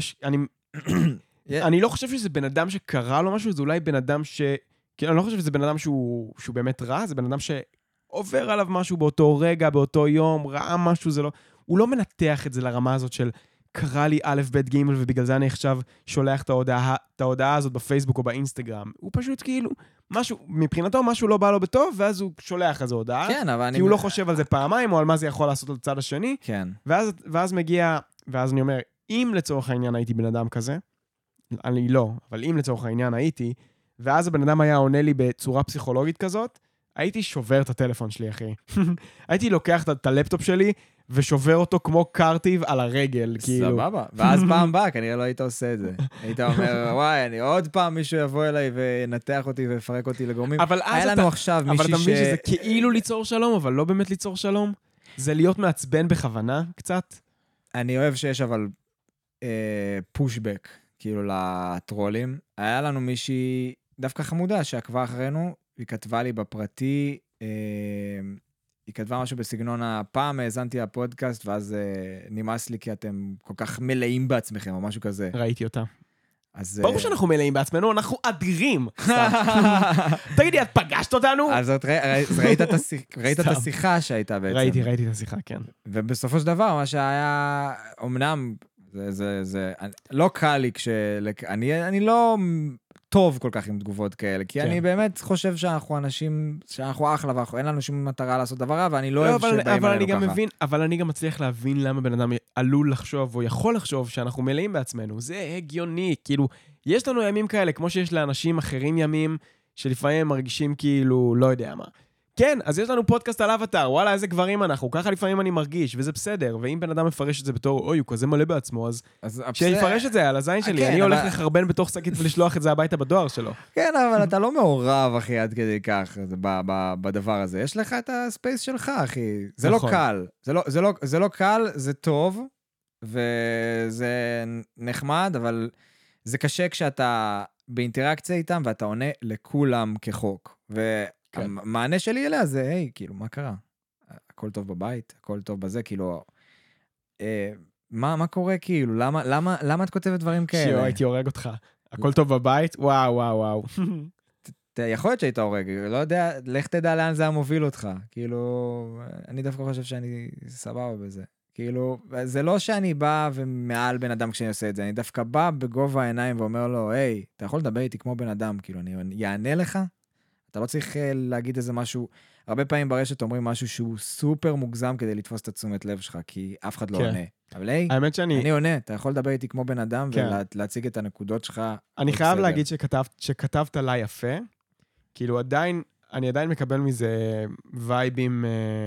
A: אני לא חושב שזה בן אדם שקרה לו משהו, זה אולי בן אדם אני לא חושב שזה בן אדם שהוא באמת רע, זה בן אדם שעובר עליו משהו באותו רגע, באותו יום, ראה משהו, הוא לא מנתח את זה לרמה הזאת של קרא לי א', ב', ג', ובגלל זה אני עכשיו שולח את ההודעה הזאת בפייסבוק או באינסטגרם. הוא פשוט כאילו, מבחינתו משהו לא בא לו בטוב, ואז הוא שולח איזו הודעה.
B: כן, אבל
A: כי הוא לא חושב על זה פעמיים, או על מה זה יכול לעשות לצד השני.
B: כן.
A: ואז אני אומר, אם לצורך העניין הייתי בן אדם כזה, אני לא, אבל אם לצורך העניין הייתי, ואז הבן אדם היה עונה לי בצורה פסיכולוגית כזאת, הייתי שובר את הטלפון שלי, אחי. הייתי לוקח את הלפטופ שלי, ושובר אותו כמו קרטיב על הרגל, כאילו.
B: סבבה. ואז פעם באה, כנראה לא היית עושה את זה. היית אומר, וואי, עוד פעם מישהו יבוא אליי וינתח אותי ויפרק אותי לגורמים. היה לנו עכשיו מישהי
A: אבל אתה מבין שזה כאילו ליצור שלום, אבל לא באמת ליצור שלום? זה להיות מעצבן בכוונה, קצת?
B: אני אוהב שיש אבל פושבק, כאילו, לטרולים. היה לנו מישהי דווקא חמודה שעקבה אחרינו, היא כתבה לי בפרטי, היא כתבה משהו בסגנון, הפעם האזנתי לפודקאסט, ואז נמאס לי כי אתם כל כך מלאים בעצמכם, או משהו כזה.
A: ראיתי אותה.
B: אז...
A: ברור שאנחנו מלאים בעצמנו, אנחנו אדירים. תגידי, את פגשת אותנו?
B: אז ראית את השיחה שהייתה בעצם.
A: ראיתי את השיחה, כן.
B: ובסופו של דבר, מה שהיה, אמנם, זה לא קל לי אני לא טוב כל כך עם תגובות כאלה, כי אני באמת חושב שאנחנו אנשים, שאנחנו אחלה, ואין לנו שום מטרה לעשות דבר רע, ואני לא אוהב שבאים עלינו ככה.
A: אבל אני גם מצליח להבין למה בן אדם עלול לחשוב, או יכול לחשוב שאנחנו מלאים בעצמנו. זה הגיוני, כאילו, יש לנו ימים כאלה, כמו שיש לאנשים אחרים ימים, שלפעמים מרגישים כאילו, לא יודע מה. כן, אז יש לנו פודקאסט על אבטר, וואלה, איזה גברים אנחנו, ככה לפעמים אני מרגיש, וזה בסדר, ואם בן אדם מפרש את זה בתור, אוי, הוא כזה מלא בעצמו, אז שיפרש את זה על הזין שלי, אני הולך לחרבן בתוך שקית ולשלוח את זה הביתה בדואר שלו.
B: כן, אבל אתה לא מעורב, אחי, עד כדי כך, בדבר הזה. יש לך את הספייס שלך, אחי. זה לא קל. זה לא קל, זה טוב, וזה נחמד, אבל זה קשה כשאתה באינטראקציה איתם, ואתה עונה לכולם כחוק. המענה שלי אליה זה, היי, כאילו, מה קרה? הכל טוב בבית, הכל טוב בזה, כאילו, מה קורה, כאילו? למה את כותבת דברים כאלה?
A: שיו, הייתי הורג אותך. הכל טוב בבית? וואו.
B: יכול להיות שהיית הורג, לא יודע, לך תדע לאן זה המוביל אותך. כאילו, אני דווקא חושב שאני סבבה בזה. כאילו, זה לא שאני בא ומעל בן אדם כשאני עושה את זה, אני דווקא בא בגובה העיניים ואומר לו, היי, אתה יכול לדבר איתי כמו בן אדם, כאילו, אני אענה לך? אתה לא צריך להגיד איזה משהו, הרבה פעמים ברשת אומרים משהו שהוא סופר מוגזם כדי לתפוס את התשומת לב שלך, כי אף אחד לא עונה. אבל היי, אני עונה, אתה יכול לדבר איתי כמו בן אדם, ולהציג את הנקודות שלך. אני
A: חייב להגיד שכתבת לה יפה, כאילו אני עדיין מקבל מזה וייבים,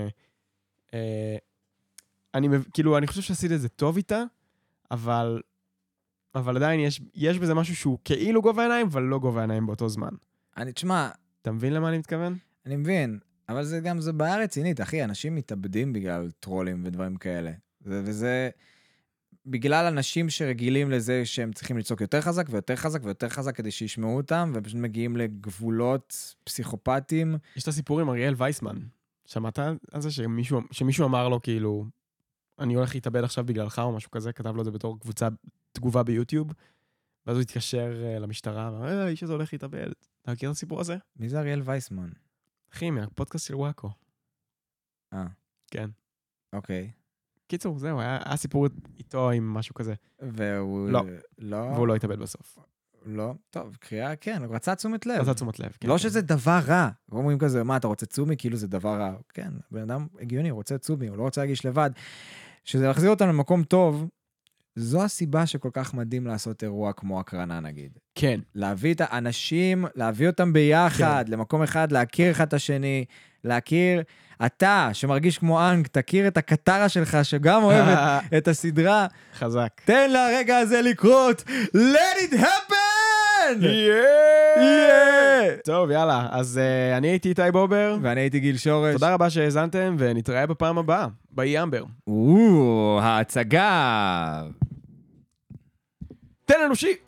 A: כאילו אני חושב שעשית את זה טוב איתה, אבל עדיין יש בזה משהו שהוא כאילו גובה עיניים, אבל לא גובה עיניים באותו זמן.
B: תשמע,
A: אתה מבין למה אני מתכוון?
B: אני מבין, אבל זה גם, זה בעיה רצינית, אחי, אנשים מתאבדים בגלל טרולים ודברים כאלה. וזה בגלל אנשים שרגילים לזה שהם צריכים לצעוק יותר חזק ויותר חזק ויותר חזק כדי שישמעו אותם, ופשוט מגיעים לגבולות פסיכופטיים.
A: יש את הסיפור עם אריאל וייסמן. שמעת על זה שמישהו אמר לו כאילו, אני הולך להתאבד עכשיו בגללך או משהו כזה, כתב לו את זה בתור קבוצה תגובה ביוטיוב, ואז הוא התקשר למשטרה, ואמר, האיש הזה הולך להתאבד. אתה מכיר את הסיפור הזה?
B: מי זה אריאל וייסמן?
A: אחי, מהפודקאסט של וואקו. כן.
B: אוקיי.
A: קיצור, זהו, היה סיפור איתו עם משהו כזה.
B: והוא...
A: לא. והוא לא התאבד בסוף.
B: לא. טוב, קריאה, כן, הוא רצה תשומת לב.
A: רצה תשומת לב, כן.
B: לא שזה דבר רע. אומרים כזה, מה, אתה רוצה צומי? כאילו זה דבר רע. כן, בן אדם הגיוני, הוא רוצה צומי, הוא לא רוצה להגיש לבד. שזה להחזיר אותנו למקום טוב, זו הסיבה שכל כך מדהים לעשות אירוע כמו הקרנה, נגיד.
A: כן.
B: להביא את האנשים, להביא אותם ביחד, למקום אחד, להכיר אחד את השני, להכיר, אתה שמרגיש כמו אנג, תכיר את הקטרה שלך, שגם אוהב את הסדרה.
A: חזק.
B: תן לרגע הזה לקרות, let it happen!
A: טוב, יאללה. אז אני הייתי איתי בובר.
B: ואני הייתי גיל שורש.
A: תודה רבה שהאזנתם, ונתראה בפעם הבאה, באי אמבר.
B: ההצגה.
A: תן לנו שיר.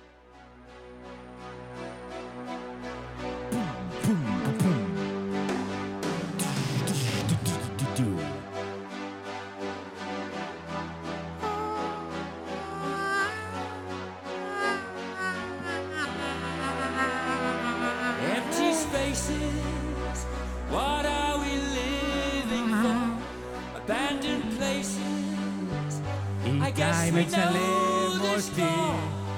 E: What are we living for? Abandoned places I guess
B: די
E: we
B: מצלם
E: know there's
B: אותי.
E: more.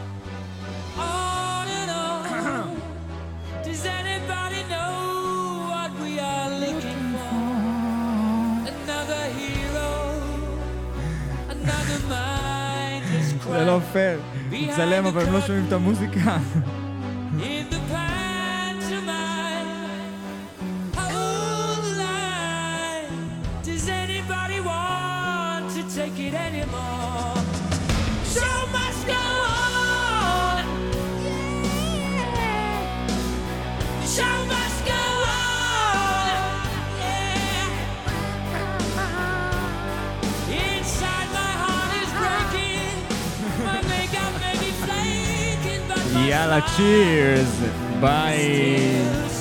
E: On and on. Does anybody know what we are looking for? Another hero, another mindless
B: זה לא
E: crowd.
B: פייר. מצלם אבל הם לא שומעים את המוזיקה.
E: In the pantomime, hold the line. Does anybody want to take it anymore? Show must go on. The show must go on. Inside my heart is breaking. My makeup may be flaking, but my
B: יאללה, צ'ירס. ביי.
E: heart